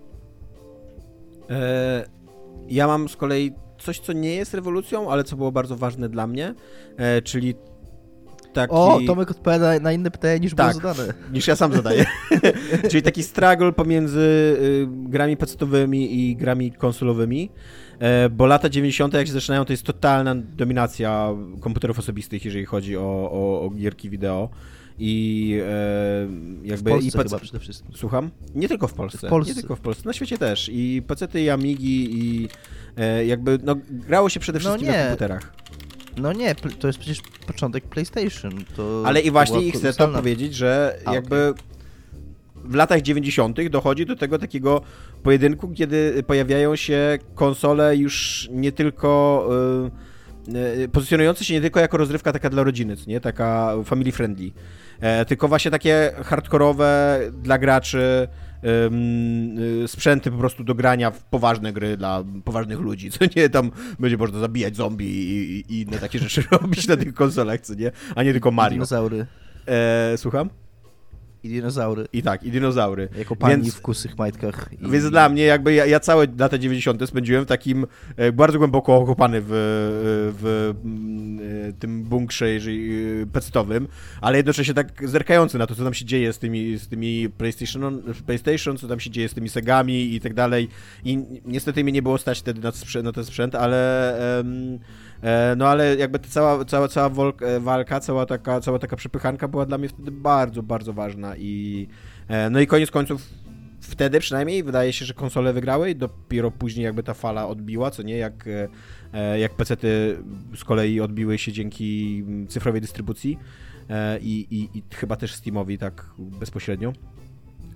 E, ja mam z kolei coś, co nie jest rewolucją, ale co było bardzo ważne dla mnie, e, czyli taki... O, Tomek odpowiada na inne pytania niż tak, było zadane. Niż ja sam zadaję. Czyli taki struggle pomiędzy y, grami pecetowymi i grami konsolowymi, e, bo lata dziewięćdziesiąte jak się zaczynają, to jest totalna dominacja komputerów osobistych, jeżeli chodzi o, o, o gierki wideo. I e, jakby... W Polsce i pece... chyba przede wszystkim. Słucham? Nie tylko w Polsce. W Polsce. Nie tylko w Polsce, na świecie też. I pecety, i Amigi, i e, jakby, no, grało się przede wszystkim No na nie. komputerach. No nie, pl- to jest przecież początek PlayStation. To, Ale i to właśnie była i chcę to kolosalna- powiedzieć, że A, jakby w latach dziewięćdziesiątych dochodzi do tego takiego pojedynku, kiedy pojawiają się konsole już nie tylko y, y, pozycjonujące się nie tylko jako rozrywka taka dla rodziny, co nie? Taka family friendly, e, tylko właśnie takie hardkorowe dla graczy ym, y, sprzęty po prostu do grania w poważne gry dla poważnych ludzi, co nie? Tam będzie można zabijać zombie i, i, i inne takie rzeczy robić na tych konsolach, co nie? A nie tylko I Mario. dinozaury. E, słucham? I dinozaury. I tak, i dinozaury. Jako pani Więc- w kusych majtkach. I... Więc dla mnie jakby ja, ja całe lata dziewięćdziesiąte spędziłem w takim e, bardzo głęboko okopany w, w, w e, tym bunkrze jeżeli, e, pecetowym, ale jednocześnie tak zerkający na to, co tam się dzieje z tymi, z tymi PlayStation, PlayStation, co tam się dzieje z tymi Segami i tak dalej. I niestety mnie nie było stać wtedy na, sprzę- na ten sprzęt, ale em, e, no ale jakby ta cała, cała, cała wolk, e, walka, cała taka, cała taka przepychanka była dla mnie wtedy bardzo, bardzo ważna i e, no i koniec końców wtedy przynajmniej wydaje się, że konsole wygrały i dopiero później jakby ta fala odbiła, co nie, jak, e, jak pecety z kolei odbiły się dzięki cyfrowej dystrybucji e, i, i, i chyba też Steamowi tak bezpośrednio.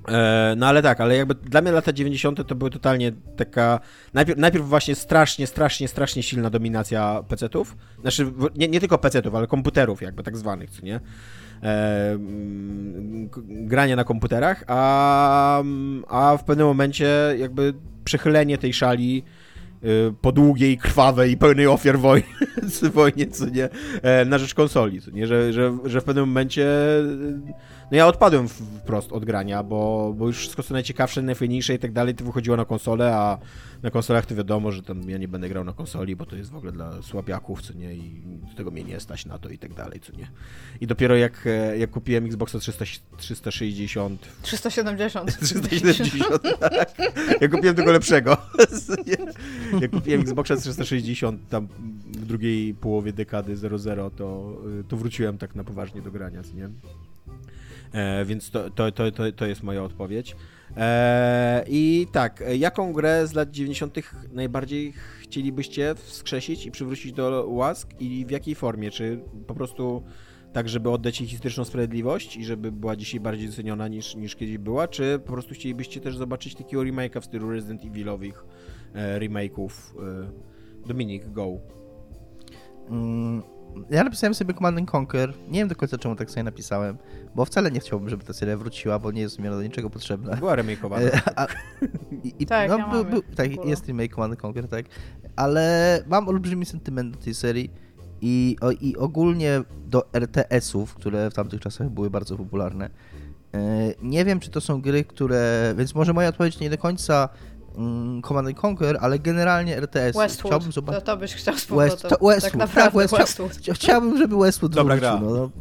E, no ale tak, ale jakby dla mnie lata dziewięćdziesiąte to były totalnie taka, najpierw, najpierw właśnie strasznie, strasznie, strasznie silna dominacja pecetów, znaczy nie, nie tylko pecetów, ale komputerów jakby tak zwanych, co nie? E, granie na komputerach, a, a w pewnym momencie jakby przechylenie tej szali po długiej, krwawej, pełnej ofiar wojny, wojnie, co nie, na rzecz konsoli, co nie, że, że, że w pewnym momencie no ja odpadłem wprost od grania, bo, bo już wszystko co najciekawsze, najfajniejsze i tak dalej, to wychodziło na konsolę, a na konsolach to wiadomo, że tam ja nie będę grał na konsoli, bo to jest w ogóle dla słabiaków, co nie, i do tego mnie nie stać na to i tak dalej, co nie. I dopiero jak, jak kupiłem Xboxa trzysta sześćdziesiąt... trzysta siedemdziesiąt. trzysta siedemdziesiąt, tak. Ja kupiłem tego lepszego. Jak kupiłem Xboxa trzysta sześćdziesiąt tam w drugiej połowie dekady zero zero, to, to wróciłem tak na poważnie do grania, co nie? E, więc to, to, to, to, to jest moja odpowiedź. E, I tak, jaką grę z lat dziewięćdziesiątych najbardziej chcielibyście wskrzesić i przywrócić do łask i w jakiej formie? Czy po prostu tak, żeby oddać jej historyczną sprawiedliwość i żeby była dzisiaj bardziej doceniona niż, niż kiedyś była? Czy po prostu chcielibyście też zobaczyć takiego remake'a w stylu Resident Evilowych e, remake'ów? E, Dominik, go. Mm. Ja napisałem sobie Command and Conquer. Nie wiem do końca czemu tak sobie napisałem, bo wcale nie chciałbym, żeby ta seria wróciła, bo nie jest mi do niczego potrzebna. Była remake'owana. I, i, tak, no, ja był, był, tak, jest remake Command and Conquer, tak. Ale mam olbrzymi sentyment do tej serii i, o, i ogólnie do R T S-ów, które w tamtych czasach były bardzo popularne. Nie wiem, czy to są gry, które... Więc może moja odpowiedź nie do końca Command and Conquer, ale generalnie R T S. Westwood, chciałbym zobaczyć... to, to byś chciał z powrotem. West, to Westwood, tak naprawdę tak, West, Westwood. Chcia, chciałbym, żeby Westwood Dobra wrócił. gra. No, no.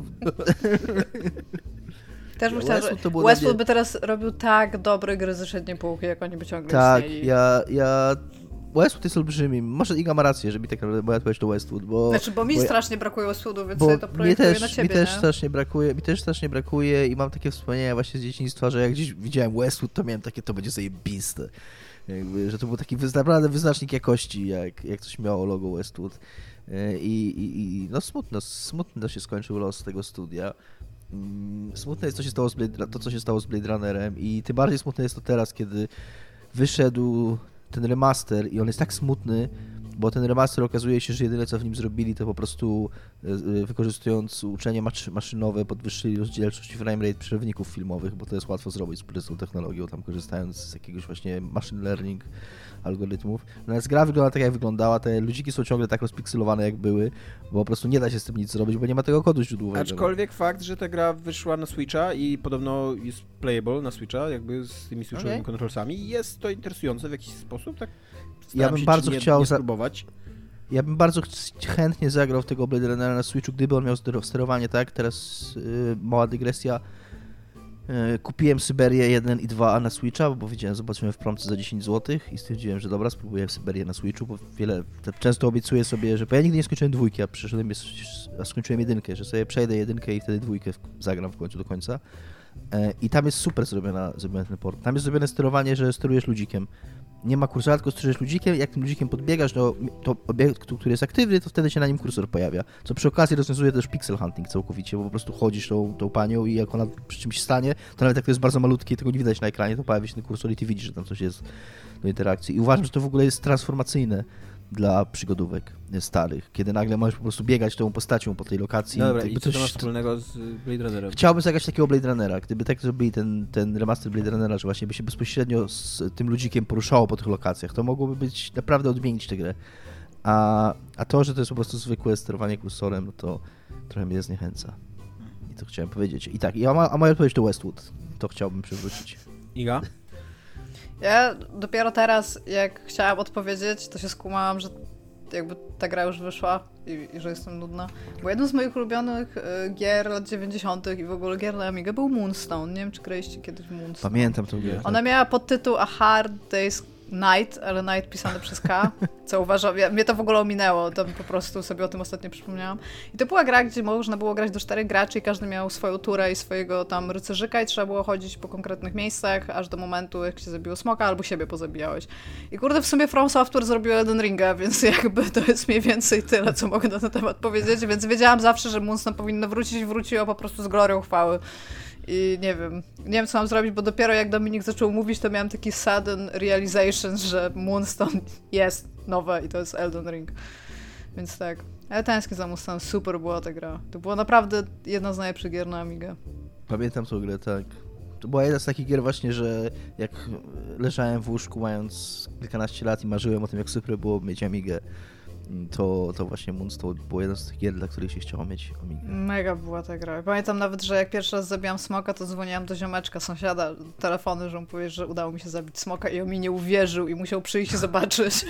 Też bym chciała, Westwood, że to Westwood mnie... by teraz robił tak dobre gry ze średniej półki, jak oni by ciągle Tak, istnieli. ja, ja... Westwood jest olbrzymi. Może Iga ma rację, żeby tak naprawdę moja odpowiedź to Westwood, bo... Znaczy, bo mi bo strasznie brakuje Westwoodu, więc bo sobie to projektuję też, na ciebie, mi też nie? strasznie brakuje, mi też strasznie brakuje i mam takie wspomnienia właśnie z dzieciństwa, że jak gdzieś widziałem Westwood, to miałem takie, to będzie zajebiste. Jakby, że to był taki naprawdę wyznacznik jakości, jak, jak coś miało logo Westwood. I, i, i no smutno, smutno się skończył los tego studia. Smutne jest to, się stało z Blade, to, co się stało z Blade Runnerem i tym bardziej smutne jest to teraz, kiedy wyszedł ten remaster i on jest tak smutny, bo ten remaster okazuje się, że jedyne co w nim zrobili, to po prostu wykorzystując uczenie maszynowe podwyższyli rozdzielczość i framerate przerywników filmowych, bo to jest łatwo zrobić z prostą technologią, tam korzystając z jakiegoś właśnie machine learning algorytmów. Natomiast gra wygląda tak, jak wyglądała, te ludziki są ciągle tak rozpikselowane, jak były, bo po prostu nie da się z tym nic zrobić, bo nie ma tego kodu źródłowego. Aczkolwiek fakt, że ta gra wyszła na Switcha i podobno jest playable na Switcha, jakby z tymi switchowymi okay. kontrolsami, jest to interesujące w jakiś sposób, tak? Ja bym się, bardzo nie, chciał nie spróbować. Ja bym bardzo ch- chętnie zagrał w tego Blade Runnera na Switchu, gdyby on miał sterowanie, tak? Teraz yy, mała dygresja. Yy, kupiłem Syberię jeden i dwa na Switcha, bo widziałem, zobaczyłem w promce za dziesięć złotych i stwierdziłem, że dobra, spróbuję Syberię na Switchu, bo wiele, często obiecuję sobie, że... Bo ja nigdy nie skończyłem dwójki, a przyszedłem, a skończyłem jedynkę, że sobie przejdę jedynkę i wtedy dwójkę zagram w końcu do końca. Yy, I tam jest super zrobiona, zrobiony ten port. Tam jest zrobione sterowanie, że sterujesz ludzikiem. Nie ma kursora, tylko sterujesz ludzikiem, jak tym ludzikiem podbiegasz do to obiekt, który jest aktywny, to wtedy się na nim kursor pojawia. Co przy okazji rozwiązuje też pixel hunting całkowicie, bo po prostu chodzisz tą, tą panią i jak ona przy czymś stanie, to nawet jak to jest bardzo malutkie i tego nie widać na ekranie, to pojawia się ten kursor i ty widzisz, że tam coś jest do interakcji. I uważam, że to w ogóle jest transformacyjne dla przygodówek starych, kiedy nagle możesz po prostu biegać tą postacią po tej lokacji. Dobra, i co coś to ma wspólnego z Blade Runnerem? Chciałbym zagrać takiego Blade Runnera, gdyby tak zrobili ten, ten remaster Blade Runnera, że właśnie by się bezpośrednio z tym ludzikiem poruszało po tych lokacjach, to mogłoby być naprawdę odmienić tę grę. A, a to, że to jest po prostu zwykłe sterowanie kursorem, no to trochę mnie zniechęca. I to chciałem powiedzieć. I tak, i a, ma, a moja odpowiedź to Westwood. To chciałbym przywrócić. Iga? Ja dopiero teraz, jak chciałam odpowiedzieć, to się skumałam, że jakby ta gra już wyszła i, i że jestem nudna. Bo jedną z moich ulubionych y, gier lat dziewięćdziesiątych i w ogóle gier na Amigę był Moonstone. Nie wiem, czy graliście kiedyś w Moonstone. Pamiętam tą grę. Ona miała podtytuł A Hard Day's Night, ale Night pisane przez K, co uważam, ja, mnie to w ogóle ominęło, to po prostu sobie o tym ostatnio przypomniałam. I to była gra, gdzie można było grać do czterech graczy i każdy miał swoją turę i swojego tam rycerzyka i trzeba było chodzić po konkretnych miejscach, aż do momentu, jak się zabiło smoka, albo siebie pozabijałeś. I kurde, w sumie From Software zrobiło Elden Ringa, więc jakby to jest mniej więcej tyle, co mogę na ten temat powiedzieć, więc wiedziałam zawsze, że Moonstone powinno wrócić i wróciło po prostu z glorią chwały. I nie wiem, nie wiem co mam zrobić, bo dopiero jak Dominik zaczął mówić, to miałem taki sudden realization, że Moonstone jest nowe i to jest Elden Ring. Więc tak. Ale tęsknię za Moonstone, super była ta gra. To była naprawdę jedna z najlepszych gier na Amigę. Pamiętam tą grę, tak. To była jedna z takich gier właśnie, że jak leżałem w łóżku mając kilkanaście lat i marzyłem o tym, jak super było mieć Amigę, to, to właśnie Moonstone było jedna z tych gier, dla których się chciało mieć Amigę. Mega była ta gra. Pamiętam nawet, że jak pierwszy raz zabijam smoka, to dzwoniłam do ziomeczka, sąsiada, telefony, że mu powie, że udało mi się zabić smoka i on mi nie uwierzył i musiał przyjść i zobaczyć.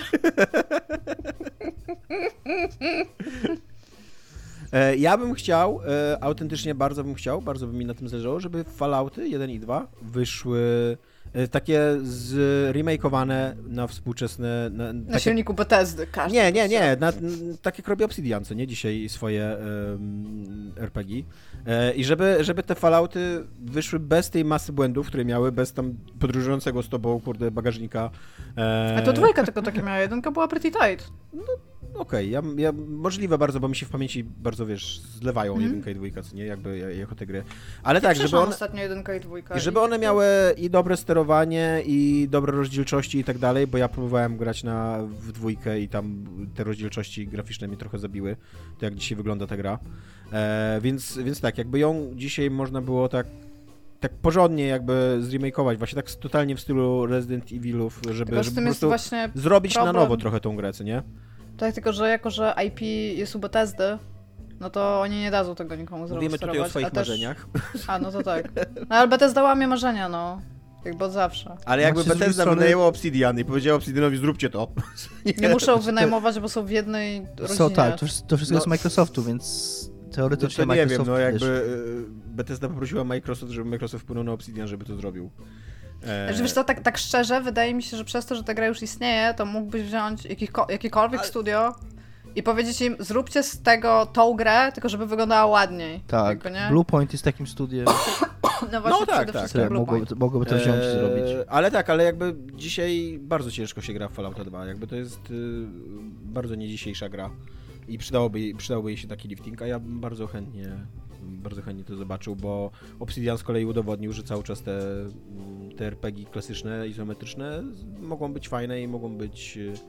Ja bym chciał, autentycznie bardzo bym chciał, bardzo by mi na tym zależało, żeby Fallouty jeden i dwa wyszły takie zremakeowane na współczesne... Na, na takie... silniku Bethesdy, każdy. Nie, nie, nie, na, tak jak robi Obsidian, co nie? Dzisiaj swoje um, er pe gie. E, I żeby, żeby te Fallouty wyszły bez tej masy błędów, które miały, bez tam podróżującego z tobą, kurde, bagażnika. E... A to dwójka tylko takie miała, jedynka była pretty tight. No, okej, okay. ja, ja, możliwe bardzo, bo mi się w pamięci bardzo, wiesz, zlewają mm. jedynka i dwójka, co nie? Jakby jako te gry. Ale tak, żeby one... ostatnio jedynka i dwójka. I żeby one miały i dobre sterowanie, i dobre rozdzielczości i tak dalej, bo ja próbowałem grać na, w dwójkę i tam te rozdzielczości graficzne mnie trochę zabiły, to jak dzisiaj wygląda ta gra. E, więc, więc tak, jakby ją dzisiaj można było tak tak porządnie jakby zremakeować, właśnie tak totalnie w stylu Resident Evilów, żeby, żeby po prostu zrobić problem. Na nowo trochę tą grę, co nie? Tak, tylko że jako, że I P jest u Bethesdy, no to oni nie dadzą tego nikomu zrobić. Mówimy tutaj o swoich też... marzeniach. A, no to tak. No ale Bethesda łamie marzenia, no. Jakby od zawsze. Ale jakby Macie Bethesda strony... wynajęła Obsidian i powiedziała Obsidianowi, zróbcie to. Nie, nie muszą wynajmować, bo są w jednej rodzinie. So, tak, to, to wszystko no. jest z Microsoftu, więc teoretycznie no to nie Microsoft... wiem, no jakby wiesz. Bethesda poprosiła Microsoft, żeby Microsoft wpłynął na Obsidian, żeby to zrobił. Eee... Wiesz co, tak, tak szczerze, wydaje mi się, że przez to, że ta gra już istnieje, to mógłbyś wziąć jakiko- jakiekolwiek Ale... studio i powiedzieć im, zróbcie z tego tą grę, tylko żeby wyglądała ładniej. Tak, jakby, nie? Bluepoint jest takim studiem. No właśnie, no tak, tak, tak. Mogłoby, mogłoby to wziąć i eee, zrobić. Ale tak, ale jakby dzisiaj bardzo ciężko się gra w Fallouta dwa, jakby to jest y, bardzo nie dzisiejsza gra i przydałoby, przydałoby jej się taki lifting, a ja bym bardzo chętnie, bardzo chętnie to zobaczył, bo Obsidian z kolei udowodnił, że cały czas te, te er pe gie klasyczne, izometryczne mogą być fajne i mogą być y,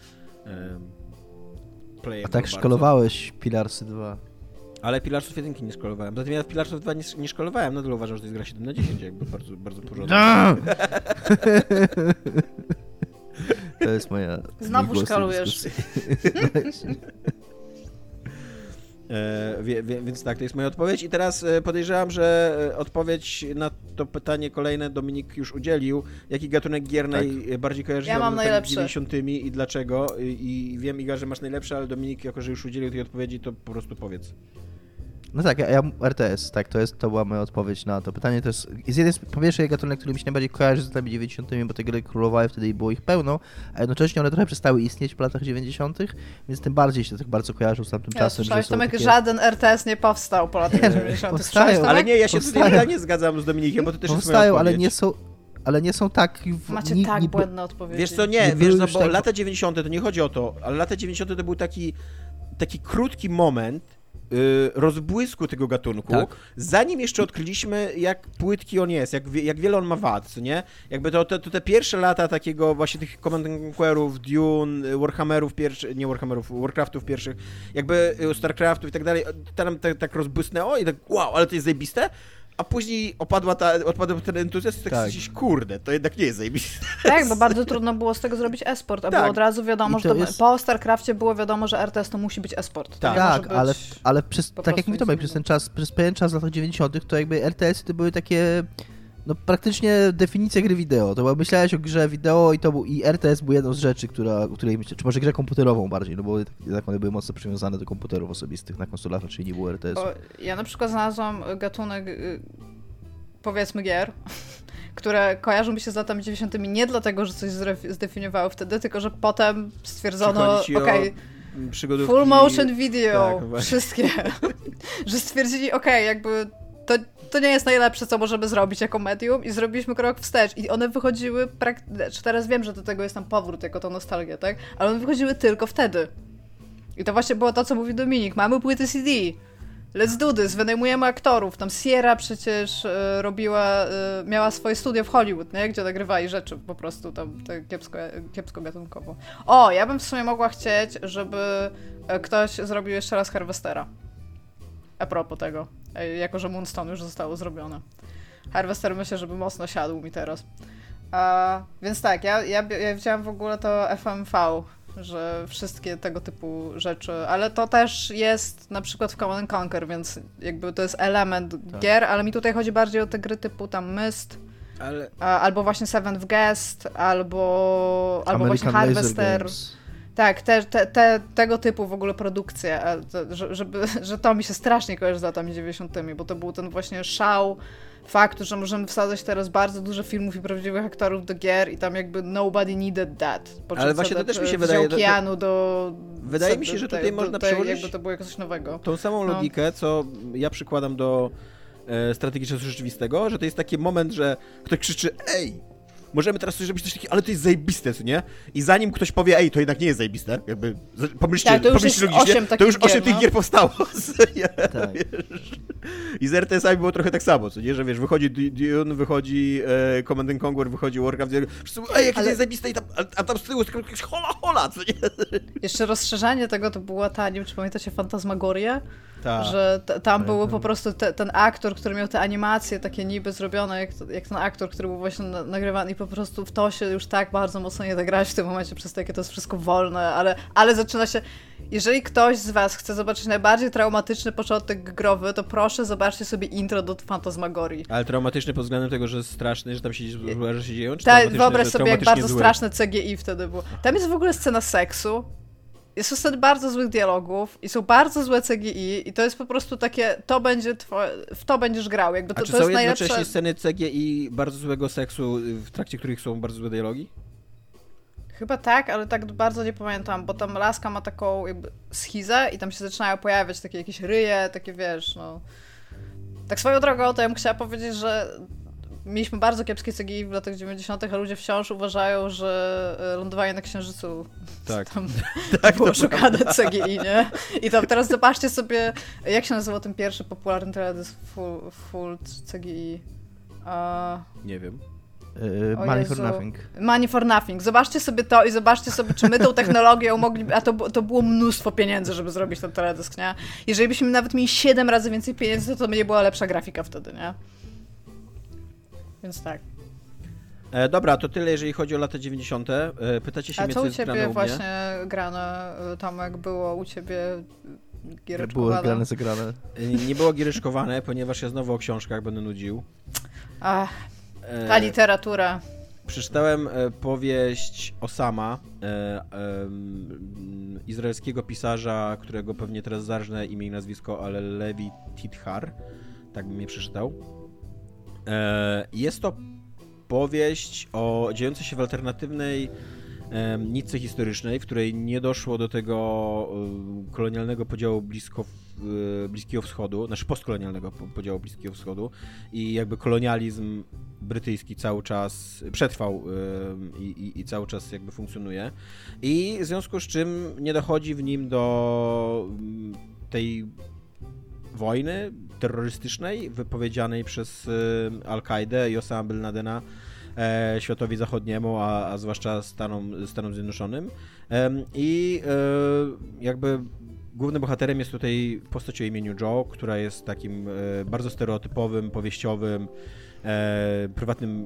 y, A tak bardzo. Szkolowałeś Pilarsy dwa. Ale Pilarsów jeden nie szkolowałem. Zatem ja w Pilarsów dwa nie, nie szkolowałem, nadal uważam, że to jest gra siedem na dziesięć, jakby bardzo, bardzo porządna. To jest moja... Znowu szkalujesz. e, wie, wie, więc tak, to jest moja odpowiedź i teraz podejrzewam, że odpowiedź na to pytanie kolejne Dominik już udzielił. Jaki gatunek gier tak. najbardziej kojarzy się ja z latami dziewięćdziesiątymi i dlaczego? I, I wiem, Iga, że masz najlepsze, ale Dominik, jako że już udzielił tej odpowiedzi, to po prostu powiedz. No tak, ja, ja R T S, tak, to jest, to była moja odpowiedź na to pytanie. To jest, jest jeden z, po pierwsze gatunek, który mi się najbardziej kojarzy z latami dziewięćdziesiątymi, bo te gry królowały wtedy i było ich pełno, a jednocześnie one trochę przestały istnieć w latach dziewięćdziesiątych, więc tym bardziej się tak bardzo kojarzą z tamtym ja, czasem. Że Tomek, takie... żaden R T S nie powstał po latach dziewięćdziesiątych. Powstają, ale nie, ja się tutaj nie zgadzam z Dominikiem, bo to też powstają, jest moja ale nie są... Ale nie są tak... W, Macie ni, tak ni, błędne odpowiedzi. Wiesz co, nie, nie wiesz, no bo tak... lata dziewięćdziesiąte to nie chodzi o to, ale lata dziewięćdziesiąte to był taki, taki krótki moment yy, rozbłysku tego gatunku, tak. zanim jeszcze odkryliśmy, jak płytki on jest, jak, jak wiele on ma wad, co nie? Jakby to, to, to te pierwsze lata takiego właśnie tych Command and Conquerów, Dune, Warhammerów pierwszych, nie Warhammerów, Warcraftów pierwszych, jakby Starcraftów i tak dalej, tam tak, tak rozbłysnęło i tak wow, ale to jest zajebiste. A później opadła ta, opadł ten entuzjazm i tak, tak. Coś, kurde, to jednak nie jest zajebiste. Tak, bo bardzo trudno było z tego zrobić e-sport, a tak. było od razu wiadomo, że to jest... po StarCrafcie było wiadomo, że R T S to musi być e-sport. Tak, tak ale, ale przez, tak jak mówi Tomek, przez ten czas, przez pewien czas w latach dziewięćdziesiątych to jakby R T S-y to były takie, no praktycznie definicja gry wideo. To było, myślałeś o grze wideo i to był, i R T S był jedną z rzeczy, która, której myślę, czy może grę komputerową bardziej, no bo tak one były mocno przywiązane do komputerów osobistych na konsolach, czyli nie było R T S-u. O, ja na przykład znalazłam gatunek, powiedzmy gier, które kojarzą mi się z latami dziewięćdziesiątymi nie dlatego, że coś zdefiniowały wtedy, tylko że potem stwierdzono, okej, okay, full motion video, tak, wszystkie, że stwierdzili, okej, okay, jakby to, to nie jest najlepsze, co możemy zrobić jako medium i zrobiliśmy krok wstecz i one wychodziły, prak- czy teraz wiem, że do tego jest tam powrót, jako to nostalgia, tak, ale one wychodziły tylko wtedy. I to właśnie było to, co mówi Dominik, mamy płyty C D. let's do this, wynajmujemy aktorów. Tam Sierra przecież y, robiła, y, miała swoje studio w Hollywood, nie? Gdzie nagrywali rzeczy po prostu tam te kiepsko, kiepsko gatunkowo. O, ja bym w sumie mogła chcieć, żeby ktoś zrobił jeszcze raz Harvestera. A propos tego, jako że Moonstone już zostało zrobione. Harvester myślę, żeby mocno siadł mi teraz. A, więc tak, ja, ja, ja widziałam w ogóle to F M V, że wszystkie tego typu rzeczy, ale to też jest na przykład w Command and Conquer, więc jakby to jest element tak. gier, ale mi tutaj chodzi bardziej o te gry typu tam Myst, ale... a, albo właśnie Seventh Guest, albo, albo właśnie Harvester. Tak, te, te, te, tego typu w ogóle produkcje, że, żeby, że to mi się strasznie kojarzy z latami dziewięćdziesiątymi, bo to był ten właśnie szał faktu, że możemy wsadzać teraz bardzo dużo filmów i prawdziwych aktorów do gier i tam jakby nobody needed that. Po ale właśnie to też mi się wydaje... Z okeanu do... Wydaje mi się, że tutaj do, można do, przełożyć jakby to było coś nowego. Tą samą no. logikę, co ja przykładam do e, strategii czasu rzeczywistego, że to jest taki moment, że ktoś krzyczy ej! Możemy teraz coś zrobić coś takiego, ale to jest zajebiste, co nie? I zanim ktoś powie, ej, to jednak nie jest zajebiste, jakby pomyślcie, tak, to już pomyślcie logicznie, to już osiem tych no? gier powstało. Nie, tak. wiesz. I z R T S-ami było trochę tak samo, co nie? Że wiesz, wychodzi Dune, wychodzi e, Command and Conquer, wychodzi Warcraft, wszyscy mówią, ej, jakie ale... to jest zajebiste, i tam, a, a tam z tyłu jest jakaś hola, hola, co nie? Jeszcze rozszerzenie tego to było tanim, czy pamiętacie Fantasmagorię? Ta. Że t- tam był po prostu te, ten aktor, który miał te animacje takie niby zrobione, jak, jak ten aktor, który był właśnie na, nagrywany i po prostu w to się już tak bardzo mocno nie da grać w tym momencie, przez to, jakie to jest wszystko wolne, ale, ale zaczyna się... Jeżeli ktoś z was chce zobaczyć najbardziej traumatyczny początek growy, to proszę zobaczcie sobie intro do Fantasmagorii. Ale traumatyczny pod względem tego, że jest straszny, że tam się, że się dzieją? Czy Ta, wyobraź sobie, jak bardzo złe? straszne C G I wtedy było. Tam jest w ogóle scena seksu. Jest wtedy bardzo złych dialogów i są bardzo złe C G I i to jest po prostu takie, to będzie twoje, w to będziesz grał. Jakby to, A czy to są jest jednocześnie najlepsze... sceny C G I bardzo złego seksu, w trakcie których są bardzo złe dialogi? Chyba tak, ale tak bardzo nie pamiętam, bo tam laska ma taką jakby schizę i tam się zaczynają pojawiać takie jakieś ryje, takie wiesz, no... Tak swoją drogą, to ja bym chciała powiedzieć, że mieliśmy bardzo kiepskie C G I w latach dziewięćdziesiątych, a ludzie wciąż uważają, że lądowanie na Księżycu tak. tam tak, było szukane C G I, nie? I tam teraz zobaczcie sobie, jak się nazywał ten pierwszy popularny teledysk full, full C G I? Uh... Nie wiem. Yy, money for nothing. Money for nothing. Zobaczcie sobie to i zobaczcie sobie, czy my tą technologią mogli... A to, to było mnóstwo pieniędzy, żeby zrobić ten teledysk, nie? Jeżeli byśmy nawet mieli siedem razy więcej pieniędzy, to to by nie była lepsza grafika wtedy, nie? Więc tak. E, dobra, to tyle, jeżeli chodzi o lata dziewięćdziesiąte. E, pytacie się A mnie, co co u jest ciebie grane u właśnie grane, Tomek, było u ciebie giereczkowane? Było grane, zagrane. E, nie było giereczkowane, ponieważ ja znowu o książkach będę nudził. Ach, ta literatura. Przeczytałem e, powieść Osama, e, e, izraelskiego pisarza, którego pewnie teraz zarżnę imię i nazwisko, ale Levi Tithar, tak bym je przeczytał. E, jest to powieść o dziejącej się w alternatywnej e, nitce historycznej, w której nie doszło do tego e, kolonialnego podziału blisko, e, Bliskiego Wschodu, znaczy postkolonialnego podziału Bliskiego Wschodu i jakby kolonializm brytyjski cały czas przetrwał e, i, i cały czas jakby funkcjonuje i w związku z czym nie dochodzi w nim do tej wojny terrorystycznej wypowiedzianej przez y, Al-Kaidę i Osama Bin Ladena e, światowi zachodniemu, a, a zwłaszcza Stanom, Stanom Zjednoczonym. E, I e, jakby głównym bohaterem jest tutaj postać o imieniu Joe, która jest takim e, bardzo stereotypowym, powieściowym, e, prywatnym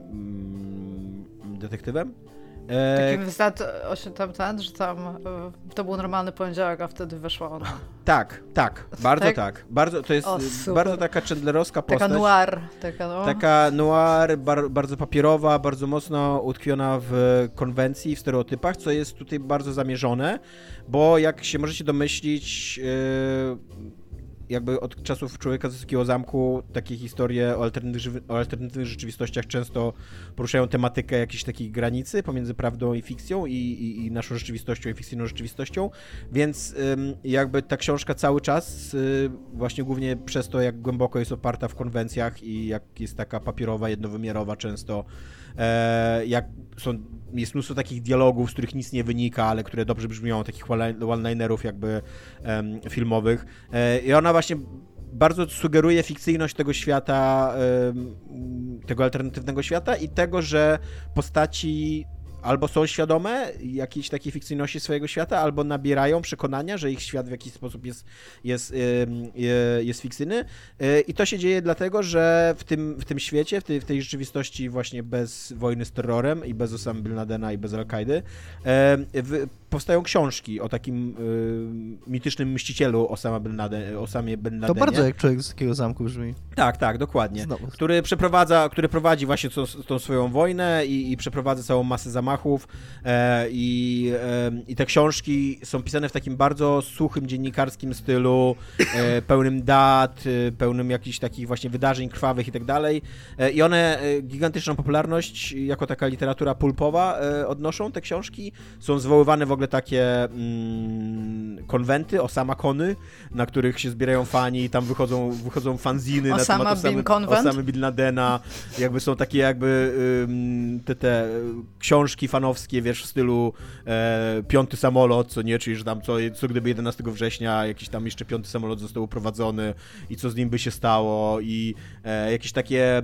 mm, detektywem. Takim wystat, tam ten, że tam to był normalny poniedziałek, a wtedy weszła ona. Tak, tak, bardzo tak. tak. Bardzo, to jest o, bardzo taka chandlerowska postać. Taka noir. Taka, no. taka noir, bar, bardzo papierowa, bardzo mocno utkwiona w konwencji, w stereotypach, co jest tutaj bardzo zamierzone, bo jak się możecie domyślić, yy, jakby od czasów Człowieka z Wysokiego Zamku takie historie o alternatywnych, o alternatywnych rzeczywistościach często poruszają tematykę jakiejś takiej granicy pomiędzy prawdą i fikcją i, i, i naszą rzeczywistością i fikcyjną rzeczywistością, więc ym, jakby ta książka cały czas y, właśnie głównie przez to, jak głęboko jest oparta w konwencjach i jak jest taka papierowa, jednowymiarowa często, e, jak są, jest mnóstwo takich dialogów, z których nic nie wynika, ale które dobrze brzmią, takich one-linerów jakby um, filmowych. E, I ona właśnie bardzo sugeruje fikcyjność tego świata, tego alternatywnego świata i tego, że postaci albo są świadome jakiejś takiej fikcyjności swojego świata, albo nabierają przekonania, że ich świat w jakiś sposób jest, jest, jest fikcyjny. I to się dzieje dlatego, że w tym, w tym świecie, w tej, w tej rzeczywistości właśnie bez wojny z terrorem i bez Osama Bin Ladena i bez Al-Kaidy powstają książki o takim mitycznym mścicielu Osama Bin Laden, Osamie Bin Ladenie. To bardzo jak Człowiek z Takiego Zamku brzmi. Tak, tak, dokładnie. Znowu. Który przeprowadza, który prowadzi właśnie tą, tą swoją wojnę i, i przeprowadza całą masę zamachów e, i, e, i te książki są pisane w takim bardzo suchym, dziennikarskim stylu, e, pełnym dat, e, pełnym jakichś takich właśnie wydarzeń krwawych i tak dalej. E, I one e, gigantyczną popularność jako taka literatura pulpowa e, odnoszą, te książki. Są zwoływane w ogóle takie mm, konwenty, Osama Kony, na których się zbierają fani i tam wychodzą, wychodzą fanziny Osama na temat Osamy, Bin Konwent? Osamy Bin Ladena. Jakby są takie jakby ym, te, te książki fanowskie, wiesz, w stylu e, piąty samolot, co nie, czyli że tam co, co gdyby jedenastego września jakiś tam jeszcze piąty samolot został uprowadzony i co z nim by się stało i e, jakieś takie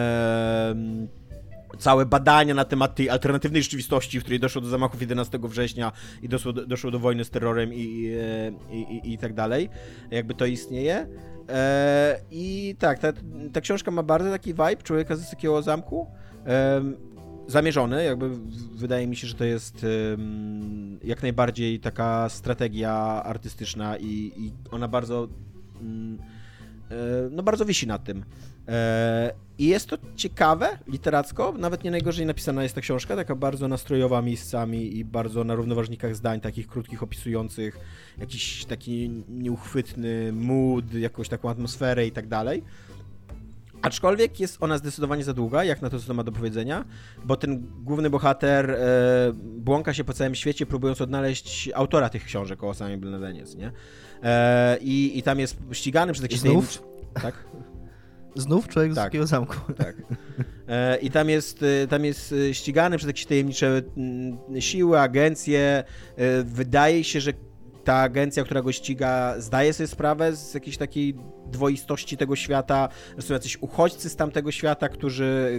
e, całe badania na temat tej alternatywnej rzeczywistości, w której doszło do zamachów jedenastego września i doszło do, doszło do wojny z terrorem i, i, i, i tak dalej. Jakby to istnieje. E, I tak, ta, ta książka ma bardzo taki vibe Człowieka z Takiego Zamku. E, zamierzony, jakby wydaje mi się, że to jest um, jak najbardziej taka strategia artystyczna i, i ona bardzo um, e, no bardzo wisi nad tym. E, I jest to ciekawe literacko, nawet nie najgorzej napisana jest ta książka, taka bardzo nastrojowa miejscami i bardzo na równoważnikach zdań, takich krótkich, opisujących jakiś taki nieuchwytny mood, jakąś taką atmosferę i tak dalej. Aczkolwiek jest ona zdecydowanie za długa, jak na to, co to ma do powiedzenia, bo ten główny bohater e, błąka się po całym świecie, próbując odnaleźć autora tych książek o Osamie Bin Ladenie, nie? E, i, I tam jest ścigany przez jakieś... Znów? Tak? Znów Człowiek z Tak. Takiego Zamku. Tak. E, I tam jest, tam jest ścigany przez jakieś tajemnicze siły, agencje. E, wydaje się, że ta agencja, która go ściga, zdaje sobie sprawę z jakiejś takiej dwoistości tego świata, że są jacyś uchodźcy z tamtego świata, którzy,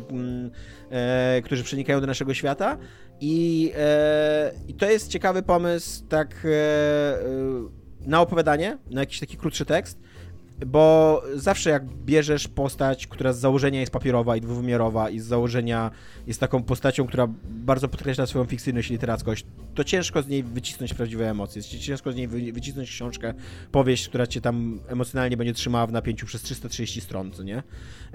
e, którzy przenikają do naszego świata. I, e, i to jest ciekawy pomysł tak e, na opowiadanie, na jakiś taki krótszy tekst, bo zawsze jak bierzesz postać, która z założenia jest papierowa i dwuwymiarowa i z założenia jest taką postacią, która bardzo podkreśla swoją fikcyjność i literackość, to ciężko z niej wycisnąć prawdziwe emocje. Ciężko z niej wycisnąć książkę, powieść, która cię tam emocjonalnie będzie trzymała w napięciu przez trzysta trzydzieści stron, co nie?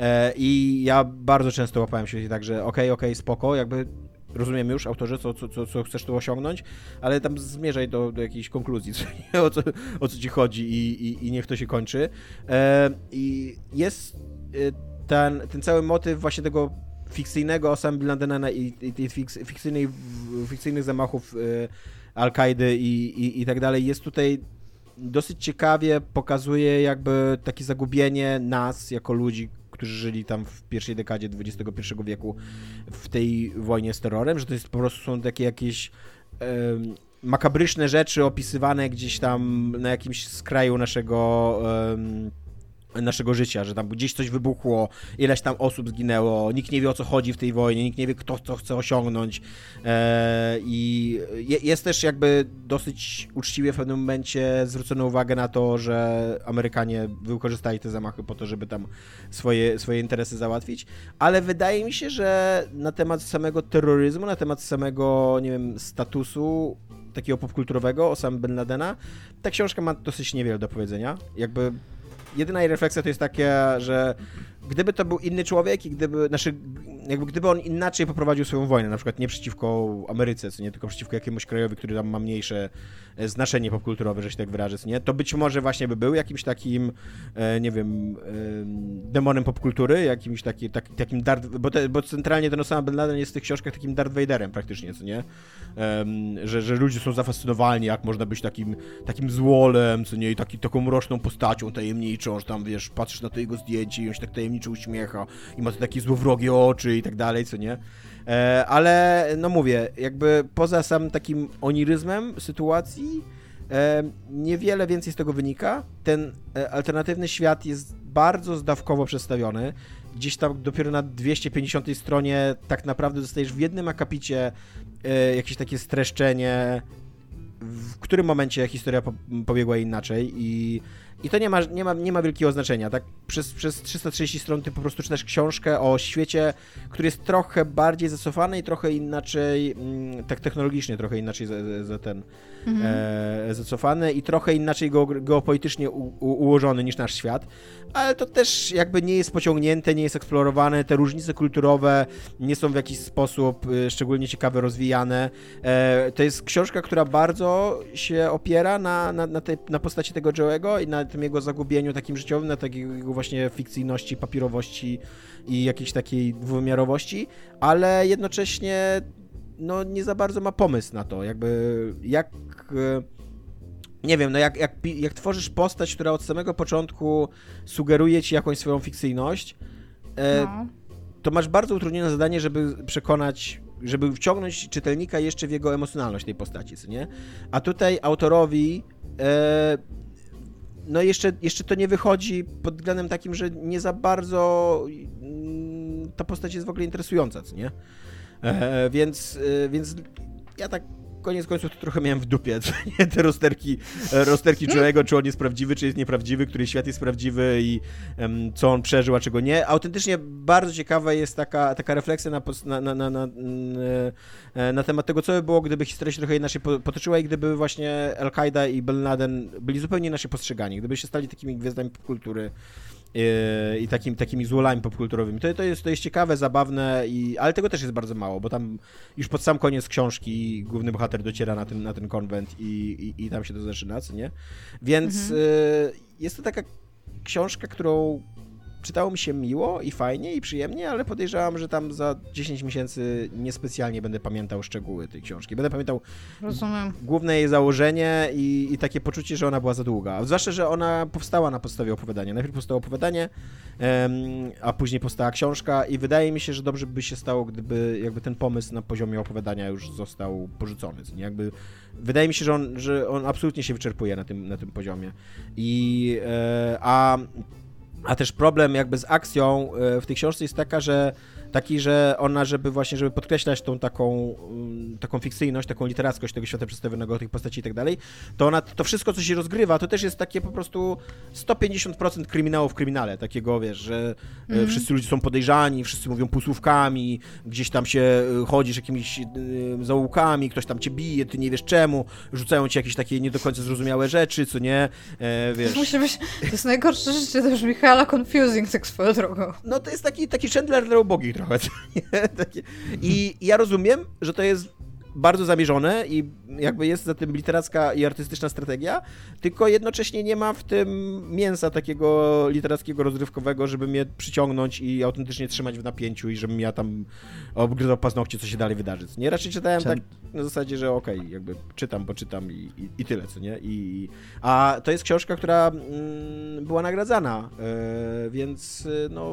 I ja bardzo często łapałem się tak, że okej, okay, okej, okay, spoko, jakby rozumiem już, autorze, co, co, co, co chcesz tu osiągnąć, ale tam zmierzaj do, do jakiejś konkluzji, co, o, co, o co ci chodzi i, i, i niech to się kończy. E, I jest ten, ten cały motyw właśnie tego fikcyjnego Osama Bin Ladena i, i tej fiks, fikcyjnej, fikcyjnych zamachów e, Al-Kaidy i, i, i tak dalej, jest tutaj dosyć ciekawie, pokazuje jakby takie zagubienie nas jako ludzi, którzy żyli tam w pierwszej dekadzie dwudziestego pierwszego wieku w tej wojnie z terrorem, że to jest po prostu są takie jakieś um, makabryczne rzeczy opisywane gdzieś tam na jakimś skraju naszego um, naszego życia, że tam gdzieś coś wybuchło, ileś tam osób zginęło, nikt nie wie, o co chodzi w tej wojnie, nikt nie wie, kto co chce osiągnąć e, i je, jest też jakby dosyć uczciwie w pewnym momencie zwrócono uwagę na to, że Amerykanie wykorzystali te zamachy po to, żeby tam swoje, swoje interesy załatwić, ale wydaje mi się, że na temat samego terroryzmu, na temat samego, nie wiem, statusu takiego popkulturowego Osama Bin Ladena, ta książka ma dosyć niewiele do powiedzenia, jakby jedyna jej refleksja to jest taka, że gdyby to był inny człowiek i gdyby, znaczy, jakby gdyby on inaczej poprowadził swoją wojnę, na przykład nie przeciwko Ameryce, co nie, tylko przeciwko jakiemuś krajowi, który tam ma mniejsze znaczenie popkulturowe, że się tak wyrażę, co nie, to być może właśnie by był jakimś takim, nie wiem, demonem popkultury, jakimś taki, taki, takim Darth, bo, te, bo centralnie ten Osama Bin Laden jest w tych książkach takim Darth Vaderem praktycznie, co nie, że, że ludzie są zafascynowani, jak można być takim, takim złolem, co nie, i taki, taką mroczną postacią tajemniczą, że tam, wiesz, patrzysz na to jego zdjęcie i on się tak tajemniczo uśmiecha i ma to takie złowrogie oczy i tak dalej, co nie? E, ale, no mówię, jakby poza sam takim oniryzmem sytuacji, e, niewiele więcej z tego wynika. Ten e, alternatywny świat jest bardzo zdawkowo przedstawiony. Gdzieś tam dopiero na dwieście pięćdziesiątej stronie tak naprawdę dostajesz w jednym akapicie e, jakieś takie streszczenie, w którym momencie historia po, pobiegła inaczej i, i to nie ma, nie, ma, nie ma wielkiego znaczenia. Tak przez, przez trzysta trzydzieści stron ty po prostu czytasz książkę o świecie, który jest trochę bardziej zacofany i trochę inaczej, tak technologicznie trochę inaczej za, za ten mhm. e, zacofany i trochę inaczej go, geopolitycznie u, u, ułożony niż nasz świat, ale to też jakby nie jest pociągnięte, nie jest eksplorowane, te różnice kulturowe nie są w jakiś sposób e, szczególnie ciekawe rozwijane. E, to jest książka, która bardzo się opiera na, na, na, tej, na postaci tego Joe'ego i na tym jego zagubieniu takim życiowym, na takiej jego właśnie fikcyjności, papierowości i jakiejś takiej dwuwymiarowości, ale jednocześnie no nie za bardzo ma pomysł na to, jakby jak nie wiem, no jak, jak, jak tworzysz postać, która od samego początku sugeruje ci jakąś swoją fikcyjność, no. to masz bardzo utrudnione zadanie, żeby przekonać, żeby wciągnąć czytelnika jeszcze w jego emocjonalność tej postaci, co nie? A tutaj autorowi e, no jeszcze, jeszcze to nie wychodzi pod względem takim, że nie za bardzo mm, ta postać jest w ogóle interesująca, co nie? E, więc, e, więc ja tak koniec końców to trochę miałem w dupie, co nie? Te rozterki, rozterki Joe'ego, czy on jest prawdziwy, czy jest nieprawdziwy, który świat jest prawdziwy i um, co on przeżył, a czego nie. Autentycznie bardzo ciekawa jest taka, taka refleksja na, na, na, na, na, na temat tego, co by było, gdyby historia się trochę inaczej potoczyła i gdyby właśnie Al-Kaida i Bin Laden byli zupełnie inaczej postrzegani, gdyby się stali takimi gwiazdami popkultury i takim, takimi złolami popkulturowymi. To, to, jest, to jest ciekawe, zabawne, i, ale tego też jest bardzo mało, bo tam już pod sam koniec książki główny bohater dociera na ten, na ten konwent i, i, i tam się to zaczyna, co nie? Więc mhm. y, jest to taka książka, którą czytało mi się miło i fajnie i przyjemnie, ale podejrzewam, że tam za dziesięć miesięcy niespecjalnie będę pamiętał szczegóły tej książki. Będę pamiętał Rozumiem. główne jej założenie i, i takie poczucie, że ona była za długa. Zwłaszcza, że ona powstała na podstawie opowiadania. Najpierw powstało opowiadanie, um, a później powstała książka i wydaje mi się, że dobrze by się stało, gdyby jakby ten pomysł na poziomie opowiadania już został porzucony. Nie? Jakby, wydaje mi się, że on, że on absolutnie się wyczerpuje na tym, na tym poziomie. I e, a A też problem jakby z akcją w tej książce jest taka, że taki, że ona, żeby właśnie, żeby podkreślać tą taką, taką fikcyjność, taką literackość tego świata przedstawionego, tych postaci i tak dalej, to ona, to wszystko, co się rozgrywa, to też jest takie po prostu sto pięćdziesiąt procent kryminału w kryminale, takiego, wiesz, że mm. wszyscy ludzie są podejrzani, wszyscy mówią półsłówkami, gdzieś tam się chodzisz jakimiś zaułkami, ktoś tam cię bije, ty nie wiesz czemu, rzucają ci jakieś takie nie do końca zrozumiałe rzeczy, co nie, e, wiesz. To musi być, to jest najgorsze życie też Michaela Confusing, tak swoją drogą. No to jest taki, taki Chandler dla ubogich trochę. Takie. I ja rozumiem, że to jest bardzo zamierzone i jakby jest za tym literacka i artystyczna strategia, tylko jednocześnie nie ma w tym mięsa takiego literackiego, rozrywkowego, żeby mnie przyciągnąć i autentycznie trzymać w napięciu i żebym ja tam obgryzał paznokcie, co się dalej wydarzy. Nie, raczej czytałem Czem? tak na zasadzie, że okej, okay, jakby czytam, bo czytam i, i, i tyle, co nie? I, a to jest książka, która mm, była nagradzana, yy, więc yy, no...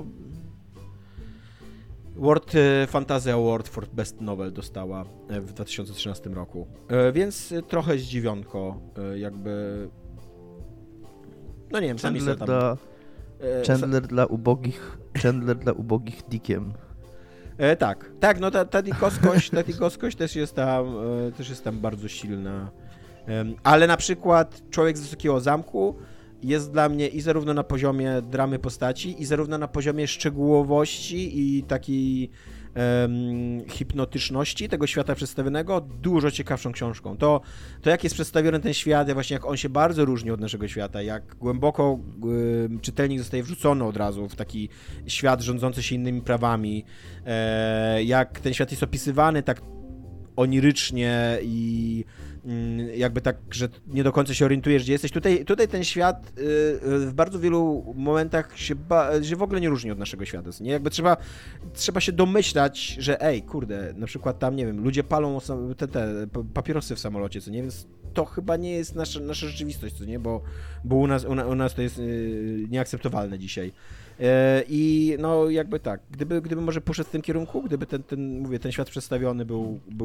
World Fantasy Award for Best Novel dostała w dwa tysiące trzynastym roku, więc trochę zdziwionko, jakby, no nie wiem, sami Chandler, tam... dla, Chandler sa... dla ubogich, Chandler dla ubogich dickiem. E, tak, tak, no ta, ta dikowskość, ta dikowskość też jest tam, e, też jest tam bardzo silna, e, ale na przykład Człowiek z Wysokiego Zamku jest dla mnie i zarówno na poziomie dramy postaci, i zarówno na poziomie szczegółowości i takiej um, hipnotyczności tego świata przedstawionego dużo ciekawszą książką. To, to jak jest przedstawiony ten świat, właśnie jak on się bardzo różni od naszego świata, jak głęboko um, czytelnik zostaje wrzucony od razu w taki świat rządzący się innymi prawami, e, jak ten świat jest opisywany tak onirycznie i jakby tak, że nie do końca się orientujesz, gdzie jesteś. Tutaj, tutaj ten świat w bardzo wielu momentach się, ba- się w ogóle nie różni od naszego świata. Nie? Jakby trzeba, trzeba się domyślać, że ej, kurde, na przykład tam, nie wiem, ludzie palą te, te papierosy w samolocie, co nie? Więc to chyba nie jest nasza, nasza rzeczywistość, co nie? Bo, bo u nas, u, u nas to jest nieakceptowalne dzisiaj. I no jakby tak, gdyby, gdyby może poszedł w tym kierunku, gdyby ten, ten, mówię, ten świat przedstawiony był, był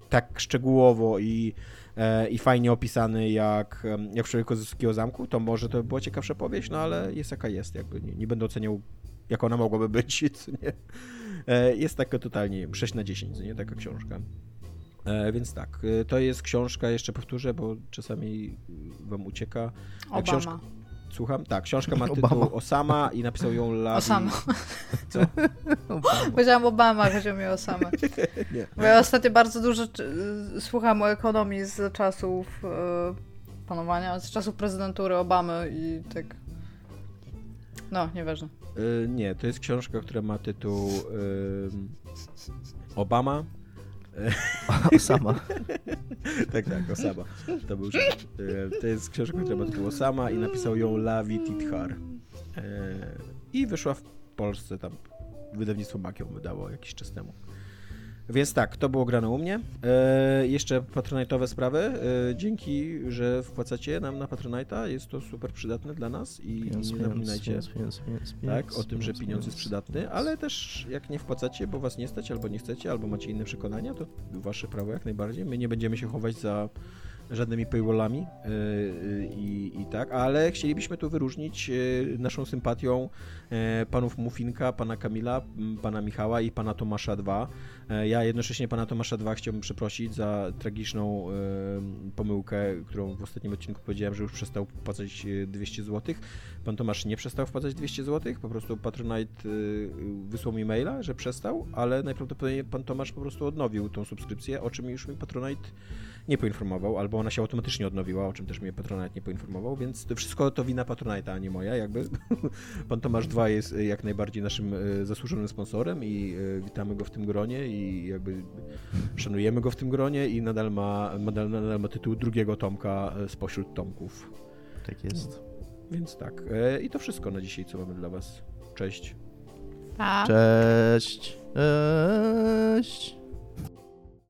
tak szczegółowo i, e, i fajnie opisany jak, jak w Człowieku z Wysokiego Zamku, to może to by była ciekawsza powieść, no ale jest jaka jest, jakby nie, nie będę oceniał, jak ona mogłaby być, co nie? E, jest taka totalnie sześć na dziesięć, co nie? Taka książka. E, więc tak, e, to jest książka, jeszcze powtórzę, bo czasami wam ucieka. Obama. Książka, słucham? Tak, książka ma tytuł Obama. Osama i napisał ją Lavi... Osama. Co? Powiedziałam Obama, chodziło mi o Osamę. Nie. Bo ja ostatnio bardzo dużo czy- słucham o ekonomii z czasów e, panowania, z czasów prezydentury Obamy i tak... No, nieważne. E, nie, to jest książka, która ma tytuł e, Obama. Osama. tak, tak, Osama. To był żart. E, to jest książka, która ma tytuł Osama i napisał ją Lavi Tithar. E, I wyszła w Polsce, tam wydawnictwo Mak ją wydało jakiś czas temu. Więc tak, to było grane u mnie. E, jeszcze patronite'owe sprawy. E, dzięki, że wpłacacie nam na Patronite'a. Jest to super przydatne dla nas i Pieniądz, nie pieniądz, zapominajcie pieniądz, pieniądz, pieniądz, tak, pieniądz, o tym, że pieniądz, pieniądz jest pieniądz. przydatny, ale też jak nie wpłacacie, bo was nie stać albo nie chcecie, albo macie inne przekonania, to wasze prawo jak najbardziej. My nie będziemy się chować za żadnymi paywallami yy, i, i tak, ale chcielibyśmy tu wyróżnić yy, naszą sympatią yy, panów Mufinka, pana Kamila, m, pana Michała i pana Tomasza dwa. Yy, ja jednocześnie pana Tomasza dwa chciałbym przeprosić za tragiczną yy, pomyłkę, którą w ostatnim odcinku powiedziałem, że już przestał wpłacać yy, dwieście złotych. Pan Tomasz nie przestał wpłacać dwieście złotych, po prostu Patronite yy, wysłał mi maila, że przestał, ale najprawdopodobniej pan Tomasz po prostu odnowił tą subskrypcję, o czym już mi Patronite nie poinformował, albo ona się automatycznie odnowiła, o czym też mnie Patronite nie poinformował, więc to wszystko to wina Patronite'a, a nie moja, jakby. Pan Tomasz dwa jest jak najbardziej naszym zasłużonym sponsorem i witamy go w tym gronie i jakby szanujemy go w tym gronie i nadal ma, nadal, nadal ma tytuł drugiego Tomka spośród Tomków. Tak jest. Więc tak. I to wszystko na dzisiaj, co mamy dla was. Cześć. Pa. Cześć. Cześć.